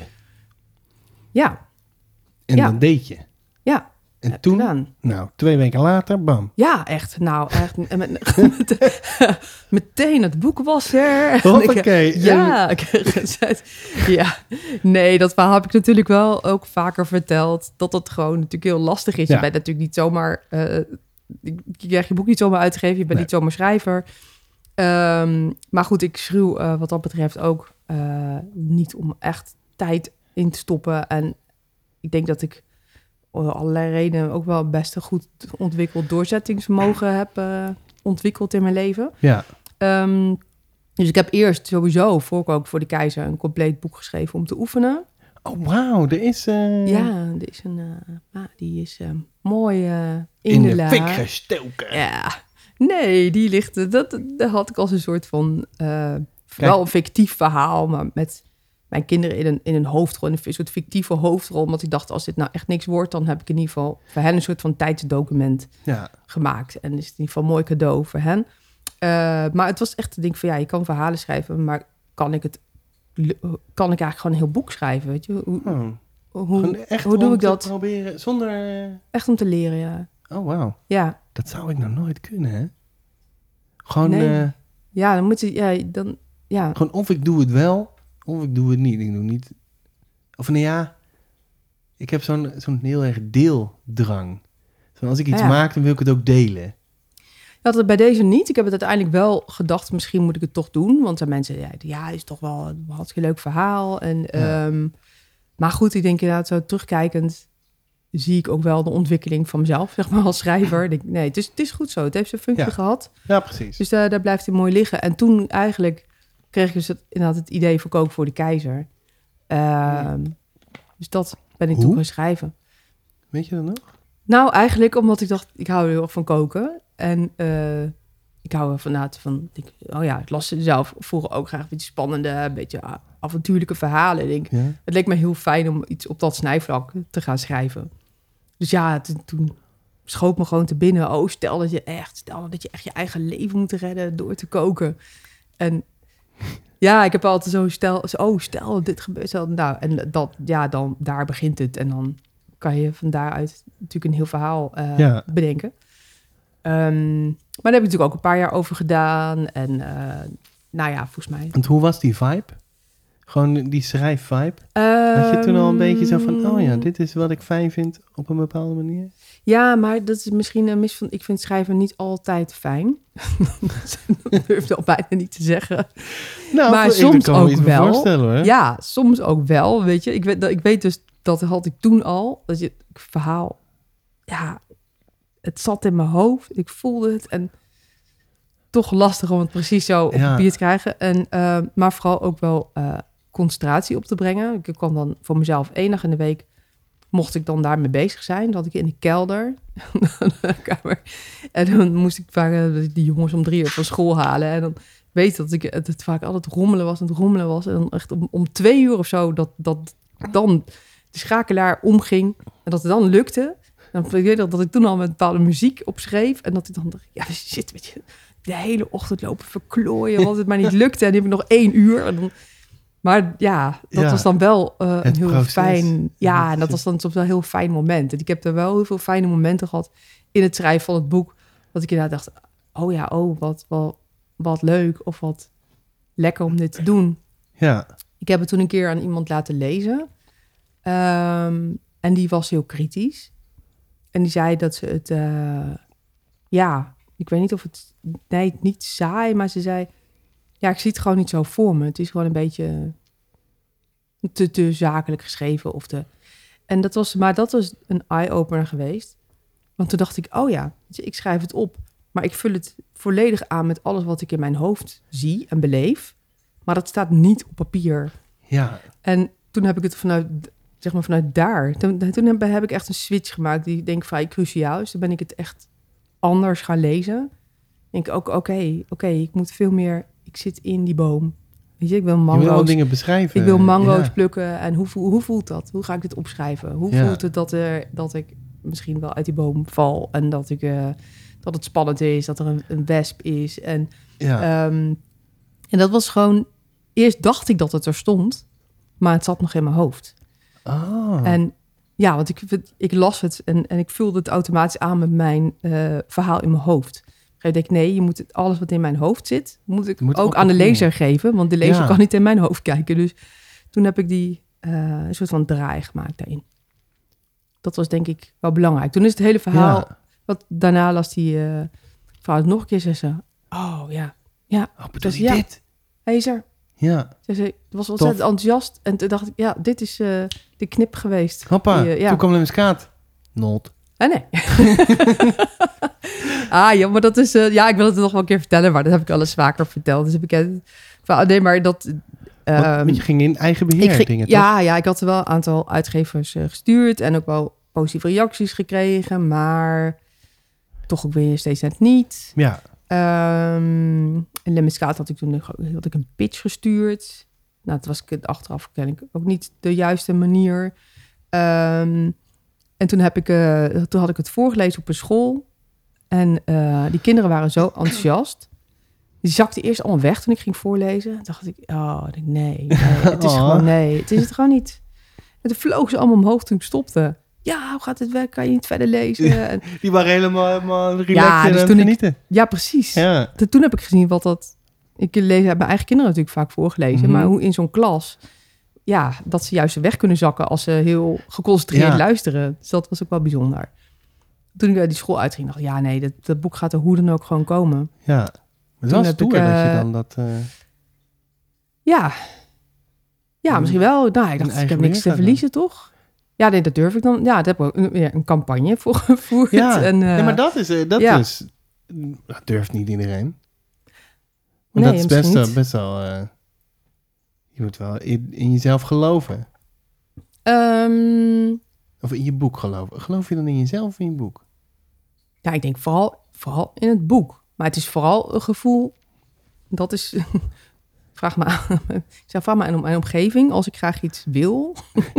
ja,
En
Ja.
dat deed je.
ja.
En
heb
toen,
gedaan.
nou, twee weken later, bam.
Ja, echt. Nou, echt. Met, met, meteen het boek was er.
Hoppakee.
Ja, ik heb gezegd. Ja, nee, dat verhaal heb ik natuurlijk wel ook vaker verteld. Dat dat gewoon natuurlijk heel lastig is.
Ja.
Je bent natuurlijk niet zomaar... Uh, je krijgt je boek niet zomaar uitgegeven. Je bent
Nee.
niet zomaar schrijver. Um, maar goed, ik schreeuw uh, wat dat betreft ook uh, niet om echt tijd in te stoppen. En ik denk dat ik allerlei redenen ook wel best een goed ontwikkeld doorzettingsvermogen heb uh, ontwikkeld in mijn leven.
Ja.
Um, dus ik heb eerst sowieso, voor ik ook voor de keizer, een compleet boek geschreven om te oefenen.
Oh, wauw, er is... Uh...
Ja, er is een, uh, ah, die is uh, mooi uh, in,
in
de,
de
la.
fik gestoken.
Ja, nee, die ligt, dat, dat had ik als een soort van, uh, wel een fictief verhaal, maar met mijn kinderen in een, in een hoofdrol, in een soort fictieve hoofdrol. Omdat ik dacht, als dit nou echt niks wordt, dan heb ik in ieder geval voor hen een soort van tijdsdocument
ja.
gemaakt. En is het in ieder geval een mooi cadeau voor hen. Uh, maar het was echt het ding van, ja, je kan verhalen schrijven, maar kan ik het, kan ik eigenlijk gewoon een heel boek schrijven, weet je? Hoe,
oh.
hoe,
echt
hoe doe ik dat?
Proberen zonder... Uh...
Echt om te leren, ja.
Oh, wauw.
Ja.
Dat zou ik nou nooit kunnen, hè? Gewoon...
Nee.
Uh...
Ja, dan moet je, ja, dan, ja.
Gewoon of ik doe het wel, of ik doe het niet. Ik doe niet... Of nee, ja... Ik heb zo'n, zo'n heel erg deeldrang. Zo, als ik iets
ja.
maak, dan wil ik het ook delen.
Ik had het bij deze niet. Ik heb het uiteindelijk wel gedacht, misschien moet ik het toch doen. Want zijn mensen, ja, ja, is toch wel een hartstikke leuk verhaal. En,
Ja.
um, maar goed, ik denk inderdaad zo terugkijkend, zie ik ook wel de ontwikkeling van mezelf, zeg maar, als schrijver. Ik denk, nee, het is, het is goed zo. Het heeft zijn functie
Ja.
gehad.
Ja, precies.
Dus daar, daar blijft hij mooi liggen. En toen eigenlijk kreeg ik dus het, inderdaad het idee voor Koken voor de Keizer. Um, dus dat ben ik
Hoe?
toen gaan schrijven.
Weet je dat nog?
Nou, eigenlijk omdat ik dacht, ik hou heel erg van koken. En uh, ik hou er van, van ik, oh ja, ik las zelf vroeger ook graag een beetje spannende, een beetje avontuurlijke verhalen. Ik denk,
Ja.
het leek me heel fijn om iets op dat snijvlak te gaan schrijven. Dus ja, t- toen schoot me gewoon te binnen. Oh, stel dat je echt, stel dat je echt je eigen leven moet redden door te koken. En ja, ik heb altijd zo stel, oh, stel dit gebeurt. Nou, en dat, ja, dan daar begint het. En dan kan je van daaruit natuurlijk een heel verhaal uh,
Ja.
bedenken. Um, maar daar heb ik natuurlijk ook een paar jaar over gedaan. En uh, nou ja, volgens mij...
Want hoe was die vibe? Gewoon die schrijf-vibe?
Um,
Had je toen al een beetje zo van, oh ja, dit is wat ik fijn vind op een bepaalde manier?
Ja, maar dat is misschien een mis van... Ik vind schrijven niet altijd fijn. Dat durf je al bijna niet te zeggen.
Nou,
maar
ik
soms
kan me
ook
iets
wel.
voorstellen, hoor.
Ja, soms ook wel, weet je. Ik weet, ik weet dus, dat had ik toen al, dat je het verhaal... Ja, het zat in mijn hoofd. Ik voelde het en toch lastig om het precies zo op
Ja.
papier te krijgen. En, uh, maar vooral ook wel uh, concentratie op te brengen. Ik kwam dan voor mezelf één dag in de week, mocht ik dan daarmee bezig zijn. Dat had ik in de kelder. kamer. En dan moest ik vaak uh, die jongens om drie uur van school halen. En dan weet dat ik het, het vaak altijd rommelen was en het rommelen was. En dan echt om, om twee uur of zo dat, dat dan de schakelaar omging. En dat het dan lukte. Dan ik weet dat, dat ik toen al met bepaalde muziek opschreef. En dat ik dan dacht, ja, shit, weet je, de hele ochtend lopen verklooien, want het maar niet lukte. En die heb ik nog één uur. En dan, maar ja, dat
Ja,
was dan wel uh, een heel
proces.
fijn... Ja, en dat was dan soms wel een heel fijn moment. En ik heb er wel heel veel fijne momenten gehad in het schrijven van het boek. Dat ik inderdaad dacht, oh ja, oh, wat, wat, wat leuk. Of wat lekker om dit te doen.
Ja.
Ik heb het toen een keer aan iemand laten lezen. Um, en die was heel kritisch. En die zei dat ze het... Uh, ja, ik weet niet of het... Nee, niet saai, maar ze zei... Ja, ik zie het gewoon niet zo voor me. Het is gewoon een beetje te, te zakelijk geschreven. Of te... En dat was, maar dat was een eye-opener geweest. Want toen dacht ik, oh ja, ik schrijf het op. Maar ik vul het volledig aan met alles wat ik in mijn hoofd zie en beleef. Maar dat staat niet op papier.
Ja.
En toen heb ik het vanuit... zeg maar vanuit daar. Toen, toen heb, heb ik echt een switch gemaakt die ik denk vrij cruciaal is. Toen ben ik het echt anders gaan lezen. Denk ik ook, oké, okay, oké, okay, ik moet veel meer... Ik zit in die boom. Weet je, ik wil
Je
mango's.
wil al dingen beschrijven.
Ik wil mango's
Ja.
plukken. En hoe, voel- hoe voelt dat? Hoe ga ik dit opschrijven? Hoe
Ja.
voelt het dat, er, dat ik misschien wel uit die boom val en dat, ik, uh, dat het spannend is, dat er een, een wesp is. En,
Ja.
um, en dat was gewoon... Eerst dacht ik dat het er stond, maar het zat nog in mijn hoofd.
Oh.
En ja, want ik, ik las het en, en ik vulde het automatisch aan met mijn uh, verhaal in mijn hoofd. Ik denk, nee, je moet het, alles wat in mijn hoofd zit, moet ik
moet
ook aan de lezer geven. Want de lezer
ja.
kan niet in mijn hoofd kijken. Dus toen heb ik die uh, een soort van draai gemaakt daarin. Dat was denk ik wel belangrijk. Toen is het hele verhaal...
Ja.
Wat, daarna las die uh, vrouw het nog een keer. Zei ze, oh ja, ja.
Oh, bedoel je
ja.
dit?
Lezer.
Ja.
Ze zei, was ontzettend Tof. enthousiast. En toen dacht ik, ja, dit is uh, de knip geweest.
Hoppa,
die, uh, ja.
toen kwam de muskaat. Not.
Ah, nee. ah, ja, maar dat is... Uh, ja, ik wil het nog wel een keer vertellen, maar dat heb ik al eens vaker verteld. Dus heb ik uh, van, nee, maar dat...
Uh, Want je ging in eigen beheer
ging,
dingen,
ja,
toch?
Ja, ik had er wel een aantal uitgevers uh, gestuurd en ook wel positieve reacties gekregen, maar toch ook weer steeds net niet.
Ja.
Um, en Le Muscaat had ik toen had ik een pitch gestuurd. Nou, dat was ik achteraf ken ik ook niet de juiste manier. Um, en toen heb ik, uh, toen had ik het voorgelezen op een school. En uh, die kinderen waren zo enthousiast. Die zakten eerst allemaal weg toen ik ging voorlezen. Toen dacht ik, oh, nee, nee, het is oh. gewoon nee, het is het gewoon niet. En toen vlogen ze allemaal omhoog toen ik stopte. Ja, hoe gaat het werk? Kan je niet verder lezen? En,
die waren helemaal, helemaal relaxed
ja, dus
en
toen
genieten.
Ik, ja, precies.
Ja.
Toen heb ik gezien wat dat... Ik lees, heb mijn eigen kinderen natuurlijk vaak voorgelezen. Mm-hmm. Maar hoe in zo'n klas... Ja, dat ze juist weg kunnen zakken als ze heel geconcentreerd ja. luisteren. Dus dat was ook wel bijzonder. Toen ik uit die school uitging, dacht ik... Ja, nee, dat, dat boek gaat er hoe dan ook gewoon komen.
Ja, maar het was stoer ik, uh, dat je dan dat... Uh...
Ja. Ja, misschien wel. Nou, ik dacht, ik heb niks te verliezen, dan. Toch? Ja, nee, dat durf ik dan. Ja, daar heb ik ook een, ja, een campagne voor gevoerd.
Ja,
en, uh,
ja maar dat is... Uh, dat ja. is dat durft niet iedereen. Maar
nee,
dat is best wel... Best wel uh, je moet wel in, in jezelf geloven.
Um,
of in je boek geloven. Geloof je dan in jezelf of in je boek?
Ja, ik denk vooral, vooral in het boek. Maar het is vooral een gevoel... Dat is... vraag me aan. Ik zeg, vraag me aan mijn omgeving. Als ik graag iets wil...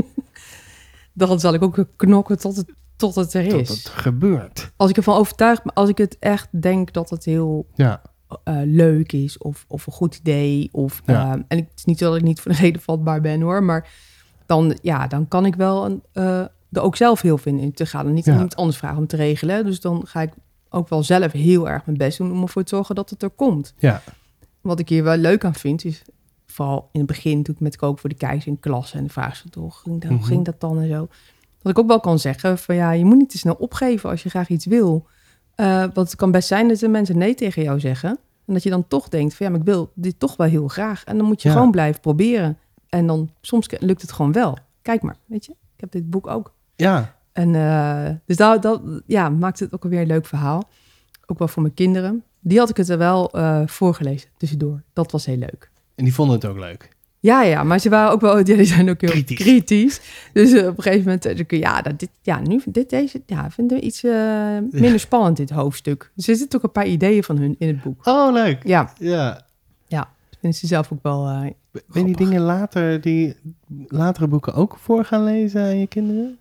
dan zal ik ook knokken tot het, tot het er is.
Tot het gebeurt.
Als ik ervan overtuig... Als ik het echt denk dat het heel...
Ja.
Uh, leuk is of, of een goed idee. Of,
ja.
uh, en het is niet dat ik niet voor de reden vatbaar ben hoor. Maar dan, ja, dan kan ik wel uh, er ook zelf heel veel in te gaan. En niet ja. iemand anders vragen om te regelen. Dus dan ga ik ook wel zelf heel erg mijn best doen... om ervoor te zorgen dat het er komt.
Ja.
Wat ik hier wel leuk aan vind... is vooral in het begin toen ik met koken voor de keizer in klas... en de vraag stond, hoe ging, dat, mm-hmm. hoe ging dat dan en zo... dat ik ook wel kan zeggen van ja, je moet niet te snel opgeven als je graag iets wil. Uh, want het kan best zijn dat de mensen nee tegen jou zeggen. En dat je dan toch denkt van ja, maar ik wil dit toch wel heel graag. En dan moet je ja. gewoon blijven proberen. En dan soms lukt het gewoon wel. Kijk maar, weet je, ik heb dit boek ook.
Ja.
En uh, dus dat, dat ja, maakt het ook alweer een leuk verhaal. Ook wel voor mijn kinderen. Die had ik het er wel uh, voorgelezen tussendoor. Dat was heel leuk.
En die vonden het ook leuk?
Ja, ja, maar ze waren ook wel, ja, die zijn ook heel kritisch. kritisch. Dus uh, op een gegeven moment, uh, ja, dat, dit, ja, nu dit deze, ja, vinden we iets uh, minder spannend dit hoofdstuk. Dus er zitten ook een paar ideeën van hun in het boek.
Oh, leuk.
Ja,
ja,
ja, dat vinden ze zelf ook wel. Uh,
ben je die dingen later, die latere boeken ook voor gaan lezen aan je kinderen?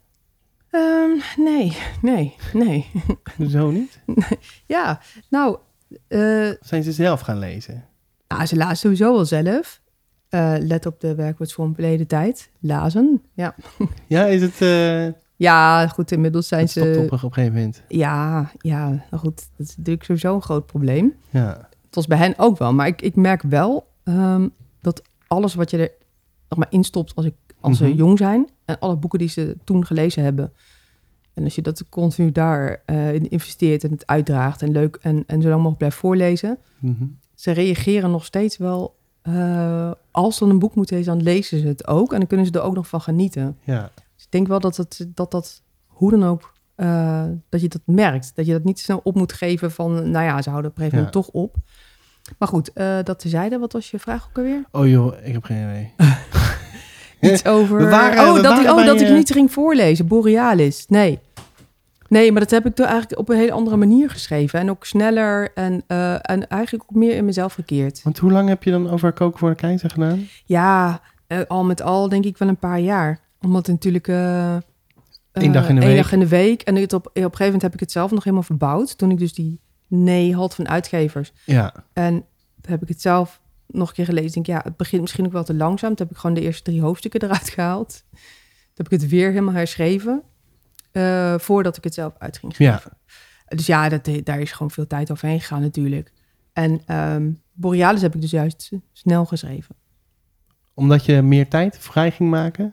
Um, nee, nee, nee.
Zo niet?
Nee. Ja, nou. Uh,
zijn ze zelf gaan lezen?
Nou, ze lazen sowieso wel zelf. Uh, let op de werkwoordsvorm verleden tijd. Lazen, ja.
Ja, is het... Uh,
ja, goed, inmiddels zijn
het
ze...
stopt op een gegeven moment.
Ja, ja, nou goed. Dat is natuurlijk sowieso een groot probleem.
Ja.
Het was bij hen ook wel. Maar ik, ik merk wel um, dat alles wat je er nog maar instopt als, ik, als mm-hmm. ze jong zijn... en alle boeken die ze toen gelezen hebben... en als je dat continu daar uh, in investeert en het uitdraagt... en leuk en, en zo lang mogelijk blijft voorlezen...
Mm-hmm.
ze reageren nog steeds wel... Uh, als ze dan een boek moeten lezen, dan lezen ze het ook. En dan kunnen ze er ook nog van genieten.
Ja.
Dus ik denk wel dat het, dat, dat hoe dan ook, uh, dat je dat merkt. Dat je dat niet snel op moet geven van, nou ja, ze houden op een gegeven moment ja. toch op. Maar goed, uh, dat tezijde. Wat was je vraag ook alweer?
Oh joh, ik heb geen idee.
Iets over...
We waren,
oh,
we
dat,
waren
ik, oh
bij,
dat
uh...
ik niet ging voorlezen. Borealis. Nee. Nee, maar dat heb ik toen eigenlijk op een hele andere manier geschreven. En ook sneller en, uh, en eigenlijk ook meer in mezelf gekeerd.
Want hoe lang heb je dan over Koken voor de Keizer gedaan?
Ja, uh, al met al denk ik wel een paar jaar. Omdat natuurlijk... Uh,
Eén dag in de
uh,
week.
Eén dag in de week. En het op, op een gegeven moment heb ik het zelf nog helemaal verbouwd. Toen ik dus die nee had van uitgevers.
Ja.
En toen heb ik het zelf nog een keer gelezen. Ik denk, ja, het begint misschien ook wel te langzaam. Toen heb ik gewoon de eerste drie hoofdstukken eruit gehaald. Toen heb ik het weer helemaal herschreven. Uh, voordat ik het zelf uit ging schrijven. Ja. Dus ja, dat, daar is gewoon veel tijd overheen gegaan natuurlijk. En um, Borealis heb ik dus juist snel geschreven.
Omdat je meer tijd vrij ging maken?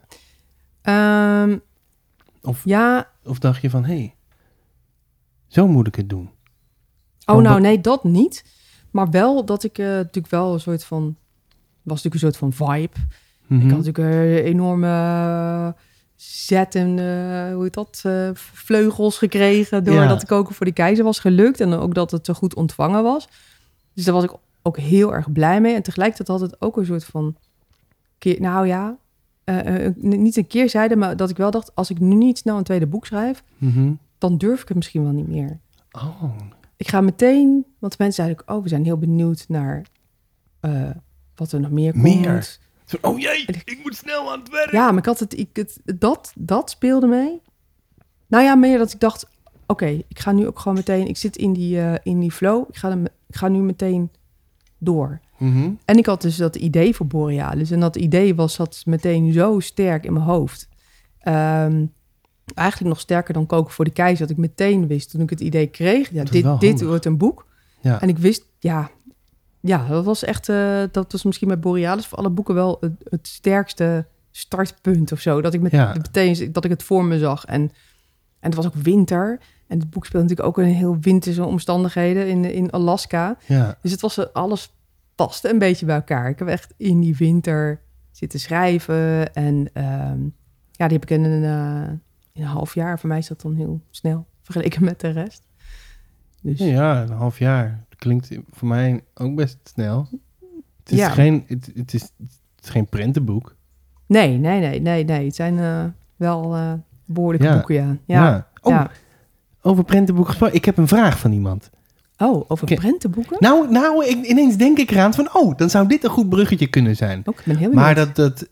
Um,
of,
ja.
Of dacht je van, hé, hey, zo moet ik het doen?
Oh, nou nee, dat niet. Maar wel dat ik uh, natuurlijk wel een soort van... was natuurlijk een soort van vibe. Mm-hmm. Ik had natuurlijk een enorme... Uh, zet en uh, hoe heet dat, uh, vleugels gekregen doordat ja. ik Koken voor de Keizer was gelukt en ook dat het zo goed ontvangen was. Dus daar was ik ook heel erg blij mee. En tegelijkertijd had het ook een soort van keer, nou ja, uh, uh, niet een keerzijde, maar dat ik wel dacht, als ik nu niet snel een tweede boek schrijf, mm-hmm. dan durf ik het misschien wel niet meer.
Oh.
Ik ga meteen, want mensen zeiden ook, oh, we zijn heel benieuwd naar uh, wat er nog meer komt.
Meer. Oh jee, ik moet snel aan het werk.
Ja, maar ik had het, ik, het dat, dat speelde mee. Nou ja, meer dat ik dacht, oké, okay, ik ga nu ook gewoon meteen, ik zit in die, uh, in die flow, ik ga, de, ik ga nu meteen door. Mm-hmm. En ik had dus dat idee voor Borealis. En dat idee was zat meteen zo sterk in mijn hoofd. Um, eigenlijk nog sterker dan Koken voor de Keizer, dat ik meteen wist toen ik het idee kreeg, ja, dit, dit wordt een boek. Ja. En ik wist, ja... Ja, dat was echt, uh, dat was misschien bij Borealis voor alle boeken wel het, het sterkste startpunt of zo. Dat ik met, ja. meteen, dat ik het voor me zag. En, en het was ook winter. En het boek speelt natuurlijk ook in heel winterse omstandigheden in, in Alaska. Ja. Dus het was, alles paste een beetje bij elkaar. Ik heb echt in die winter zitten schrijven. En um, ja, die heb ik in een, uh, in een half jaar. Voor mij is dat dan heel snel vergeleken met de rest.
Dus. Ja, een half jaar. Klinkt voor mij ook best snel. Het is, ja. geen, het, het is, het is geen prentenboek.
Nee, nee, nee, nee, nee. Het zijn uh, wel uh, behoorlijke
ja.
boeken, ja. ja.
ja. Oh, ja. Over prentenboeken gesproken. Ik heb een vraag van iemand.
Oh, over okay. prentenboeken?
Nou, nou ik, ineens denk ik eraan van... oh, dan zou dit een goed bruggetje kunnen zijn.
Ook, ik ben heel
maar dat, dat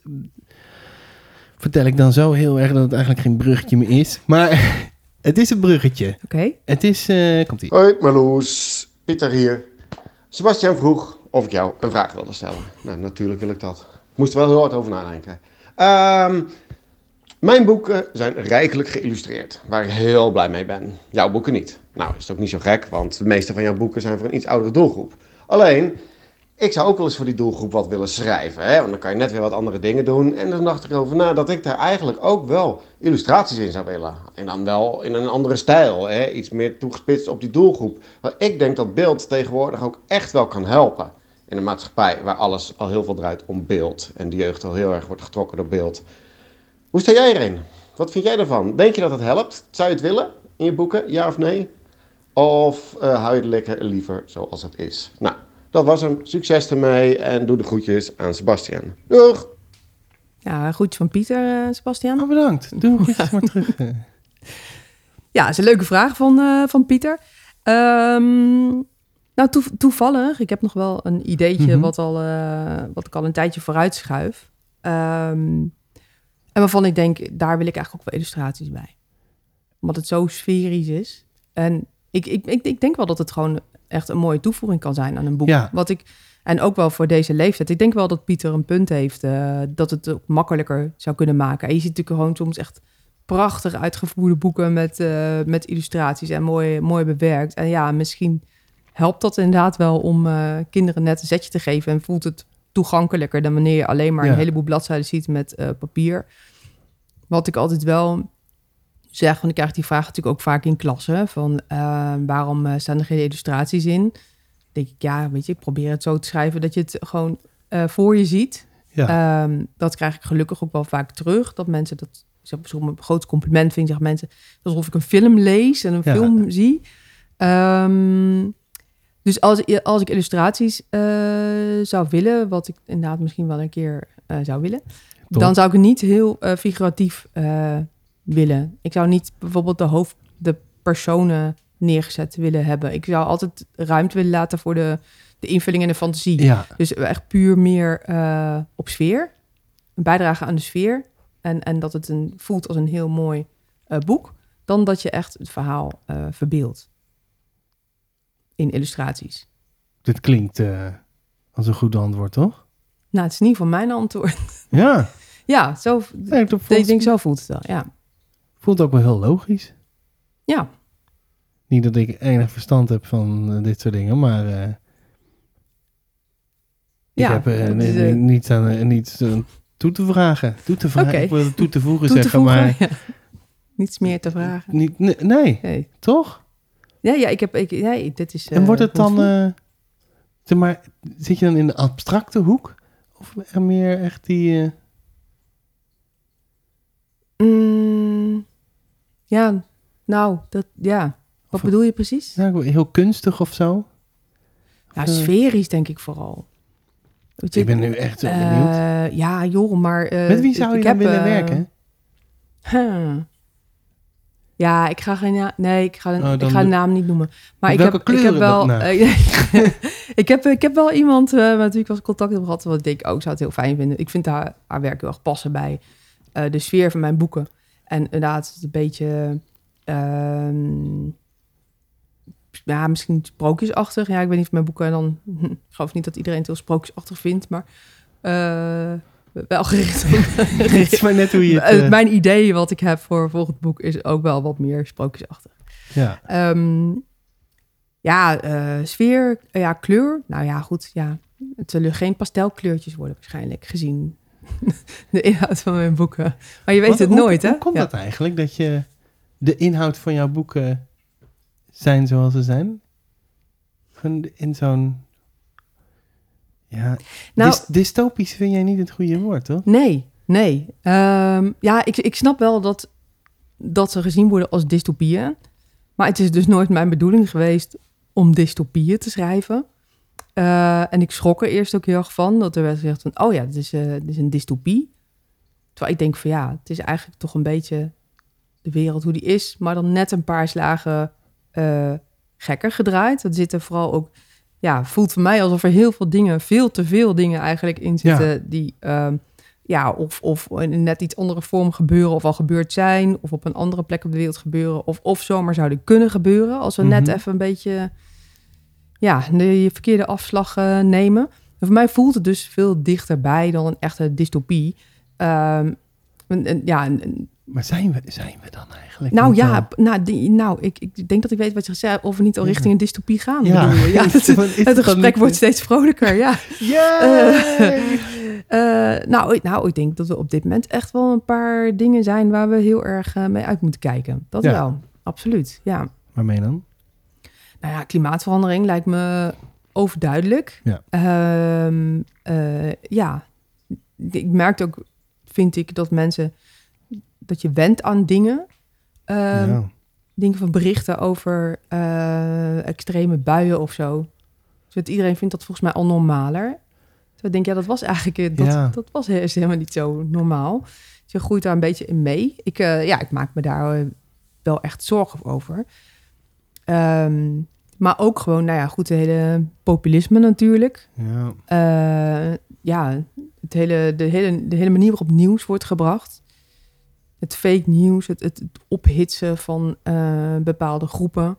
vertel ik dan zo heel erg dat het eigenlijk geen bruggetje meer is. Maar het is een bruggetje.
Oké. Okay.
Het is... Uh, komt-ie.
Hoi, Marloes. Pieter hier. Sebastian vroeg of ik jou een vraag wilde stellen. Nou, natuurlijk wil ik dat. Ik moest er wel heel hard over nadenken. Um, mijn boeken zijn rijkelijk geïllustreerd, waar ik heel blij mee ben. Jouw boeken niet. Nou, is het ook niet zo gek, want de meeste van jouw boeken zijn voor een iets oudere doelgroep. Alleen, ik zou ook wel eens voor die doelgroep wat willen schrijven, hè? Want dan kan je net weer wat andere dingen doen. En dan dacht ik erover na dat ik daar eigenlijk ook wel illustraties in zou willen. En dan wel in een andere stijl, hè? Iets meer toegespitst op die doelgroep. Want ik denk dat beeld tegenwoordig ook echt wel kan helpen. In een maatschappij waar alles al heel veel draait om beeld. En de jeugd al heel erg wordt getrokken door beeld. Hoe sta jij erin? Wat vind jij ervan? Denk je dat het helpt? Zou je het willen in je boeken? Ja of nee? Of uh, hou je het lekker liever zoals het is? Nou, dat was hem. Succes ermee en doe de groetjes aan Sebastian. Doeg!
Ja, groetjes van Pieter, uh, Sebastian.
Oh, bedankt. Doe nog iets maar terug.
Ja, dat is een leuke vraag van, uh, van Pieter. Um, nou, toe, toevallig, ik heb nog wel een ideetje mm-hmm. wat, al, uh, wat ik al een tijdje vooruit schuif. Um, en waarvan ik denk, daar wil ik eigenlijk ook wel illustraties bij. Omdat het zo sferisch is. En ik, ik, ik, ik denk wel dat het gewoon echt een mooie toevoeging kan zijn aan een boek.
Ja.
Wat ik, en ook wel voor deze leeftijd. Ik denk wel dat Pieter een punt heeft, uh, dat het ook makkelijker zou kunnen maken. En je ziet natuurlijk gewoon soms echt prachtig uitgevoerde boeken met, uh, met illustraties en mooi, mooi bewerkt. En ja, misschien helpt dat inderdaad wel om uh, kinderen net een zetje te geven en voelt het toegankelijker dan wanneer je alleen maar ja. een heleboel bladzijden ziet met uh, papier. Wat ik altijd wel zeg, want ik krijg die vraag natuurlijk ook vaak in klassen, van uh, waarom uh, staan er geen illustraties in? Dan denk ik, ja, weet je, ik probeer het zo te schrijven dat je het gewoon uh, voor je ziet. Ja. Um, dat krijg ik gelukkig ook wel vaak terug, dat mensen dat, ik zeg, een groot compliment vind, zeggen mensen, alsof ik een film lees en een ja. film zie. Um, dus als, als ik illustraties uh, zou willen, wat ik inderdaad misschien wel een keer uh, zou willen, Top. dan zou ik het niet heel uh, figuratief uh, willen. Ik zou niet bijvoorbeeld de hoofd, de personen neergezet willen hebben. Ik zou altijd ruimte willen laten voor de, de invulling en de fantasie.
Ja.
Dus echt puur meer uh, op sfeer. Een bijdrage aan de sfeer. En, en dat het een, voelt als een heel mooi uh, boek. Dan dat je echt het verhaal uh, verbeeldt. In illustraties.
Dit klinkt uh, als een goed antwoord, toch?
Nou, het is in ieder geval mijn antwoord.
Ja.
Ja, zo,
nee, voelt,
ik denk zo voelt het wel, ja.
Voelt ook wel heel logisch.
Ja.
Niet dat ik enig verstand heb van uh, dit soort dingen, maar... Uh,
ja,
ik heb uh,
is,
uh,
uh,
niets aan uh, niets uh, toe te vragen. Toe te vragen.
Okay.
Ik wil toe te voegen
toe te
zeggen,
voegen,
maar...
Ja. Niets meer te vragen.
Niet, nee, nee,
nee,
toch?
Ja, ja, ik heb... Ik, nee, dit is... Uh,
en wordt het dan... Uh, zeg maar, zit je dan in de abstracte hoek? Of er meer echt die... Uh...
Mm, ja, nou, dat... Ja. Wat of, bedoel je precies?
Ja, heel kunstig of zo?
Ja, sferisch denk ik vooral.
Je, ik ben nu echt zo benieuwd.
Uh, ja, joh, maar... Uh,
Met wie zou je
ik
dan
heb,
willen
uh,
werken?
Huh. Ja, ik ga geen naam... Nee, ik ga, een,
oh,
ik ga de naam niet noemen. Maar ik
welke
heb, ik heb wel...
Nou?
Uh, ik, heb, ik heb wel iemand uh, met wie ik wel contact heb gehad... wat ik denk, oh, ik zou het heel fijn vinden. Ik vind haar, haar werk heel erg passen bij uh, de sfeer van mijn boeken. En inderdaad, het is een beetje... Uh, ja, misschien sprookjesachtig. Ja, ik weet niet of mijn boeken dan... Ik geloof niet dat iedereen het heel sprookjesachtig vindt, maar... Uh, wel gericht op...
Het is maar net hoe je het... Uh...
Mijn idee wat ik heb voor volgend boek is ook wel wat meer sprookjesachtig.
Ja.
Um, ja, uh, sfeer, uh, ja, kleur. Nou ja, goed, ja. Het zullen geen pastelkleurtjes worden waarschijnlijk, gezien de inhoud van mijn boeken. Maar je weet wat, het
hoe,
nooit,
hoe,
hè?
Hoe komt
ja.
dat eigenlijk, dat je de inhoud van jouw boeken zijn zoals ze zijn? In zo'n... Ja,
nou,
Dys- dystopisch vind jij niet het goede woord, toch?
Nee, nee. Um, ja, ik, ik snap wel dat, dat ze gezien worden als dystopieën. Maar het is dus nooit mijn bedoeling geweest om dystopieën te schrijven. Uh, en ik schrok er eerst ook heel erg van. Dat er werd gezegd van, oh ja, dit is, uh, dit is een dystopie. Terwijl ik denk van ja, het is eigenlijk toch een beetje de wereld hoe die is. Maar dan net een paar slagen uh, gekker gedraaid. Dat zit er vooral ook... Ja, voelt voor mij alsof er heel veel dingen, veel te veel dingen eigenlijk in zitten... Ja. die uh, ja, of, of in net iets andere vorm gebeuren of al gebeurd zijn... of op een andere plek op de wereld gebeuren... of, of zomaar zouden kunnen gebeuren... als we mm-hmm. net even een beetje ja, de verkeerde afslag uh, nemen. En voor mij voelt het dus veel dichterbij dan een echte dystopie. Um, en, en, ja, en,
maar zijn we, zijn we dan eigenlijk?
Nou ja, nou, die, nou ik, ik denk dat ik weet wat je gezegd hebt... of we niet al richting een dystopie gaan.
Ja,
je? ja het, het, het gesprek wordt steeds vrolijker, ja.
Yeah.
Uh, uh, nou, nou, ik denk dat we op dit moment echt wel een paar dingen zijn... waar we heel erg uh, mee uit moeten kijken. Dat ja. wel, absoluut, ja.
Waarmee dan?
Nou ja, klimaatverandering lijkt me overduidelijk.
Ja,
uh, uh, ja. Ik merkte ook, vind ik, dat mensen... dat je went aan dingen. Uh, ja. Dingen van berichten over uh, extreme buien of zo. Dus iedereen vindt dat volgens mij al normaler. Dus ik denk, ja, dat was eigenlijk... Dat, ja. dat was helemaal niet zo normaal. Dus je groeit daar een beetje in mee. Ik, uh, ja, ik maak me daar uh, wel echt zorgen over. Um, maar ook gewoon, nou ja, goed, het hele populisme natuurlijk.
Ja,
uh, ja het hele, de, hele, de hele manier waarop nieuws wordt gebracht... Het fake nieuws, het, het ophitsen van uh, bepaalde groepen.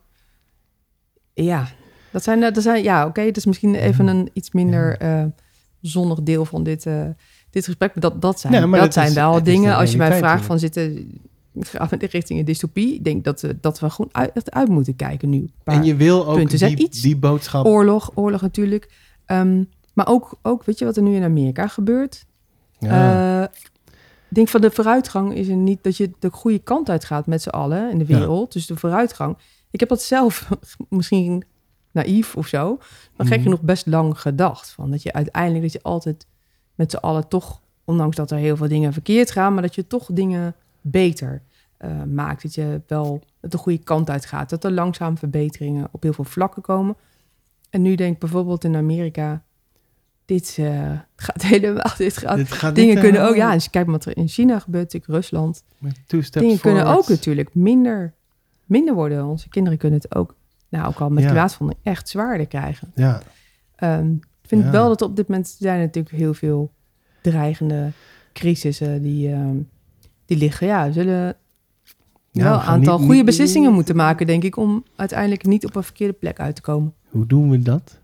Ja, dat zijn, dat zijn ja, oké, okay, dat is misschien even een iets minder uh, zonnig deel van dit, uh, dit gesprek. Maar dat, dat zijn, ja, maar dat, dat zijn is, wel dingen, als je mij vraagt van zitten richting een dystopie. Ik denk dat, uh, dat we gewoon uit, uit moeten kijken nu.
En je wil ook
punten.
die, iets, die boodschap...
Oorlog, oorlog natuurlijk. Um, maar ook, ook, weet je wat er nu in Amerika gebeurt? Ja. Uh, Ik denk van de vooruitgang is er niet dat je de goede kant uit gaat met z'n allen in de wereld. Ja. Dus de vooruitgang. Ik heb dat zelf misschien naïef of zo, maar gek genoeg best lang gedacht. Van dat je uiteindelijk dat je altijd met z'n allen toch, ondanks dat er heel veel dingen verkeerd gaan, maar dat je toch dingen beter uh, maakt. Dat je wel de goede kant uit gaat. Dat er langzaam verbeteringen op heel veel vlakken komen. En nu denk ik bijvoorbeeld in Amerika... Dit uh, gaat helemaal... Dit gaat, dit gaat dingen kunnen ook... Ja, en kijk wat er in China gebeurt, in Rusland. Dingen kunnen ook natuurlijk minder minder worden. Onze kinderen kunnen het ook, nou ook al met
Ja.
klimaatverandering, echt zwaarder krijgen.
Ja.
Um, ik vind
Ja.
wel dat op dit moment zijn er natuurlijk heel veel dreigende crisissen die, um, die liggen. Ja, we zullen
Ja,
wel
we
een
gaan
aantal
niet-
goede
niet-
beslissingen moeten maken, denk ik, om uiteindelijk niet op een verkeerde plek uit te komen.
Hoe doen we dat?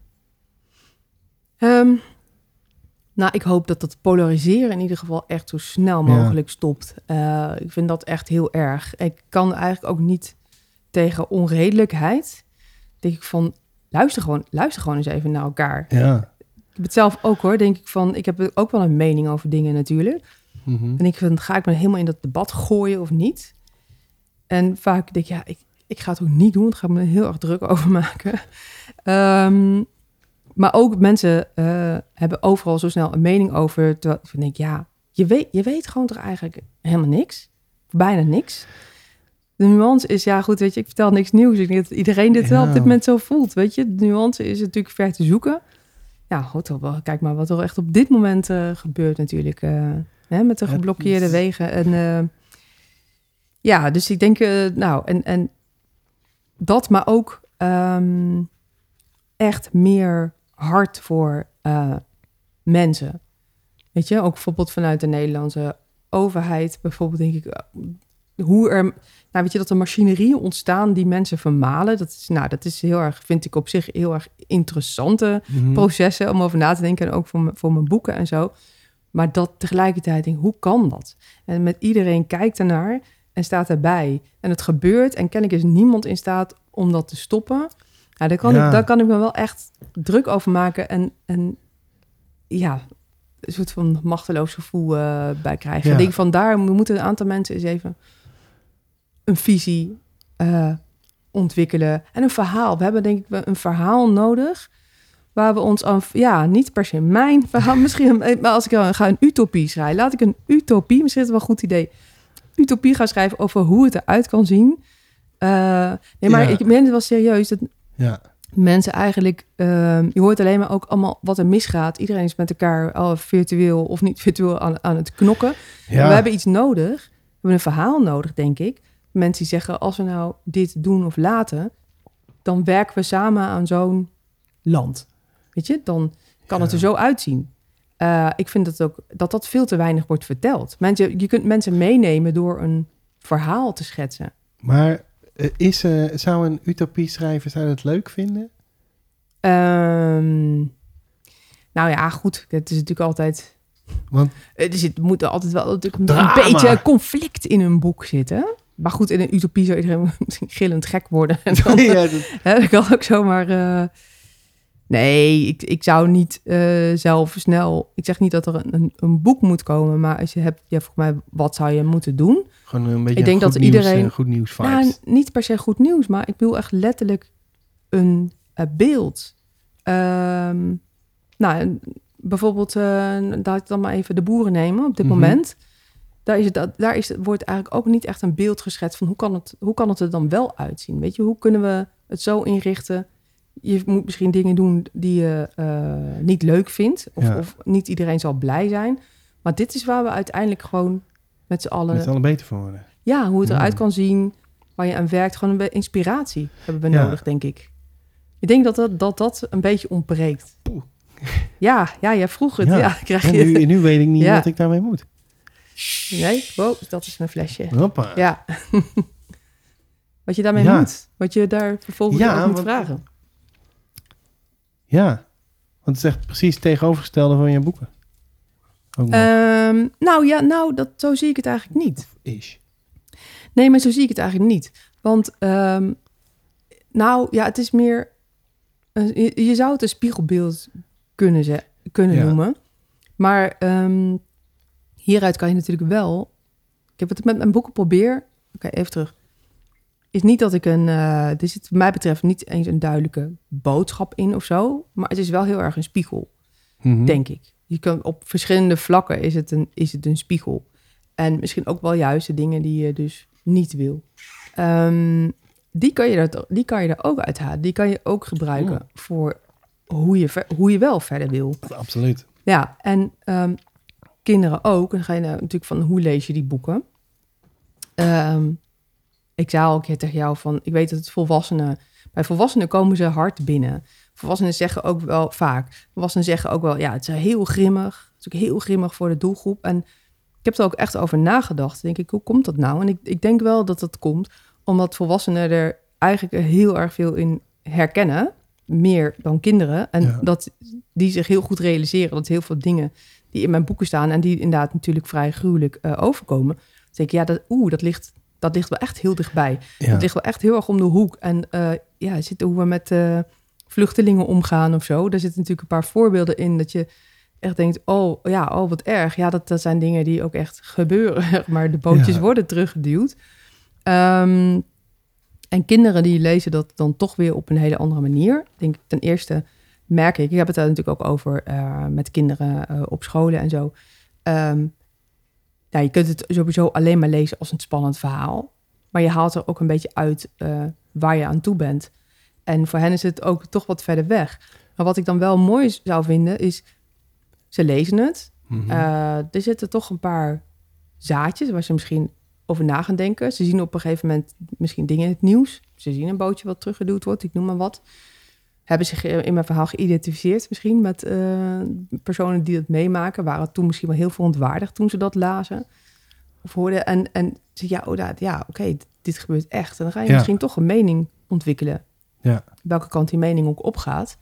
Um, nou, ik hoop dat dat polariseren in ieder geval echt zo snel mogelijk ja. stopt. Uh, ik vind dat echt heel erg. Ik kan eigenlijk ook niet tegen onredelijkheid. Denk ik van, luister gewoon, luister gewoon eens even naar elkaar.
Ja.
Ik heb het zelf ook hoor, denk ik van, ik heb ook wel een mening over dingen natuurlijk.
Mm-hmm.
En ik vind, ga ik me helemaal in dat debat gooien of niet? En vaak denk ik, ja, ik, ik ga het ook niet doen. Daar ga ik me er heel erg druk over maken. Um, maar ook mensen uh, hebben overal zo snel een mening over. Terwijl ik denk, ja, je weet, je weet gewoon toch eigenlijk helemaal niks? Bijna niks. De nuance is, ja goed, weet je, ik vertel niks nieuws. Ik denk dat iedereen dit ja. wel op dit moment zo voelt, weet je. De nuance is natuurlijk ver te zoeken. Ja, goed, kijk maar wat er echt op dit moment uh, gebeurt natuurlijk. Uh, hè, met de geblokkeerde is... wegen. En uh, ja, dus ik denk, uh, nou, en, en dat, maar ook um, echt meer hart voor uh, mensen. Weet je, ook bijvoorbeeld vanuit de Nederlandse overheid. Bijvoorbeeld denk ik, uh, hoe er, nou weet je, dat er machinerieën ontstaan die mensen vermalen. Dat is, nou, dat is heel erg, vind ik op zich heel erg interessante mm-hmm. processen om over na te denken. En ook voor, m- voor mijn boeken en zo. Maar dat tegelijkertijd denk ik, hoe kan dat? En met iedereen kijkt ernaar en staat erbij. En het gebeurt en kennelijk is niemand in staat om dat te stoppen. Nou, daar kan, ja. ik, daar kan ik me wel echt druk over maken. En, en ja, een soort van machteloos gevoel uh, bij krijgen. Ja. Ik denk van daar moeten een aantal mensen eens even een visie uh, ontwikkelen. En een verhaal. We hebben denk ik een verhaal nodig waar we ons aan... Ja, niet per se mijn verhaal. Misschien, maar als ik dan ga een utopie schrijven, laat ik een utopie, misschien is het wel een goed idee, utopie gaan schrijven over hoe het eruit kan zien. Uh, nee, maar ja. ik meen het wel serieus. Dat
ja.
mensen eigenlijk... Uh, je hoort alleen maar ook allemaal wat er misgaat. Iedereen is met elkaar al virtueel of niet virtueel aan, aan het knokken. Ja. We hebben iets nodig. We hebben een verhaal nodig, denk ik. Mensen die zeggen, als we nou dit doen of laten, dan werken we samen aan zo'n land. Weet je, dan kan ja. het er zo uitzien. Uh, ik vind dat ook dat dat veel te weinig wordt verteld. Mensen, je kunt mensen meenemen door een verhaal te schetsen.
Maar is, uh, zou een utopie schrijver zou dat leuk vinden?
Um, nou ja, goed. Het is natuurlijk altijd...
Want,
er zit, moet altijd wel natuurlijk een beetje conflict in een boek zitten. Maar goed, in een utopie zou iedereen misschien gillend gek worden. En dan, ja, dat... Hè, dat kan ook zomaar... Uh, nee, ik, ik zou niet uh, zelf snel... Ik zeg niet dat er een, een, een boek moet komen. Maar als je hebt... Ja, volgens mij, wat zou je moeten doen?
Gewoon een beetje
ik denk
goed
dat
nieuws,
iedereen,
uh, goed nieuws vibes.
Nou, niet per se goed nieuws. Maar ik bedoel echt letterlijk een uh, beeld. Um, nou, bijvoorbeeld... Uh, laat ik dan maar even de boeren nemen op dit mm-hmm. moment... Daar, is het, daar is het, wordt eigenlijk ook niet echt een beeld geschetst van hoe kan, het, hoe kan het er dan wel uitzien? Weet je, hoe kunnen we het zo inrichten? Je moet misschien dingen doen die je uh, niet leuk vindt. Of, ja. of niet iedereen zal blij zijn. Maar dit is waar we uiteindelijk gewoon met z'n allen...
Met z'n allen beter voor worden.
Ja, hoe het eruit ja. kan zien, waar je aan werkt. Gewoon een inspiratie hebben we ja. nodig, denk ik. Ik denk dat dat, dat, dat een beetje ontbreekt. Poeh. Ja, ja, jij vroeg het. Ja. Ja, krijg je...
En nu, nu weet ik niet ja. wat ik daarmee moet.
Nee, wow, dat is mijn flesje.
Hoppa.
Ja. Wat je daarmee ja. moet. Wat je daar vervolgens ja, ook moet want, vragen.
Ja, want het is echt precies het tegenovergestelde van je boeken.
Um, nou ja, nou, dat, zo zie ik het eigenlijk niet.
Of is.
Nee, maar zo zie ik het eigenlijk niet. Want, um, nou ja, het is meer... Uh, je, je zou het een spiegelbeeld kunnen, ze, kunnen ja. noemen. Maar... Um, hieruit kan je natuurlijk wel... Ik heb het met mijn boeken probeer... Oké, okay, even terug. Is niet dat ik een... Uh, er zit wat mij betreft niet eens een duidelijke boodschap in of zo. Maar het is wel heel erg een spiegel, mm-hmm. denk ik. Je kan, op verschillende vlakken is het, een, is het een spiegel. En misschien ook wel juist de dingen die je dus niet wil. Um, die, kan je er, die kan je er ook uithalen. Die kan je ook gebruiken mm. voor hoe je, ver, hoe je wel verder wil.
Absoluut.
Ja, en... Um, kinderen ook. En dan ga je nou natuurlijk van hoe lees je die boeken. Um, ik zei al een keer tegen jou van... ik weet dat het volwassenen... bij volwassenen komen ze hard binnen. Volwassenen zeggen ook wel vaak... volwassenen zeggen ook wel... ja, het is heel grimmig. Het is ook heel grimmig voor de doelgroep. En ik heb er ook echt over nagedacht. Denk ik, hoe komt dat nou? En ik, ik denk wel dat dat komt... omdat volwassenen er eigenlijk heel erg veel in herkennen... meer dan kinderen. En ja. dat die zich heel goed realiseren... dat heel veel dingen die in mijn boeken staan... en die inderdaad natuurlijk vrij gruwelijk uh, overkomen... dan denk ik, ja, dat, oeh, dat ligt... dat ligt wel echt heel dichtbij. Ja. Dat ligt wel echt heel erg om de hoek. En uh, ja, zitten hoe we met uh, vluchtelingen omgaan of zo. Daar zitten natuurlijk een paar voorbeelden in... dat je echt denkt, oh, ja, oh wat erg. Ja, dat, dat zijn dingen die ook echt gebeuren. Maar de bootjes ja. worden teruggeduwd. Um, en kinderen die lezen dat dan toch weer op een hele andere manier. Ik denk, ten eerste merk ik... ik heb het daar natuurlijk ook over uh, met kinderen uh, op scholen en zo... Um, Ja, je kunt het sowieso alleen maar lezen als een spannend verhaal. Maar je haalt er ook een beetje uit uh, waar je aan toe bent. En voor hen is het ook toch wat verder weg. Maar wat ik dan wel mooi zou vinden is... ze lezen het. Mm-hmm. Uh, er zitten toch een paar zaadjes waar ze misschien over na gaan denken. Ze zien op een gegeven moment misschien dingen in het nieuws. Ze zien een bootje wat teruggeduwd wordt, ik noem maar wat. Hebben zich in mijn verhaal geïdentificeerd misschien met uh, personen die dat meemaken. Waren toen misschien wel heel verontwaardigd toen ze dat lazen. Of hoorden. En, en ze ja, oh, dat, ja oké, okay, dit gebeurt echt. En dan ga je ja. misschien toch een mening ontwikkelen. Ja. Welke kant die mening ook opgaat.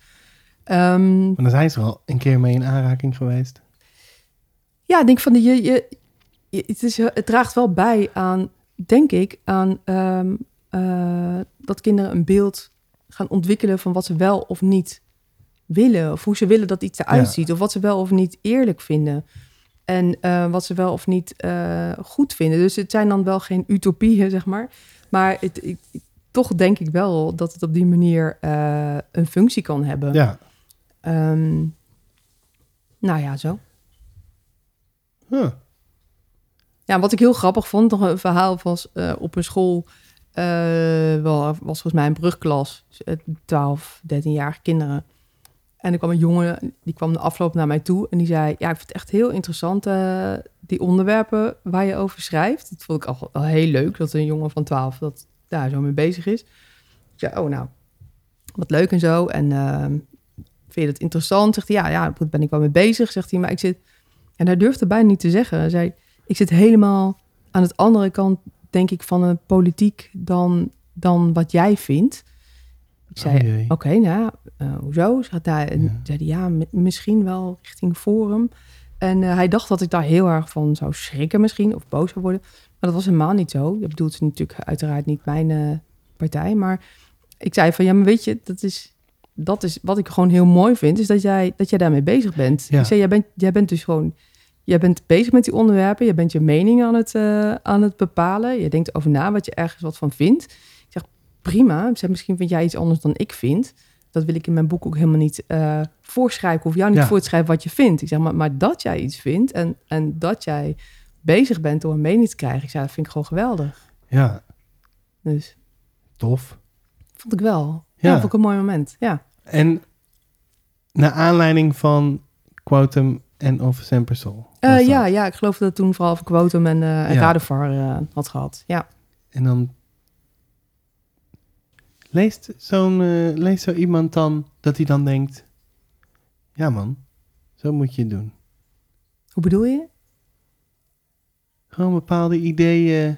Um,
maar dan zijn ze al een keer mee in aanraking geweest.
Ja, ik denk van, je, je, je, het, is, het draagt wel bij aan, denk ik, aan um, uh, dat kinderen een beeld... gaan ontwikkelen van wat ze wel of niet willen. Of hoe ze willen dat iets eruit ja. ziet. Of wat ze wel of niet eerlijk vinden. En uh, wat ze wel of niet uh, goed vinden. Dus het zijn dan wel geen utopieën, zeg maar. Maar het, ik, toch denk ik wel dat het op die manier uh, een functie kan hebben.
Ja.
Um, nou ja, zo.
Huh.
Ja, wat ik heel grappig vond, nog een verhaal was uh, op een school... Uh, wel, was volgens mij een brugklas, twaalf, dertienjarige kinderen. En er kwam een jongen, die kwam de afloop naar mij toe en die zei... ja, ik vind het echt heel interessant, uh, die onderwerpen waar je over schrijft. Dat vond ik al, al heel leuk, dat een jongen van twaalf dat daar zo mee bezig is. Ik zei, oh nou, wat leuk en zo. En uh, vind je dat interessant? Zegt hij, ja, ja, daar ben ik wel mee bezig. Zegt hij, maar ik zit... En hij durfde bijna niet te zeggen. Hij zei, ik zit helemaal aan het andere kant... denk ik, van een politiek dan, dan wat jij vindt. Ik zei, oh oké, okay, nou, uh, hoezo? Ze daar, ja. zei hij, ja, m- misschien wel richting Forum. En uh, hij dacht dat ik daar heel erg van zou schrikken misschien, of boos zou worden. Maar dat was helemaal niet zo. Je bedoelt het natuurlijk uiteraard niet mijn uh, partij. Maar ik zei van, ja, maar weet je, dat is, dat is wat ik gewoon heel mooi vind, is dat jij, dat jij daarmee bezig bent. Ja. Ik zei, jij bent, jij bent dus gewoon... Jij bent bezig met die onderwerpen. Je bent je mening aan het, uh, aan het bepalen. Je denkt over na wat je ergens wat van vindt. Ik zeg, prima. Ik zeg, misschien vind jij iets anders dan ik vind. Dat wil ik in mijn boek ook helemaal niet uh, voorschrijven. Ik hoef jou niet ja. voor te schrijven wat je vindt. Ik zeg, maar, maar dat jij iets vindt... En, en dat jij bezig bent om een mening te krijgen... Ik zeg, dat vind ik gewoon geweldig.
Ja.
Dus.
Tof.
Vond ik wel. Ja, ja vond ik een mooi moment. Ja.
En naar aanleiding van Quotum... en of Sempersol?
Uh, ja, ja, ik geloof dat het toen vooral over Quotum en, uh, en ja. Radovar uh, had gehad. Ja.
En dan leest, zo'n, uh, leest zo iemand dan dat hij dan denkt... Ja man, zo moet je het doen.
Hoe bedoel je?
Gewoon bepaalde ideeën...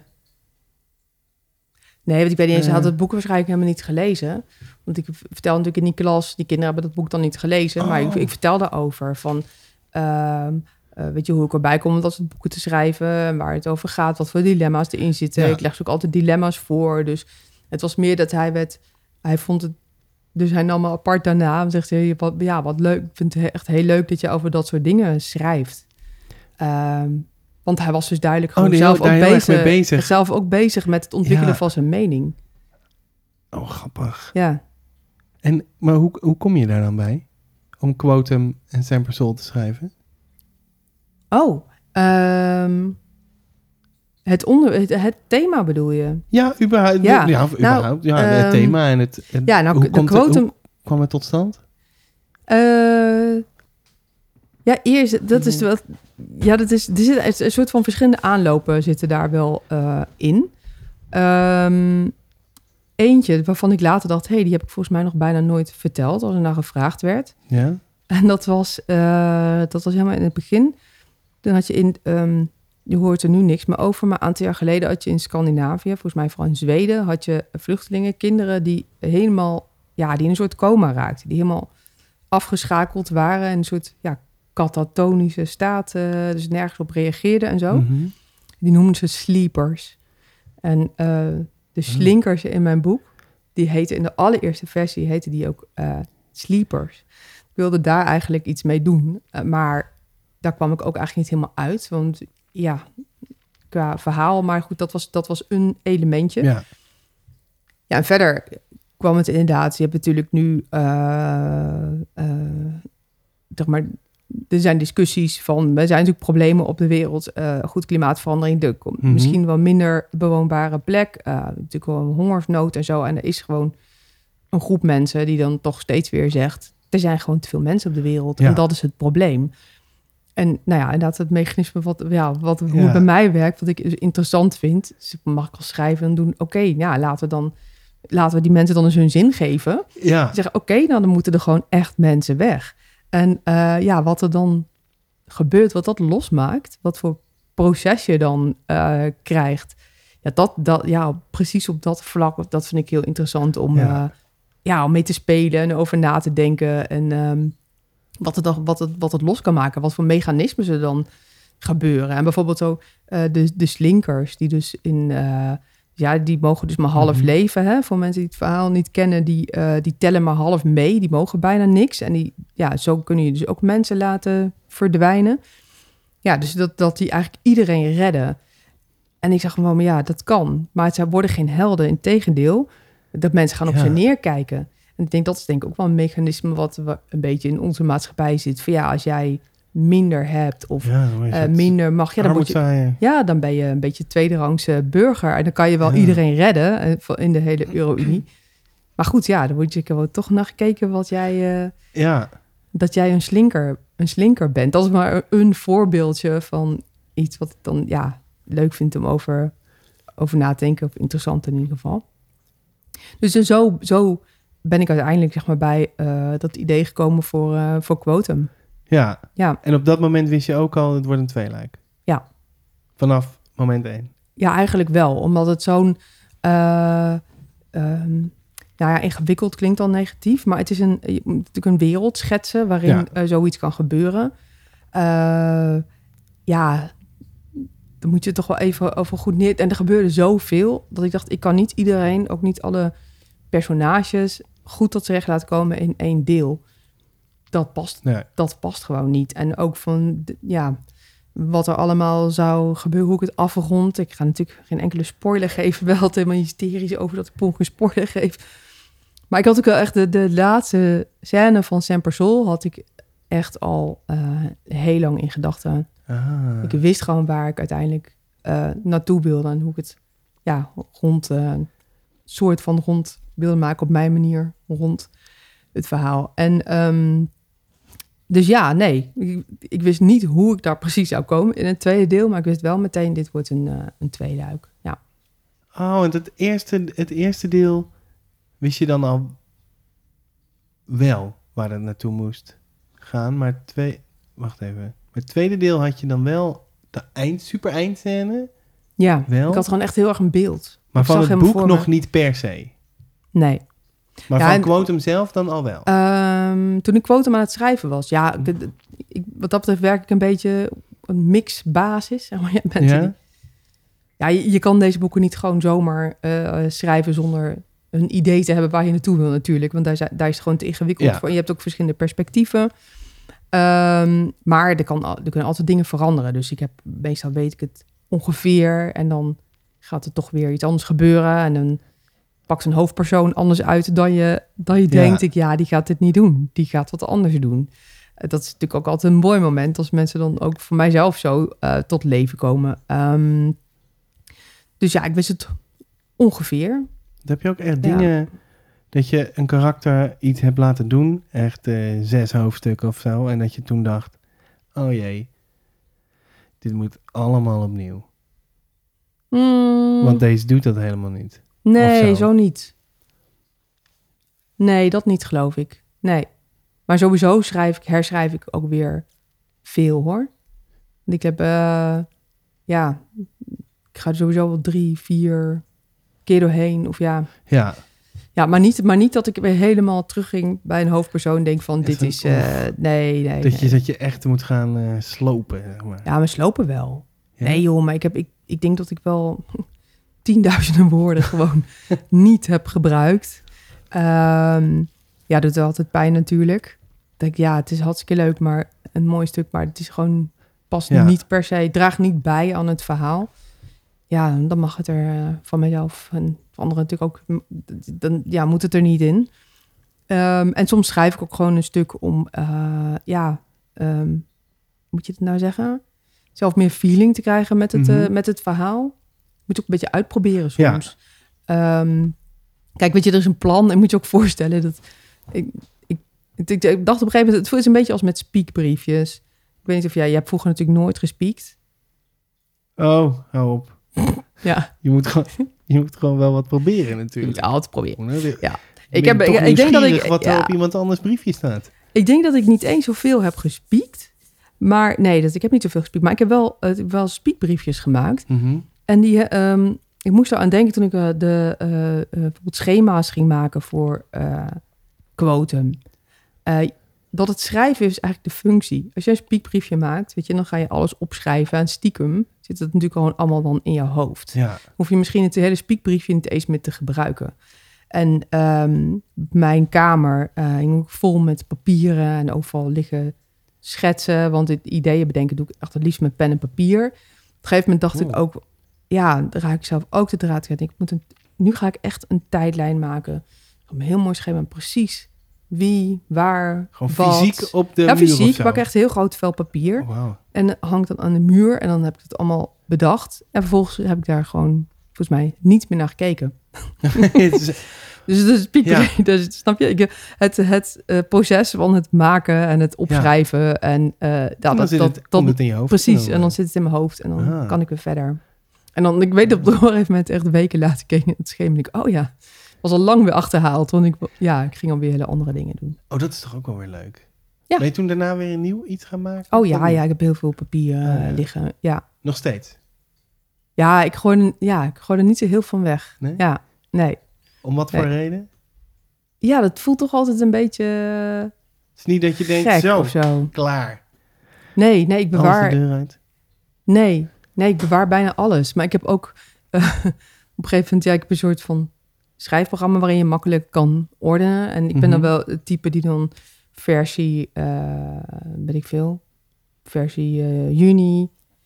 Nee, want ik weet niet eens, ze had het boek waarschijnlijk helemaal niet gelezen. Want ik vertel natuurlijk in die klas, die kinderen hebben dat boek dan niet gelezen. Oh. Maar ik, ik vertel daarover van... Uh, uh, weet je hoe ik erbij kom om dat soort boeken te schrijven, waar het over gaat, wat voor dilemma's erin zitten. Ja. Ik leg ze ook altijd dilemma's voor. Dus het was meer dat hij werd, hij vond het, dus hij nam me apart daarna en zegt hij, wat, ja, wat leuk. Ik vind het echt heel leuk dat je over dat soort dingen schrijft. Um, want hij was dus duidelijk gewoon oh, zelf, ook bezig, bezig. zelf ook bezig met het ontwikkelen ja. van zijn mening.
Oh, grappig.
Ja.
En, maar hoe, hoe kom je daar dan bij? Om Quotum en Sempersol te schrijven?
Oh, um, het, onder, het, het thema bedoel je?
Ja, überhaupt. Ja, ja, nou, überhaupt, ja um, het thema en het... En
ja, nou,
hoe,
de
komt
Quotum,
het, hoe kwam het tot stand?
Uh, ja, eerst, dat is wel... Ja, dat is, er zit een soort van verschillende aanlopen zitten daar wel uh, in. Um, eentje waarvan ik later dacht... hé, hey, die heb ik volgens mij nog bijna nooit verteld... als er naar gevraagd werd.
Ja?
En dat was, uh, dat was helemaal in het begin. Toen had je in... Um, je hoort er nu niks meer over... maar een aantal jaar geleden had je in Scandinavië... volgens mij vooral in Zweden... had je vluchtelingen, kinderen die helemaal... ja, die in een soort coma raakten. Die helemaal afgeschakeld waren... in een soort ja, katatonische staat... Uh, dus nergens op reageerden en zo.
Mm-hmm.
Die noemden ze sleepers. En uh, de slinkers in mijn boek... die heten in de allereerste versie... heette die ook uh, sleepers. Ik wilde daar eigenlijk iets mee doen... Uh, maar daar kwam ik ook eigenlijk niet helemaal uit... want ja, qua verhaal... maar goed, dat was, dat was een elementje.
Ja.
Ja, en verder kwam het inderdaad... je hebt natuurlijk nu... Uh, uh, zeg maar... Er zijn discussies van... er zijn natuurlijk problemen op de wereld. Uh, goed, klimaatverandering. Er komt mm-hmm. misschien wel minder bewoonbare plek. Uh, natuurlijk wel een hongersnood en zo. En er is gewoon een groep mensen... die dan toch steeds weer zegt... er zijn gewoon te veel mensen op de wereld. Ja. En dat is het probleem. En nou ja, inderdaad het mechanisme... wat, ja, wat, hoe ja. het bij mij werkt... wat ik interessant vind... Dus mag ik als schrijver en doen... oké, okay, ja, laten we dan... laten we die mensen dan eens hun zin geven.
Ja.
Zeggen, oké, okay, nou dan moeten er gewoon echt mensen weg... En uh, ja, wat er dan gebeurt, wat dat losmaakt, wat voor proces je dan uh, krijgt. Ja, dat, dat, ja, precies op dat vlak, dat vind ik heel interessant om, ja. Uh, ja, om mee te spelen en over na te denken. En um, wat, het dan, wat, het, wat het los kan maken, wat voor mechanismen er dan gebeuren. En bijvoorbeeld zo uh, de, de slinkers, die dus in... Uh, Ja, die mogen dus maar half mm-hmm. leven. Hè? Voor mensen die het verhaal niet kennen, die, uh, die tellen maar half mee. Die mogen bijna niks. En die, ja, zo kun je dus ook mensen laten verdwijnen. Ja, dus dat, dat die eigenlijk iedereen redden. En ik zeg gewoon, maar ja, dat kan. Maar het worden geen helden. Integendeel, dat mensen gaan op ja. ze neerkijken. En ik denk, dat is denk ik ook wel een mechanisme... wat een beetje in onze maatschappij zit. Van ja, als jij... minder hebt of ja, uh, minder mag. Ja, dan, moet je, ja, dan ben je een beetje tweederangse burger. En dan kan je wel ja. iedereen redden in de hele Euro-Unie. Maar goed, ja, dan moet je er toch naar gekeken wat jij... Uh,
ja.
Dat jij een slinker, een slinker bent. Dat is maar een voorbeeldje van iets wat ik dan ja, leuk vind om over, over na te denken. Of interessant in ieder geval. Dus zo, zo ben ik uiteindelijk zeg maar bij uh, dat idee gekomen voor, uh, voor Quotum.
Ja.
ja,
en op dat moment wist je ook al, het wordt een tweeluik.
Ja.
Vanaf moment één.
Ja, eigenlijk wel. Omdat het zo'n... Uh, um, nou ja, ingewikkeld klinkt al negatief. Maar het is een, je moet natuurlijk een wereld schetsen... waarin ja. uh, zoiets kan gebeuren. Uh, ja, dan moet je toch wel even over goed neer... En er gebeurde zoveel dat ik dacht... ik kan niet iedereen, ook niet alle personages... goed tot z'n recht laten komen in één deel... Dat past, nee. dat past gewoon niet. En ook van, ja, wat er allemaal zou gebeuren, hoe ik het afrond. Ik ga natuurlijk geen enkele spoiler geven. Wel het helemaal hysterisch over dat ik Ponk een spoiler geef. Maar ik had ook wel echt de, de laatste scène van Saint-Persol... had ik echt al uh, heel lang in gedachten.
Ah.
Ik wist gewoon waar ik uiteindelijk uh, naartoe wilde... en hoe ik het ja, rond, uh, soort van rond wilde maken... op mijn manier rond het verhaal. En... Um, Dus ja, nee. Ik, ik wist niet hoe ik daar precies zou komen in het tweede deel... maar ik wist wel meteen, dit wordt een, uh, een tweeluik. Ja.
Oh, en het eerste, het eerste deel wist je dan al wel waar het naartoe moest gaan. Maar twee, wacht even. Maar het tweede deel had je dan wel de eind, super eindscène?
Ja,
wel?
Ik had gewoon echt heel erg een beeld.
Maar
ik
van het boek nog
me.
niet per se?
Nee.
Maar
ja,
van
en,
Quotum zelf dan al wel?
Um, toen ik Quotum aan het schrijven was. Ja, ik, ik, wat dat betreft werk ik een beetje een mixbasis. Zeg maar. Ja,
ja?
Die, ja je, je kan deze boeken niet gewoon zomaar uh, schrijven zonder een idee te hebben waar je naartoe wil natuurlijk. Want daar, daar is het gewoon te ingewikkeld
ja.
voor. En je hebt ook verschillende perspectieven. Um, maar er, kan, er kunnen altijd dingen veranderen. Dus ik heb, meestal weet ik het ongeveer. En dan gaat er toch weer iets anders gebeuren. En dan pakt een hoofdpersoon anders uit dan je, dan je ja. denkt. Ik, ja, die gaat dit niet doen. Die gaat wat anders doen. Dat is natuurlijk ook altijd een mooi moment... als mensen dan ook voor mijzelf zo uh, tot leven komen. Um, dus ja, ik wist het ongeveer.
Dan heb je ook echt dingen... Ja. Dat je een karakter iets hebt laten doen. Echt uh, zes hoofdstukken of zo. En dat je toen dacht... Oh jee. Dit moet allemaal opnieuw.
Mm. Mm.
Want deze doet dat helemaal niet.
Nee,
zo.
zo niet. Nee, dat niet, geloof ik. Nee. Maar sowieso schrijf ik, herschrijf ik ook weer veel, hoor. Want ik heb, uh, ja, ik ga er sowieso wel drie, vier keer doorheen. Of ja,
Ja.
ja maar, niet, maar niet dat ik weer helemaal terugging bij een hoofdpersoon en denk van, dit
Even,
is, uh, nee, nee.
Dat,
nee.
Je, dat je echt moet gaan uh, slopen, zeg maar.
Ja, maar slopen wel.
Ja?
Nee, joh, maar ik, heb, ik, ik denk dat ik wel tienduizenden woorden gewoon niet heb gebruikt. Um, ja, dat doet altijd pijn natuurlijk. Dat ik, ja, het is hartstikke leuk, maar een mooi stuk, maar het is gewoon past
ja. niet
per se, draagt niet bij aan het verhaal. Ja, dan mag het er uh, van mezelf en van anderen natuurlijk ook, dan ja, moet het er niet in. Um, en soms schrijf ik ook gewoon een stuk om, uh, ja, um, moet je het nou zeggen? Zelf meer feeling te krijgen met het, mm-hmm. uh, met het verhaal. Moet je ook een beetje uitproberen soms. Ja. Um, kijk, weet je, er is een plan en moet je ook voorstellen dat ik, ik, ik, ik dacht op een gegeven moment, het voelt een beetje als met speakbriefjes. Ik weet niet of jij, jij hebt vroeger natuurlijk nooit gespiekt.
Oh, hou op.
Ja.
Je moet gewoon, je moet gewoon wel wat proberen natuurlijk.
Je moet altijd proberen. Ja.
Ik, heb, ik, ik denk dat ik wat ja. er op iemand anders briefje staat.
Ik denk dat ik niet eens zoveel heb gespiekt. Maar nee, dat, ik heb niet zoveel gespiekt. Maar ik heb wel, uh, wel speakbriefjes gemaakt.
Mm-hmm.
En die, um, ik moest er aan denken toen ik uh, de uh, uh, bijvoorbeeld schema's ging maken voor uh, Quotum. Uh, dat het schrijven is eigenlijk de functie. Als je een speakbriefje maakt, weet je, dan ga je alles opschrijven. En stiekem zit het natuurlijk gewoon allemaal dan in je hoofd.
Ja.
Hoef je misschien het hele speakbriefje niet eens meer te gebruiken. En um, mijn kamer uh, hing vol met papieren en overal liggen schetsen. Want dit ideeën bedenken doe ik echt het liefst met pen en papier. Op een gegeven moment dacht oh. ik ook, ja, dan raak ik zelf ook de draad kwijt. Ik moet een, nu ga ik echt een tijdlijn maken. Een heel mooi schema, precies wie, waar,
gewoon
wat.
Fysiek op de
ja,
muur
fysiek.
of zo.
Ik pak echt een heel groot vel papier.
Oh, wow.
En hangt dan aan de muur. En dan heb ik het allemaal bedacht. En vervolgens heb ik daar gewoon, volgens mij, niet meer naar gekeken. Dus, dus, ja. dus snap je? Ik, het het uh, proces van het maken en het opschrijven. Ja. En uh, ja,
dan
dat,
zit
dat,
het,
dat,
het in je hoofd.
Precies, en dan zit het in mijn hoofd. En dan ah. kan ik weer verder. En dan, ik weet dat op een gegeven moment echt weken later keek ik het schema. En ik, oh ja, was al lang weer achterhaald. Want ik, ja, ik ging alweer hele andere dingen doen.
Oh, dat is toch ook wel weer leuk?
Ja.
Ben je toen daarna weer een nieuw iets gaan maken?
Oh ja, ja, ik heb heel veel papier uh, uh, liggen. Ja.
Nog steeds?
Ja, ik gooi, ja, ik gooi er niet zo heel van weg.
Nee?
Ja, nee.
Om wat voor
nee.
reden?
Ja, dat voelt toch altijd een beetje
Het is niet dat je denkt,
gek
zo,
of zo,
klaar.
Nee, nee, ik bewaar...
Alles de deur uit.
Nee, nee, ik bewaar bijna alles. Maar ik heb ook uh, op een gegeven moment... Ja, ik heb een soort van schrijfprogramma waarin je makkelijk kan ordenen. En ik ben mm-hmm. dan wel het type die dan versie, uh, weet ik veel, versie uh, juni,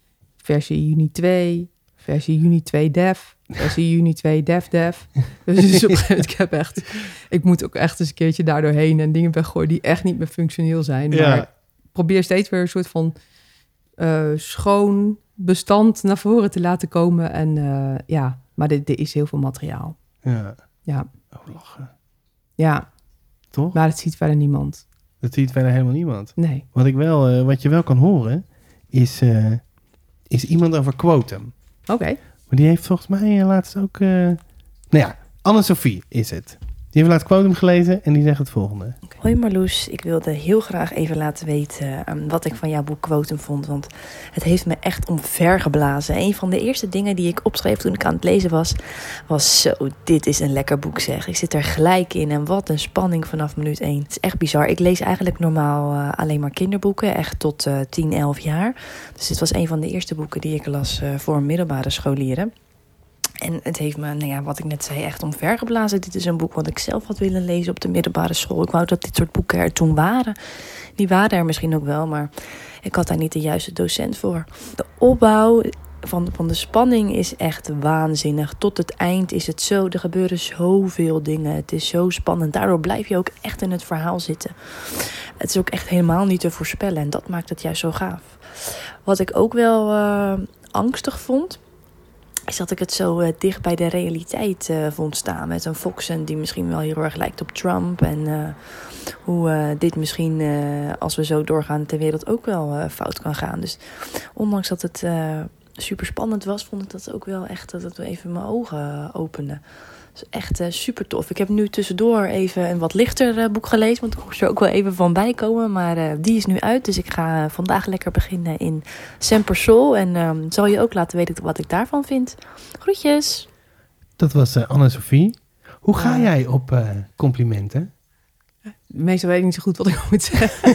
versie juni twee... versie juni twee dev, versie juni twee dev dev. Dus, dus op een gegeven moment, ik heb echt... Ik moet ook echt eens een keertje daardoorheen en dingen weggooien die echt niet meer functioneel zijn. Ja. Maar ik probeer steeds weer een soort van uh, schoon bestand naar voren te laten komen. En uh, ja, maar er, er is heel veel materiaal.
Ja.
Ja.
Oh, lachen.
Ja.
Toch?
Maar dat ziet verder niemand.
Dat ziet verder helemaal niemand.
Nee.
Wat, ik wel, uh, wat je wel kan horen, is, uh, is iemand over Quotum.
Oké. Okay.
Maar die heeft volgens mij laatst ook... Uh... Nou ja, Anne-Sophie is het. Die heeft laatst Quotum gelezen en die zegt het volgende.
Okay. Hoi Marloes, ik wilde heel graag even laten weten um, wat ik van jouw boek Quotum vond. Want het heeft me echt omvergeblazen. Een van de eerste dingen die ik opschreef toen ik aan het lezen was... was zo, dit is een lekker boek zeg. Ik zit er gelijk in en wat een spanning vanaf minuut één. Het is echt bizar. Ik lees eigenlijk normaal uh, alleen maar kinderboeken. Echt tot uh, tien, elf jaar. Dus dit was een van de eerste boeken die ik las uh, voor middelbare scholieren. En het heeft me, nou ja, wat ik net zei, echt omvergeblazen. Dit is een boek wat ik zelf had willen lezen op de middelbare school. Ik wou dat dit soort boeken er toen waren. Die waren er misschien ook wel, maar ik had daar niet de juiste docent voor. De opbouw van, van de spanning is echt waanzinnig. Tot het eind is het zo, er gebeuren zoveel dingen. Het is zo spannend. Daardoor blijf je ook echt in het verhaal zitten. Het is ook echt helemaal niet te voorspellen en dat maakt het juist zo gaaf. Wat ik ook wel uh, angstig vond... is dat ik het zo uh, dicht bij de realiteit uh, vond staan. Met een Foxen die misschien wel heel erg lijkt op Trump. En uh, hoe uh, dit misschien, uh, als we zo doorgaan, ter wereld ook wel uh, fout kan gaan. Dus ondanks dat het uh, super spannend was, vond ik dat ook wel echt dat het even mijn ogen opende. Dus echt uh, super tof. Ik heb nu tussendoor even een wat lichter uh, boek gelezen, want ik moest er ook wel even van bij komen. Maar uh, die is nu uit, dus ik ga vandaag lekker beginnen in Semper Sol. En uh, zal je ook laten weten wat ik daarvan vind. Groetjes!
Dat was uh, Anne-Sophie. Hoe ga uh, jij op uh, complimenten?
Meestal weet ik niet zo goed wat ik moet zeggen.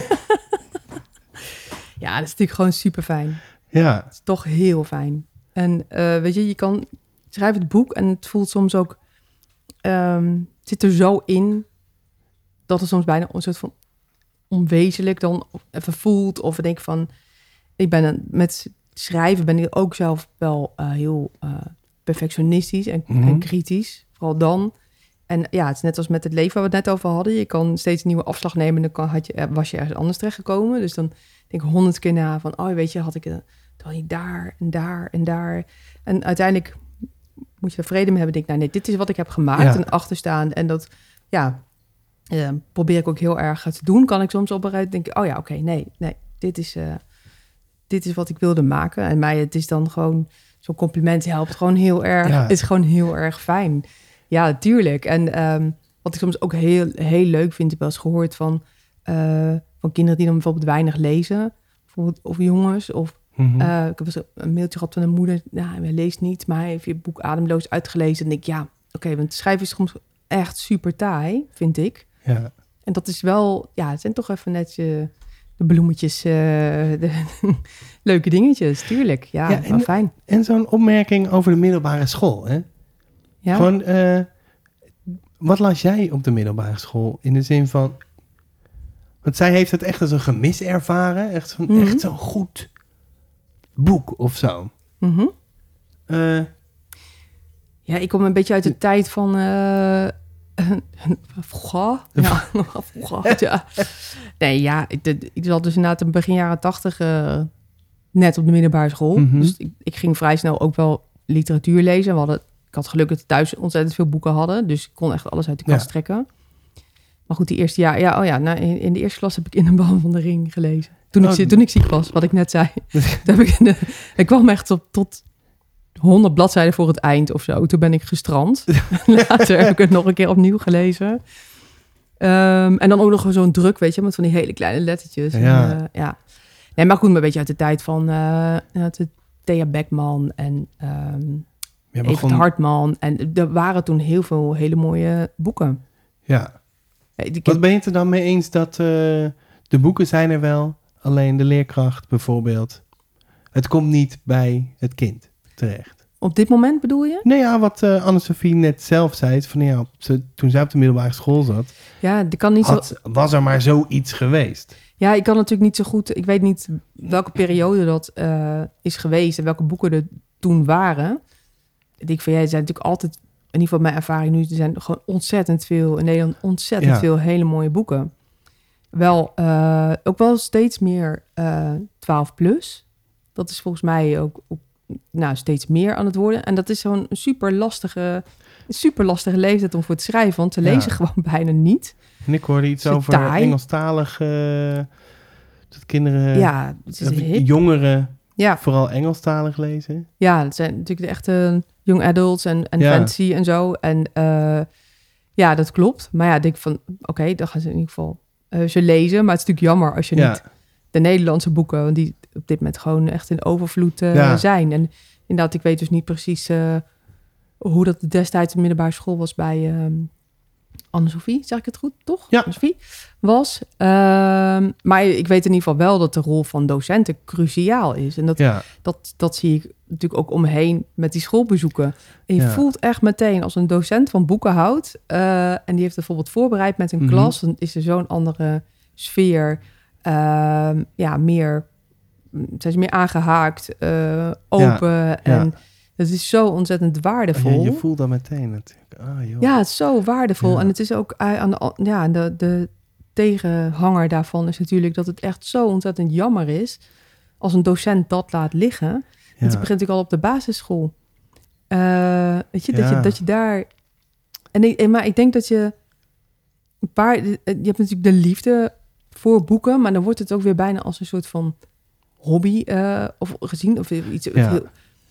Ja, dat is natuurlijk gewoon super fijn.
Ja.
Het is toch heel fijn. En uh, weet je, je kan schrijven het boek en het voelt soms ook... Um, het zit er zo in dat het soms bijna een soort van onwezenlijk dan even voelt. Of ik denk van, ik ben een, met schrijven ben ik ook zelf wel uh, heel uh, perfectionistisch en, mm-hmm. en kritisch. Vooral dan. En ja, het is net als met het leven waar we het net over hadden. Je kan steeds een nieuwe afslag nemen en dan kan, had je, was je ergens anders terechtgekomen. Dus dan denk ik honderd keer na van, oh weet je, had ik dan had je daar en daar en daar. En uiteindelijk moet je er vrede mee hebben. Denk ik, nou nee, dit is wat ik heb gemaakt ja. en achterstaan. En dat, ja, uh, probeer ik ook heel erg te doen. Kan ik soms opbereiden, denk ik, oh ja, oké, okay, nee, nee, dit is, uh, dit is wat ik wilde maken. En mij, het is dan gewoon, zo'n compliment helpt gewoon heel erg. Ja. Is gewoon heel erg fijn. Ja, tuurlijk. En um, wat ik soms ook heel, heel leuk vind, ik heb wel eens gehoord van, uh, van kinderen die dan bijvoorbeeld weinig lezen. Bijvoorbeeld, of jongens, of Mm-hmm. Uh, ik heb eens een mailtje gehad van een moeder. Nou, hij leest niet, maar hij heeft je boek ademloos uitgelezen. En denk ik, ja, oké, okay, want schrijven is soms echt super taai, vind ik.
Ja.
En dat is wel, ja, het zijn toch even net je, de bloemetjes, uh, de leuke dingetjes, tuurlijk. Ja, ja wel
en,
fijn.
En zo'n opmerking over de middelbare school, hè?
Ja.
Gewoon, uh, wat las jij op de middelbare school? In de zin van, want zij heeft het echt als een gemis ervaren. Echt zo'n, mm-hmm. echt zo'n goed boek of zo.
Mm-hmm.
Uh,
ja, ik kom een beetje uit de tijd van... Uh, vroeger. Ja, vroeger, ja. Nee, ja, ik, ik zat dus inderdaad in begin jaren tachtig uh, net op de middelbare school. Mm-hmm. Dus ik, ik ging vrij snel ook wel literatuur lezen. We hadden, ik had geluk dat we thuis ontzettend veel boeken hadden. Dus ik kon echt alles uit de kast ja. trekken. Maar goed, die eerste jaar... Ja, oh ja, nou, in, in de eerste klas heb ik In de Bal van de Ring gelezen. Toen, oh, ik, toen ik ziek was, wat ik net zei. Toen heb ik, de, ik kwam echt tot, tot honderd bladzijden voor het eind of zo. Toen ben ik gestrand. Later heb ik het nog een keer opnieuw gelezen. Um, en dan ook nog zo'n druk, weet je, met van die hele kleine lettertjes.
Ja.
En, uh, ja. Nee, maar goed, maar een beetje uit de tijd van uh, Thea Beckman en um, ja, Evert begon... Hartman. En er waren toen heel veel hele mooie boeken.
Ja.
Ik heb...
Wat ben je het er dan mee eens dat uh, de boeken zijn er wel... Alleen de leerkracht bijvoorbeeld. Het komt niet bij het kind terecht.
Op dit moment bedoel je?
Nou ja, wat uh, Anne-Sophie net zelf zei. Van, ja, ze, toen zij op de middelbare school zat.
Ja, die kan niet
had,
zo...
was er maar zoiets geweest.
Ja, ik kan natuurlijk niet zo goed... Ik weet niet welke periode dat uh, is geweest. En welke boeken er toen waren. Ik denk van, jij, ja, er zijn natuurlijk altijd... In ieder geval mijn ervaring nu. Er zijn gewoon ontzettend veel... In Nederland ontzettend ja. veel hele mooie boeken. Wel, uh, ook wel steeds meer uh, twaalf plus. Dat is volgens mij ook, ook nou, steeds meer aan het worden. En dat is zo'n super lastige, super lastige leeftijd om voor te schrijven. Want ze lezen ja. gewoon bijna niet.
En ik hoorde iets over taai. Engelstalig. Uh, dat kinderen,
ja, het is hip.
Jongeren
ja.
vooral Engelstalig lezen.
Ja, dat zijn natuurlijk de echte young adults en, en
ja.
fantasy en zo. En uh, ja, dat klopt. Maar ja, ik denk van, oké, okay, dan gaan ze in ieder geval... Uh, ze lezen, maar het is natuurlijk jammer als je ja. niet de Nederlandse boeken, die op dit moment gewoon echt in overvloed uh, ja. zijn. En inderdaad, ik weet dus niet precies uh, hoe dat destijds de middelbare school was bij uh, Anne-Sophie, zeg ik het goed, toch?
Ja.
Anne-Sophie was. Uh, maar ik weet in ieder geval wel dat de rol van docenten cruciaal is. En dat,
ja.
dat, dat zie ik natuurlijk ook omheen met die schoolbezoeken. En je
ja.
voelt echt meteen als een docent van boeken houdt... Uh, en die heeft het bijvoorbeeld voorbereid met een mm-hmm. klas... dan is er zo'n andere sfeer... Uh, ja, meer... zijn ze meer aangehaakt, uh, open...
Ja.
en
ja.
het is zo ontzettend waardevol.
Ja, je voelt dat meteen natuurlijk. Oh, joh.
Ja, het is zo waardevol.
Ja.
En het is ook aan de, ja, de, de tegenhanger daarvan is natuurlijk... dat het echt zo ontzettend jammer is... als een docent dat laat liggen...
Ja.
Het begint natuurlijk al op de basisschool. Uh, weet je, dat,
ja.
je, dat je daar... En ik, maar ik denk dat je een paar... Je hebt natuurlijk de liefde voor boeken... maar dan wordt het ook weer bijna als een soort van hobby uh, of gezien. Of iets
ja.
heel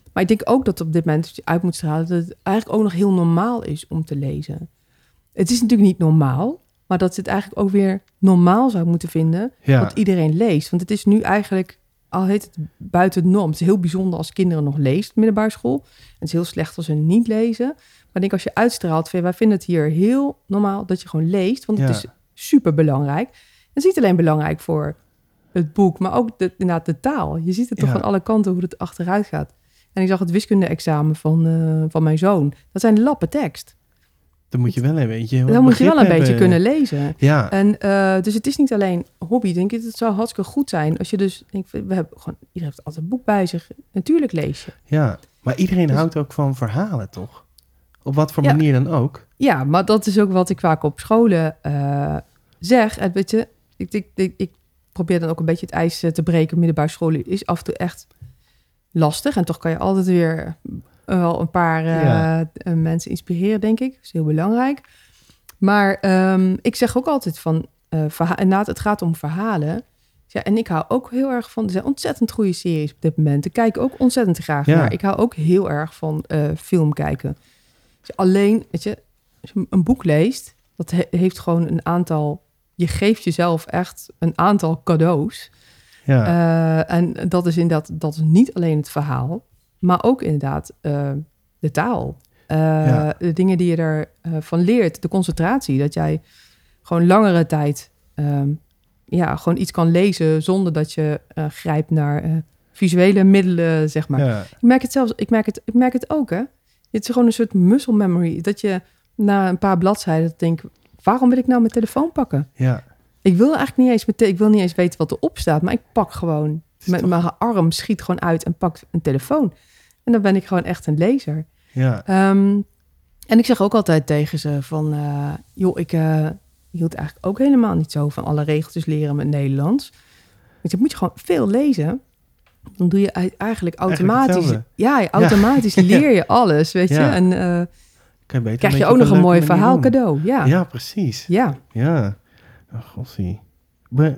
Maar ik denk ook dat op dit moment als je uit moet stralen... dat het eigenlijk ook nog heel normaal is om te lezen. Het is natuurlijk niet normaal... maar dat ze het eigenlijk ook weer normaal zou moeten vinden...
Ja.
dat iedereen leest. Want het is nu eigenlijk, al heet het buiten de norm... het is heel bijzonder als kinderen nog lezen, middelbare school. Het is heel slecht als ze niet lezen. Maar ik denk als je uitstraalt... wij vinden het hier heel normaal dat je gewoon leest... want het
Ja.
is super belangrijk. Het is niet alleen belangrijk voor het boek... maar ook de, inderdaad de taal. Je ziet het toch
Ja.
van alle kanten hoe het achteruit gaat. En ik zag het wiskunde-examen van, uh, van mijn zoon. Dat zijn lappen tekst.
Dan moet je wel een beetje...
Dan moet je wel een
begrip
beetje
hebben.
kunnen lezen.
Ja,
En uh, dus het is niet alleen hobby. Denk ik, het zou hartstikke goed zijn als je dus denkt, we hebben gewoon iedereen heeft altijd een boek bij zich. Natuurlijk lees je.
ja. Maar iedereen
Dus-
houdt ook van verhalen, toch? Op wat voor
Ja.
manier dan ook.
Ja, maar dat is ook wat ik vaak op scholen uh, zeg. En weet je, ik, ik, ik, ik probeer dan ook een beetje het ijs te breken. Middelbare scholen is af en toe echt lastig. En toch kan je altijd weer wel een paar uh,
Ja.
mensen inspireren, denk ik. Dat is heel belangrijk. Maar um, ik zeg ook altijd van... Uh, verha- inderdaad, het gaat om verhalen. Ja, en ik hou ook heel erg van... Er zijn ontzettend goede series op dit moment. Ik kijk ook ontzettend graag
Ja.
naar. Ik hou ook heel erg van uh, film kijken. Dus alleen, weet je... Als je een boek leest... dat he- heeft gewoon een aantal... Je geeft jezelf echt een aantal cadeaus.
Ja,
Uh, en dat is inderdaad... Dat is niet alleen het verhaal... maar ook inderdaad uh, de taal. Uh,
Ja.
De dingen die je ervan uh, van leert. De concentratie. Dat jij gewoon langere tijd... Um, ja, gewoon iets kan lezen... zonder dat je uh, grijpt naar uh, visuele middelen, zeg maar.
ja.
Ik merk het zelfs... Ik merk het, ik merk het ook, hè. Het is gewoon een soort muscle memory. Dat je na een paar bladzijden denkt... waarom wil ik nou mijn telefoon pakken?
ja.
Ik wil eigenlijk niet eens, met ik wil niet eens weten wat erop staat, maar ik pak gewoon, met
toch-
mijn arm schiet gewoon uit en pak een telefoon. En dan ben ik gewoon echt een lezer.
ja.
Um, en ik zeg ook altijd tegen ze van, uh, joh, ik uh, hield eigenlijk ook helemaal niet zo van alle regeltjes leren met Nederlands. Want je moet je gewoon veel lezen. Dan doe je eigenlijk automatisch,
hetzelfde.
ja, automatisch
Ja.
leer je alles, weet je.
Ja.
En uh,
Kan je beter
krijg je
beetje
ook
op
nog een
leuke
mooi
manier
verhaal
doen.
cadeau. Ja, ja.
Ja, precies.
ja.
Ja. Oh, gossie. Maar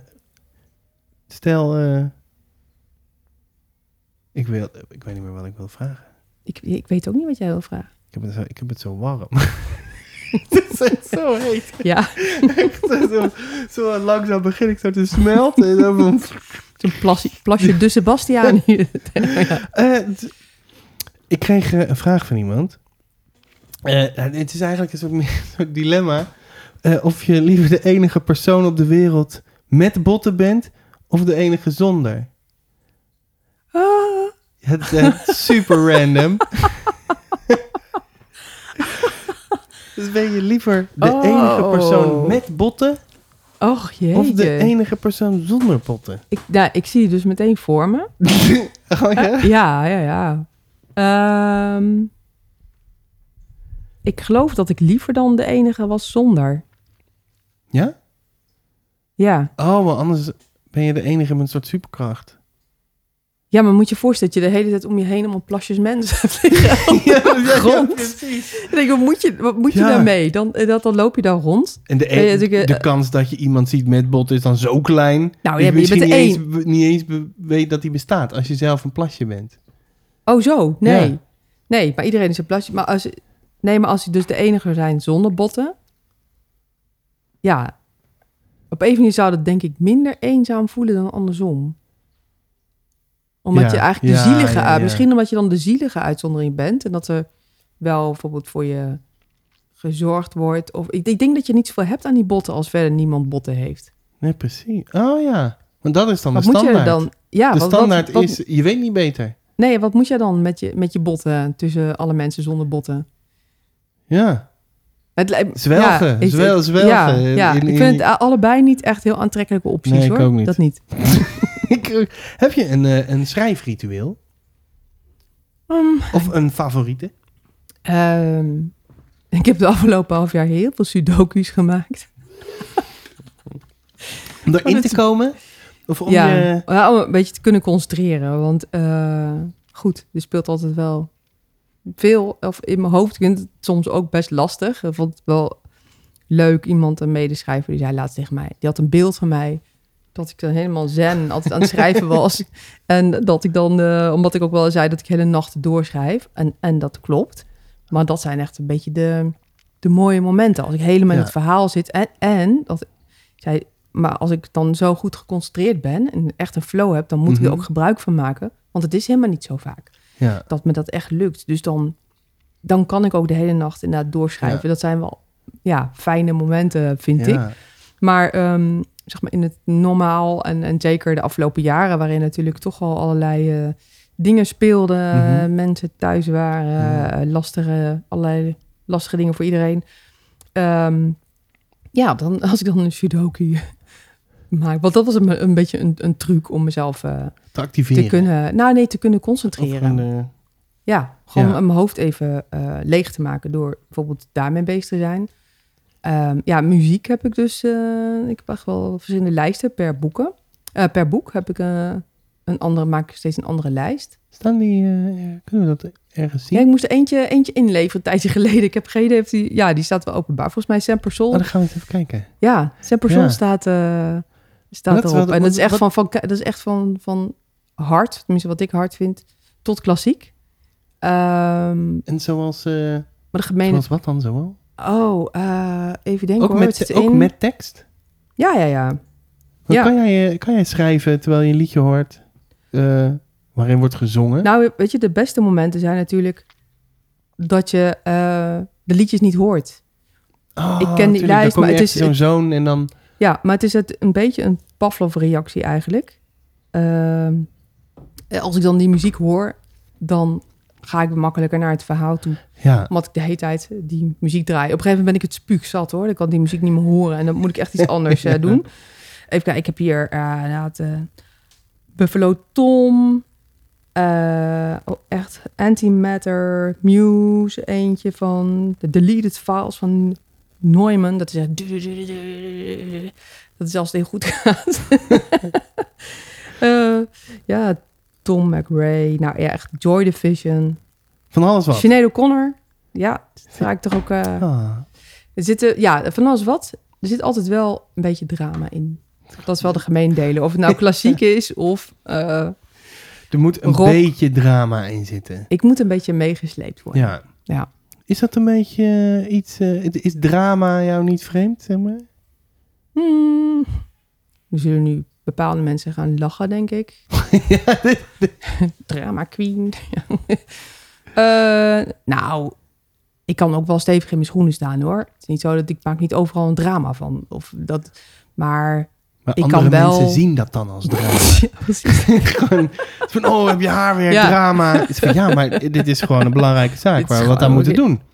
stel, uh, ik, wil, ik weet niet meer wat ik wil vragen.
Ik, ik weet ook niet wat jij wil vragen.
Ik heb het zo, ik heb het zo warm. Het is echt zo heet.
Ja,
Echt zo, zo langzaam begin ik zo te smelten. En dan van,
zo'n plasje, plasje de Sebastiaan hier. Ja.
uh, d- ik kreeg uh, een vraag van iemand. Uh, het is eigenlijk een soort, een soort dilemma. Uh, of je liever de enige persoon op de wereld met botten bent... of de enige zonder.
Ah.
Het, het is super random. Dus ben je liever de
Oh.
enige persoon met botten...
Och jeetje.
of de enige persoon zonder botten?
Ik, nou, ik zie je dus meteen voor me.
Oh ja?
Uh, ja, ja, ja. Um, ik geloof dat ik liever dan de enige was zonder.
Ja?
Ja.
Oh, maar anders ben je de enige met een soort superkracht.
Ja, maar moet je je voorstellen dat je de hele tijd om je heen allemaal plasjes mensen hebt liggen op
Ja,
de
ja,
grond.
precies.
Ik denk, wat moet je, wat moet je
Ja.
daarmee? Dan, dat, dan loop je daar rond.
En de,
Ben je
e-
natuurlijk,
de
eh,
kans dat je iemand ziet met botten is dan zo klein...
Nou,
dat
ja,
je
je
misschien
bent
niet
de
eens,
één.
be- niet eens be- weet dat die bestaat... als je zelf een plasje bent.
Oh, zo? Nee.
Ja.
Nee, maar iedereen is een plasje. Maar als, nee, maar als je dus de enige zijn zonder botten... Ja, op een manier zou dat denk ik minder eenzaam voelen dan andersom. Omdat
Ja,
je eigenlijk de
ja,
zielige...
ja,
uit-
ja.
Misschien omdat je dan de zielige uitzondering bent... en dat er wel bijvoorbeeld voor je gezorgd wordt. Of, ik, ik denk dat je niet zoveel hebt aan die botten... als verder niemand botten heeft.
Nee, precies. Oh ja. Want dat is dan
Wat
de
moet je
standaard.
dan... Ja,
de
wat,
standaard
wat, wat,
is... Je weet niet beter.
Nee, wat moet jij dan met je, met je botten... tussen alle mensen zonder botten?
Ja.
Het, lijkt-
Zwelgen,
ja, ik-
zwel-
ik-
zwelgen.
Ja, ja.
In- in-
ik vind het allebei niet echt heel aantrekkelijke opties,
Nee, ik
hoor.
ook niet.
Dat niet.
Ik- Heb je een, eh, een schrijfritueel?
Um,
Of een favoriete?
um, ik heb de afgelopen half jaar heel veel sudoku's gemaakt.
Om erin
het
te
is-
komen? Of om
ja,
je...
ja, om een beetje te kunnen concentreren. Want uh, goed, er speelt altijd wel veel. Of in mijn hoofd vind ik het soms ook best lastig. Ik vond het wel leuk. Iemand, een medeschrijver, die zei laatst tegen mij... Die had een beeld van mij dat ik dan helemaal zen altijd aan het schrijven was. En dat ik dan, uh, omdat ik ook wel zei dat ik hele nachten doorschrijf. En, en dat klopt. Maar dat zijn echt een beetje de, de mooie momenten. Als ik helemaal ja. in het verhaal zit. En, en dat ik zei, maar als ik dan zo goed geconcentreerd ben en echt een flow heb, dan moet mm-hmm. ik er ook gebruik van maken. Want het is helemaal niet zo vaak ja. dat me dat echt lukt. Dus dan, dan kan ik ook de hele nacht inderdaad doorschrijven. Ja. Dat zijn wel ja, fijne momenten, vind ja. ik. Maar, um, zeg maar in het normaal en, en zeker de afgelopen jaren, waarin natuurlijk toch al allerlei uh, dingen speelden, mm-hmm. mensen thuis waren, ja. uh, lastige, allerlei lastige dingen voor iedereen. Um, ja, dan, als ik dan een sudoku maak, want dat was een, een beetje een, een truc om mezelf uh,
te activeren.
Te kunnen, nou nee, te kunnen concentreren. Een, uh... Ja, gewoon ja. mijn hoofd even uh, leeg te maken door bijvoorbeeld daarmee bezig te zijn. Um, ja, muziek heb ik dus... Uh, ik heb echt wel verschillende lijsten per boeken. Uh, per boek heb ik uh, een andere... maak ik steeds een andere lijst.
Staan die... Uh, kunnen we dat ergens zien?
Ja, ik moest er eentje, eentje inleveren een tijdje geleden. Ik heb geen idee of die... Ja, die staat wel openbaar. Volgens mij Sam Persol.
Oh, dan gaan we eens even kijken.
Ja, Sam Persol ja. staat, uh, staat erop. Wat, en dat is echt, wat, van, van, dat is echt van, van hard, tenminste wat ik hard vind, tot klassiek. Um,
en zoals... Uh,
maar de gemene...
Zoals wat dan zo?
Oh, uh, even denken
ook
hoor.
Met,
het
ook
in...
met tekst?
Ja, ja, ja.
ja. Kan, jij, kan jij schrijven terwijl je een liedje hoort uh, waarin wordt gezongen?
Nou, weet je, de beste momenten zijn natuurlijk dat je uh, de liedjes niet hoort.
Oh,
ik ken die lijst,
maar
het is
zo'n zoon en dan...
Ja, maar het is het een beetje een Pavlov-reactie eigenlijk. Uh, als ik dan die muziek hoor, dan ga ik makkelijker naar het verhaal toe.
Ja.
Omdat ik de hele tijd die muziek draai. Op een gegeven moment ben ik het spuugzat hoor. Dan kan die muziek niet meer horen. En dan moet ik echt iets anders uh, doen. Even kijken, ik heb hier uh, uh, Buffalo Tom. Uh, oh, echt Antimatter. Muse, eentje van de Deleted Files van Neumann. Dat is echt... Dat is als het heel goed gaat. uh, ja, Tom McRae. Nou ja, echt Joy Division.
Van alles wat.
Sinead O'Connor. Ja, daar ik toch ook... Uh, ah. Er zitten, ja, van alles wat. Er zit altijd wel een beetje drama in. Dat is wel de gemeendelen. Of het nou klassiek is of... Uh,
er moet een rock. beetje drama in zitten.
Ik moet een beetje meegesleept worden.
Ja.
ja.
Is dat een beetje uh, iets... Uh, is drama jou niet vreemd, zeg maar?
Hmm. We zullen nu bepaalde mensen gaan lachen, denk ik. ja, dit, dit. Drama queen. uh, nou, ik kan ook wel stevig in mijn schoenen staan, hoor. Het is niet zo dat ik maak niet overal een drama van. Of dat, maar...
Maar
ik
andere
kan wel...
mensen zien dat dan als drama.
ja, precies.
Gewoon van, oh, heb je haar weer, ja. drama. Van, ja, maar dit is gewoon een belangrijke zaak waar we wat aan moeten doen.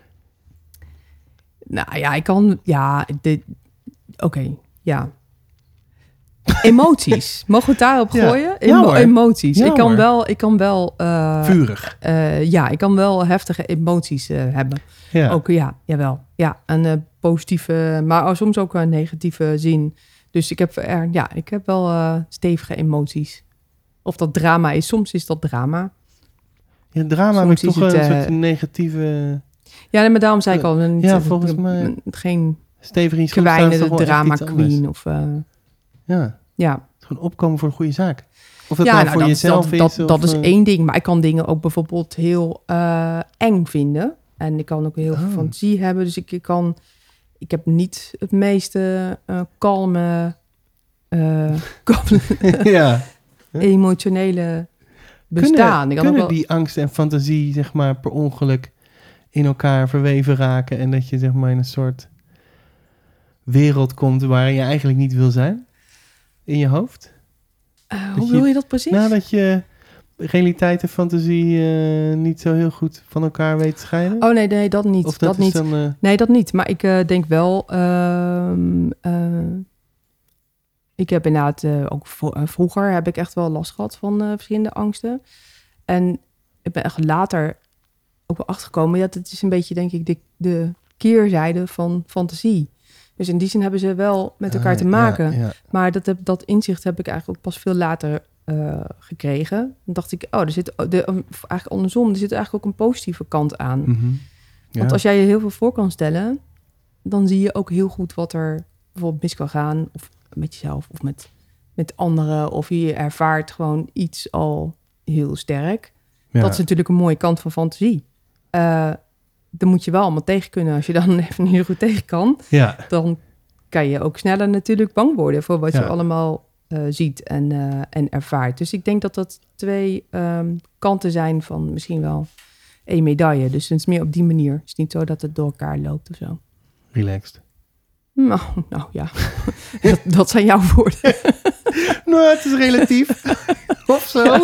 Nou ja, ik kan... Ja, Oké, okay, ja. Emoties. Mogen we het daarop
ja.
gooien? Emo-
ja,
emoties.
Ja,
ik kan
hoor.
wel... Ik kan wel uh,
Vurig.
Uh, ja, ik kan wel heftige emoties uh, hebben.
Ja.
Ook, ja, jawel. Ja, een uh, positieve... Maar soms ook een negatieve zin... Dus ik heb, er, ja, ik heb wel uh, stevige emoties. Of dat drama is. Soms is dat drama.
Ja, drama
soms
is toch
het,
een
uh,
soort negatieve...
Ja, nee, maar daarom zei ik al... Niet,
ja, volgens mij...
Geen
kwijnende
drama queen. Of, uh,
ja.
ja.
Het is gewoon opkomen voor een goede zaak. Of dat
ja,
nou,
nou
voor
dat,
jezelf
dat,
is.
Dat,
of,
dat is
uh...
één ding. Maar ik kan dingen ook bijvoorbeeld heel uh, eng vinden. En ik kan ook heel veel
oh.
fantasie hebben. Dus ik, ik kan... Ik heb niet het meeste uh, kalme... Uh,
ja.
emotionele bestaan.
Kunnen,
ik
kunnen
ook wel...
die angst en fantasie zeg maar per ongeluk in elkaar verweven raken en dat je zeg maar in een soort wereld komt waarin je eigenlijk niet wil zijn in je hoofd?
Uh, hoe wil je, je dat precies?
Nou, dat je realiteit en fantasie uh, niet zo heel goed van elkaar weet te scheiden.
Oh nee, nee, dat niet.
Of dat,
dat
is
niet.
Dan, uh...
Nee, dat niet. Maar ik uh, denk wel... Uh, uh, Ik heb inderdaad, uh, ook v- uh, vroeger heb ik echt wel last gehad van uh, verschillende angsten. En ik ben echt later ook wel achtergekomen. Dat het is een beetje, denk ik, de, de keerzijde van fantasie. Dus in die zin hebben ze wel met elkaar ah, te maken.
Ja, ja.
Maar dat, heb, dat inzicht heb ik eigenlijk ook pas veel later uh, gekregen. Dan dacht ik, oh, er zit de, eigenlijk andersom. Er zit eigenlijk ook een positieve kant aan.
Mm-hmm. Ja.
Want als jij je heel veel voor kan stellen, dan zie je ook heel goed wat er bijvoorbeeld mis kan gaan. Of met jezelf of met met anderen of je ervaart gewoon iets al heel sterk.
Ja.
Dat is natuurlijk een mooie kant van fantasie. Uh, dan moet je wel allemaal tegen kunnen. Als je dan even niet goed tegen kan,
Ja.
dan kan je ook sneller natuurlijk bang worden voor wat
Ja.
je allemaal uh, ziet en, uh, en ervaart. Dus ik denk dat dat twee um, kanten zijn van misschien wel één medaille. Dus het is meer op die manier. Het is niet zo dat het door elkaar loopt of zo.
Relaxed.
Nou, nou ja, dat, dat zijn jouw woorden.
Nou, het is relatief. Of zo.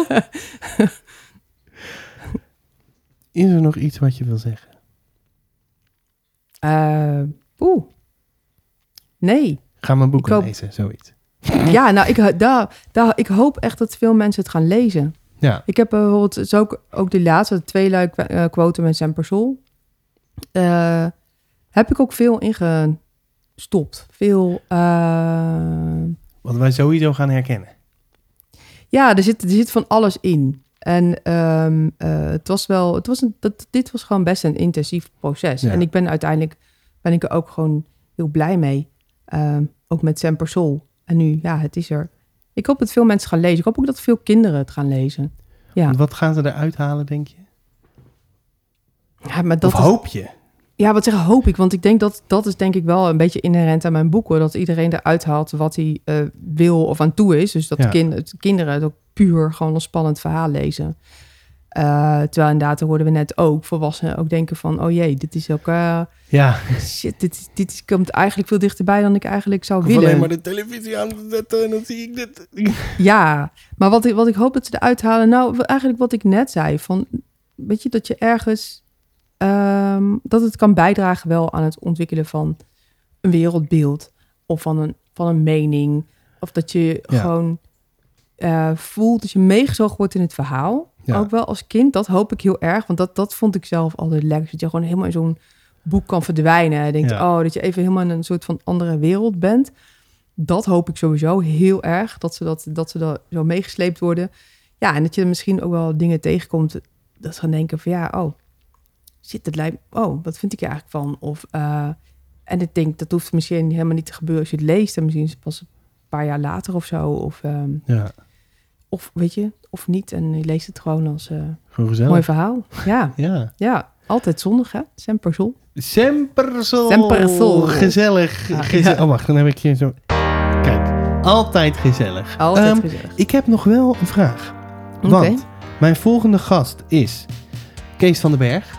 Is er nog iets wat je wil zeggen?
Uh, Oeh. Nee.
Ga mijn boeken
hoop...
lezen, zoiets.
Ja, nou, ik, daar, daar, ik hoop echt dat veel mensen het gaan lezen.
Ja.
Ik heb bijvoorbeeld dus ook, ook de laatste twee luik uh, quoten met Semper Sol. Uh, heb ik ook veel ingestopt. Veel... Uh...
Wat wij sowieso gaan herkennen.
Ja, er zit, er zit van alles in. En um, uh, het was wel... Het was een, dat, dit was gewoon best een intensief proces.
Ja.
En ik ben uiteindelijk... ben ik er ook gewoon heel blij mee. Um, ook met Semper Sol. En nu, ja, het is er. Ik hoop dat veel mensen gaan lezen. Ik hoop ook dat veel kinderen het gaan lezen. Ja.
Wat gaan ze eruit halen, denk je?
Ja, maar dat
of
is,
hoop je?
Ja, wat zeggen hoop ik. Want ik denk dat dat is denk ik wel een beetje inherent aan mijn boek. Hoor. Dat iedereen eruit haalt wat hij uh, wil of aan toe is. Dus dat
Ja.
de kind, de kinderen het ook puur gewoon een spannend verhaal lezen. Uh, terwijl inderdaad, daar hoorden we net ook, volwassenen ook denken van... oh jee, dit is ook... Uh,
ja.
Shit, dit, is, dit is, komt eigenlijk veel dichterbij dan ik eigenlijk zou
of
willen.
alleen maar de televisie aan te zetten en dan zie ik dit.
Ja, maar wat ik, wat ik hoop dat ze eruit halen... nou, eigenlijk wat ik net zei, van... weet je, dat je ergens... Um, dat het kan bijdragen wel aan het ontwikkelen van een wereldbeeld... of van een, van een mening. Of dat je
ja.
gewoon uh, voelt dat je meegezogen wordt in het verhaal... Ja. Ook wel als kind, dat hoop ik heel erg. Want dat, dat vond ik zelf altijd lekker. Dat je gewoon helemaal in zo'n boek kan verdwijnen. En denkt, ja. oh, dat je even helemaal in een soort van andere wereld bent. Dat hoop ik sowieso heel erg. Dat ze dat, dat ze dat zo meegesleept worden. Ja, en dat je misschien ook wel dingen tegenkomt. Dat ze gaan denken van ja, oh, shit, dat lijkt oh, wat vind ik er eigenlijk van? Of, uh, en ik denk, dat hoeft misschien helemaal niet te gebeuren als je het leest. En misschien pas een paar jaar later of zo. Of, um,
ja.
Of weet je, of niet. En je leest het gewoon als uh,
gewoon
mooi verhaal. Ja.
ja.
Ja, altijd zondag, hè? Semper Sol.
Semper Sol.
Semper Sol.
Gezellig.
Ja,
Gezellig.
ja.
Oh, wacht, dan heb ik je zo... Kijk, altijd gezellig.
Altijd
um,
gezellig.
Ik heb nog wel een vraag.
Okay.
Want mijn volgende gast is Kees van den Berg.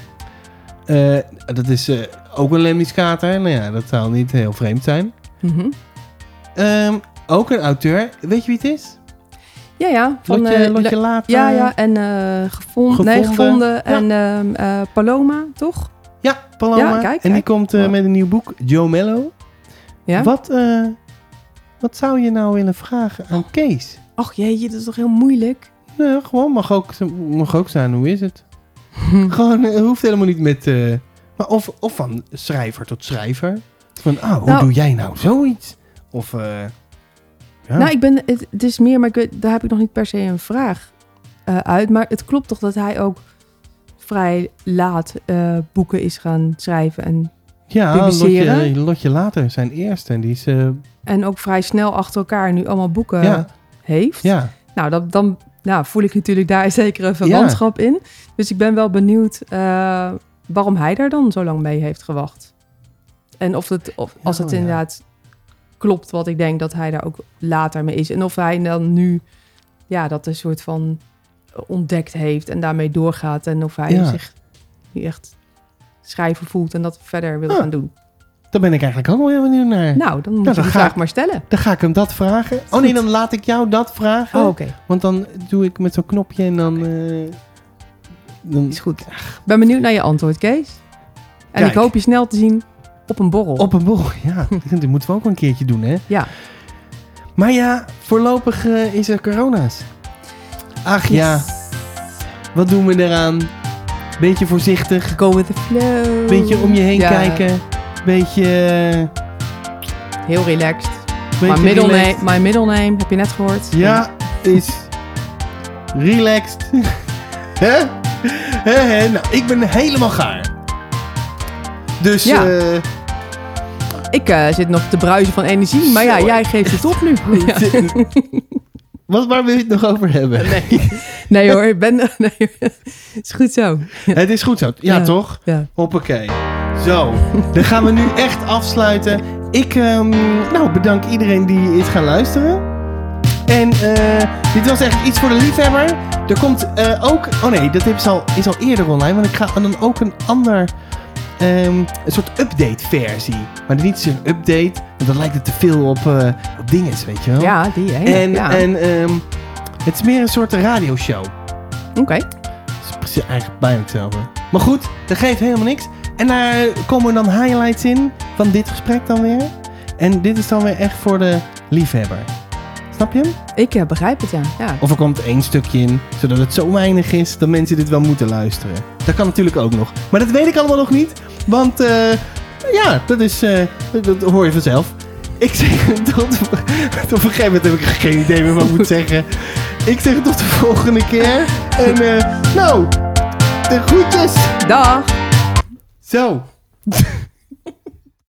Uh, dat is uh, ook een lemniskater. Nou ja, dat zou niet heel vreemd zijn.
Mm-hmm.
Um, ook een auteur. Weet je wie het is?
Ja, ja. Van,
Lotje,
uh,
Lotje Later.
Ja, ja. En uh, gevond, gevonden. Nee, gevonden. Ja. En uh, uh, Paloma, toch?
Ja, Paloma.
Ja, kijk,
en die
kijk.
komt uh,
oh.
met een nieuw boek, Joe Mello.
Ja?
Wat, uh, wat zou je nou willen vragen aan Kees?
Ach jeetje, dat is toch heel moeilijk?
Nee, gewoon mag ook, mag ook zijn, hoe is het? Gewoon, het hoeft helemaal niet met... Uh, maar of, of van schrijver tot schrijver. Van, ah, hoe nou, doe jij nou zoiets? Of... Uh,
Ja. Nou, ik ben, het, het is meer, maar ik weet, daar heb ik nog niet per se een vraag uh, uit. Maar het klopt toch dat hij ook vrij laat uh, boeken is gaan schrijven en
ja,
publiceren.
Lotje, Lotje Later, zijn eerste. En, die is, uh...
en ook vrij snel achter elkaar nu allemaal boeken
ja.
heeft.
Ja.
Nou, dat, dan nou, voel ik natuurlijk daar zeker een verwantschap ja. in. Dus ik ben wel benieuwd uh, waarom hij daar dan zo lang mee heeft gewacht. En of het, of, als het oh, inderdaad... Ja. klopt wat ik denk dat hij daar ook later mee is. En of hij dan nu ja, dat een soort van ontdekt heeft en daarmee doorgaat. En of hij ja. zich nu echt schrijver voelt en dat verder wil ah, gaan doen.
Daar ben ik eigenlijk ook wel heel benieuwd naar.
Nou, dan moet nou, je die vraag
ik,
maar stellen.
Dan ga ik hem dat vragen. Oh nee, dan laat ik jou dat vragen.
Oh, oké. Okay.
Want dan doe ik met zo'n knopje en dan... Uh,
dan... Is goed. Ik ben benieuwd naar je antwoord, Kees. En Kijk. ik hoop je snel te zien... Op een borrel.
Op een borrel, ja. Dat moeten we ook een keertje doen, hè?
Ja.
Maar ja, voorlopig uh, is er corona's. Ach yes. ja. Wat doen we eraan? Beetje voorzichtig.
Go with the flow.
Beetje om je heen ja. kijken. Beetje... Uh,
Heel relaxed. Beetje my, middle relaxed. Name, my middle name, heb je net gehoord?
Ja, is... relaxed. Hè? Hè, hè? Nou, ik ben helemaal gaar. Dus, ja. uh,
Ik uh, zit nog te bruisen van energie, maar ja, jij geeft het op nu. Ja.
Wat, waar wil je het nog over hebben?
Nee, nee hoor, ik ben... Nee, het is goed zo. Ja.
Het is goed zo, ja, ja. toch?
Ja.
Hoppakee. Zo, dan gaan we nu echt afsluiten. Ik um, nou, bedank iedereen die is gaan luisteren. En uh, dit was echt iets voor de liefhebber. Er komt uh, ook... Oh nee, dat is al, is al eerder online. Want ik ga dan ook een ander... Um, een soort update versie. Maar niet zo'n update. Want dan lijkt het te veel op, uh, op dinges, weet je wel.
Ja, die hè.
En,
ja.
en um, het is meer een soort radioshow.
Oké. Okay.
Het is eigenlijk bijna hetzelfde. Maar goed, dat geeft helemaal niks. En daar komen dan highlights in van dit gesprek dan weer. En dit is dan weer echt voor de liefhebber. Snap je hem?
Ik uh, begrijp het, ja. ja.
Of er komt één stukje in, zodat het zo weinig is dat mensen dit wel moeten luisteren. Dat kan natuurlijk ook nog. Maar dat weet ik allemaal nog niet. Want uh, ja, dat is, uh, dat, dat hoor je vanzelf. Ik zeg tot... Op een gegeven moment heb ik geen idee meer wat ik moet zeggen. Ik zeg tot de volgende keer. En uh, nou, de groetjes.
Dag.
Zo.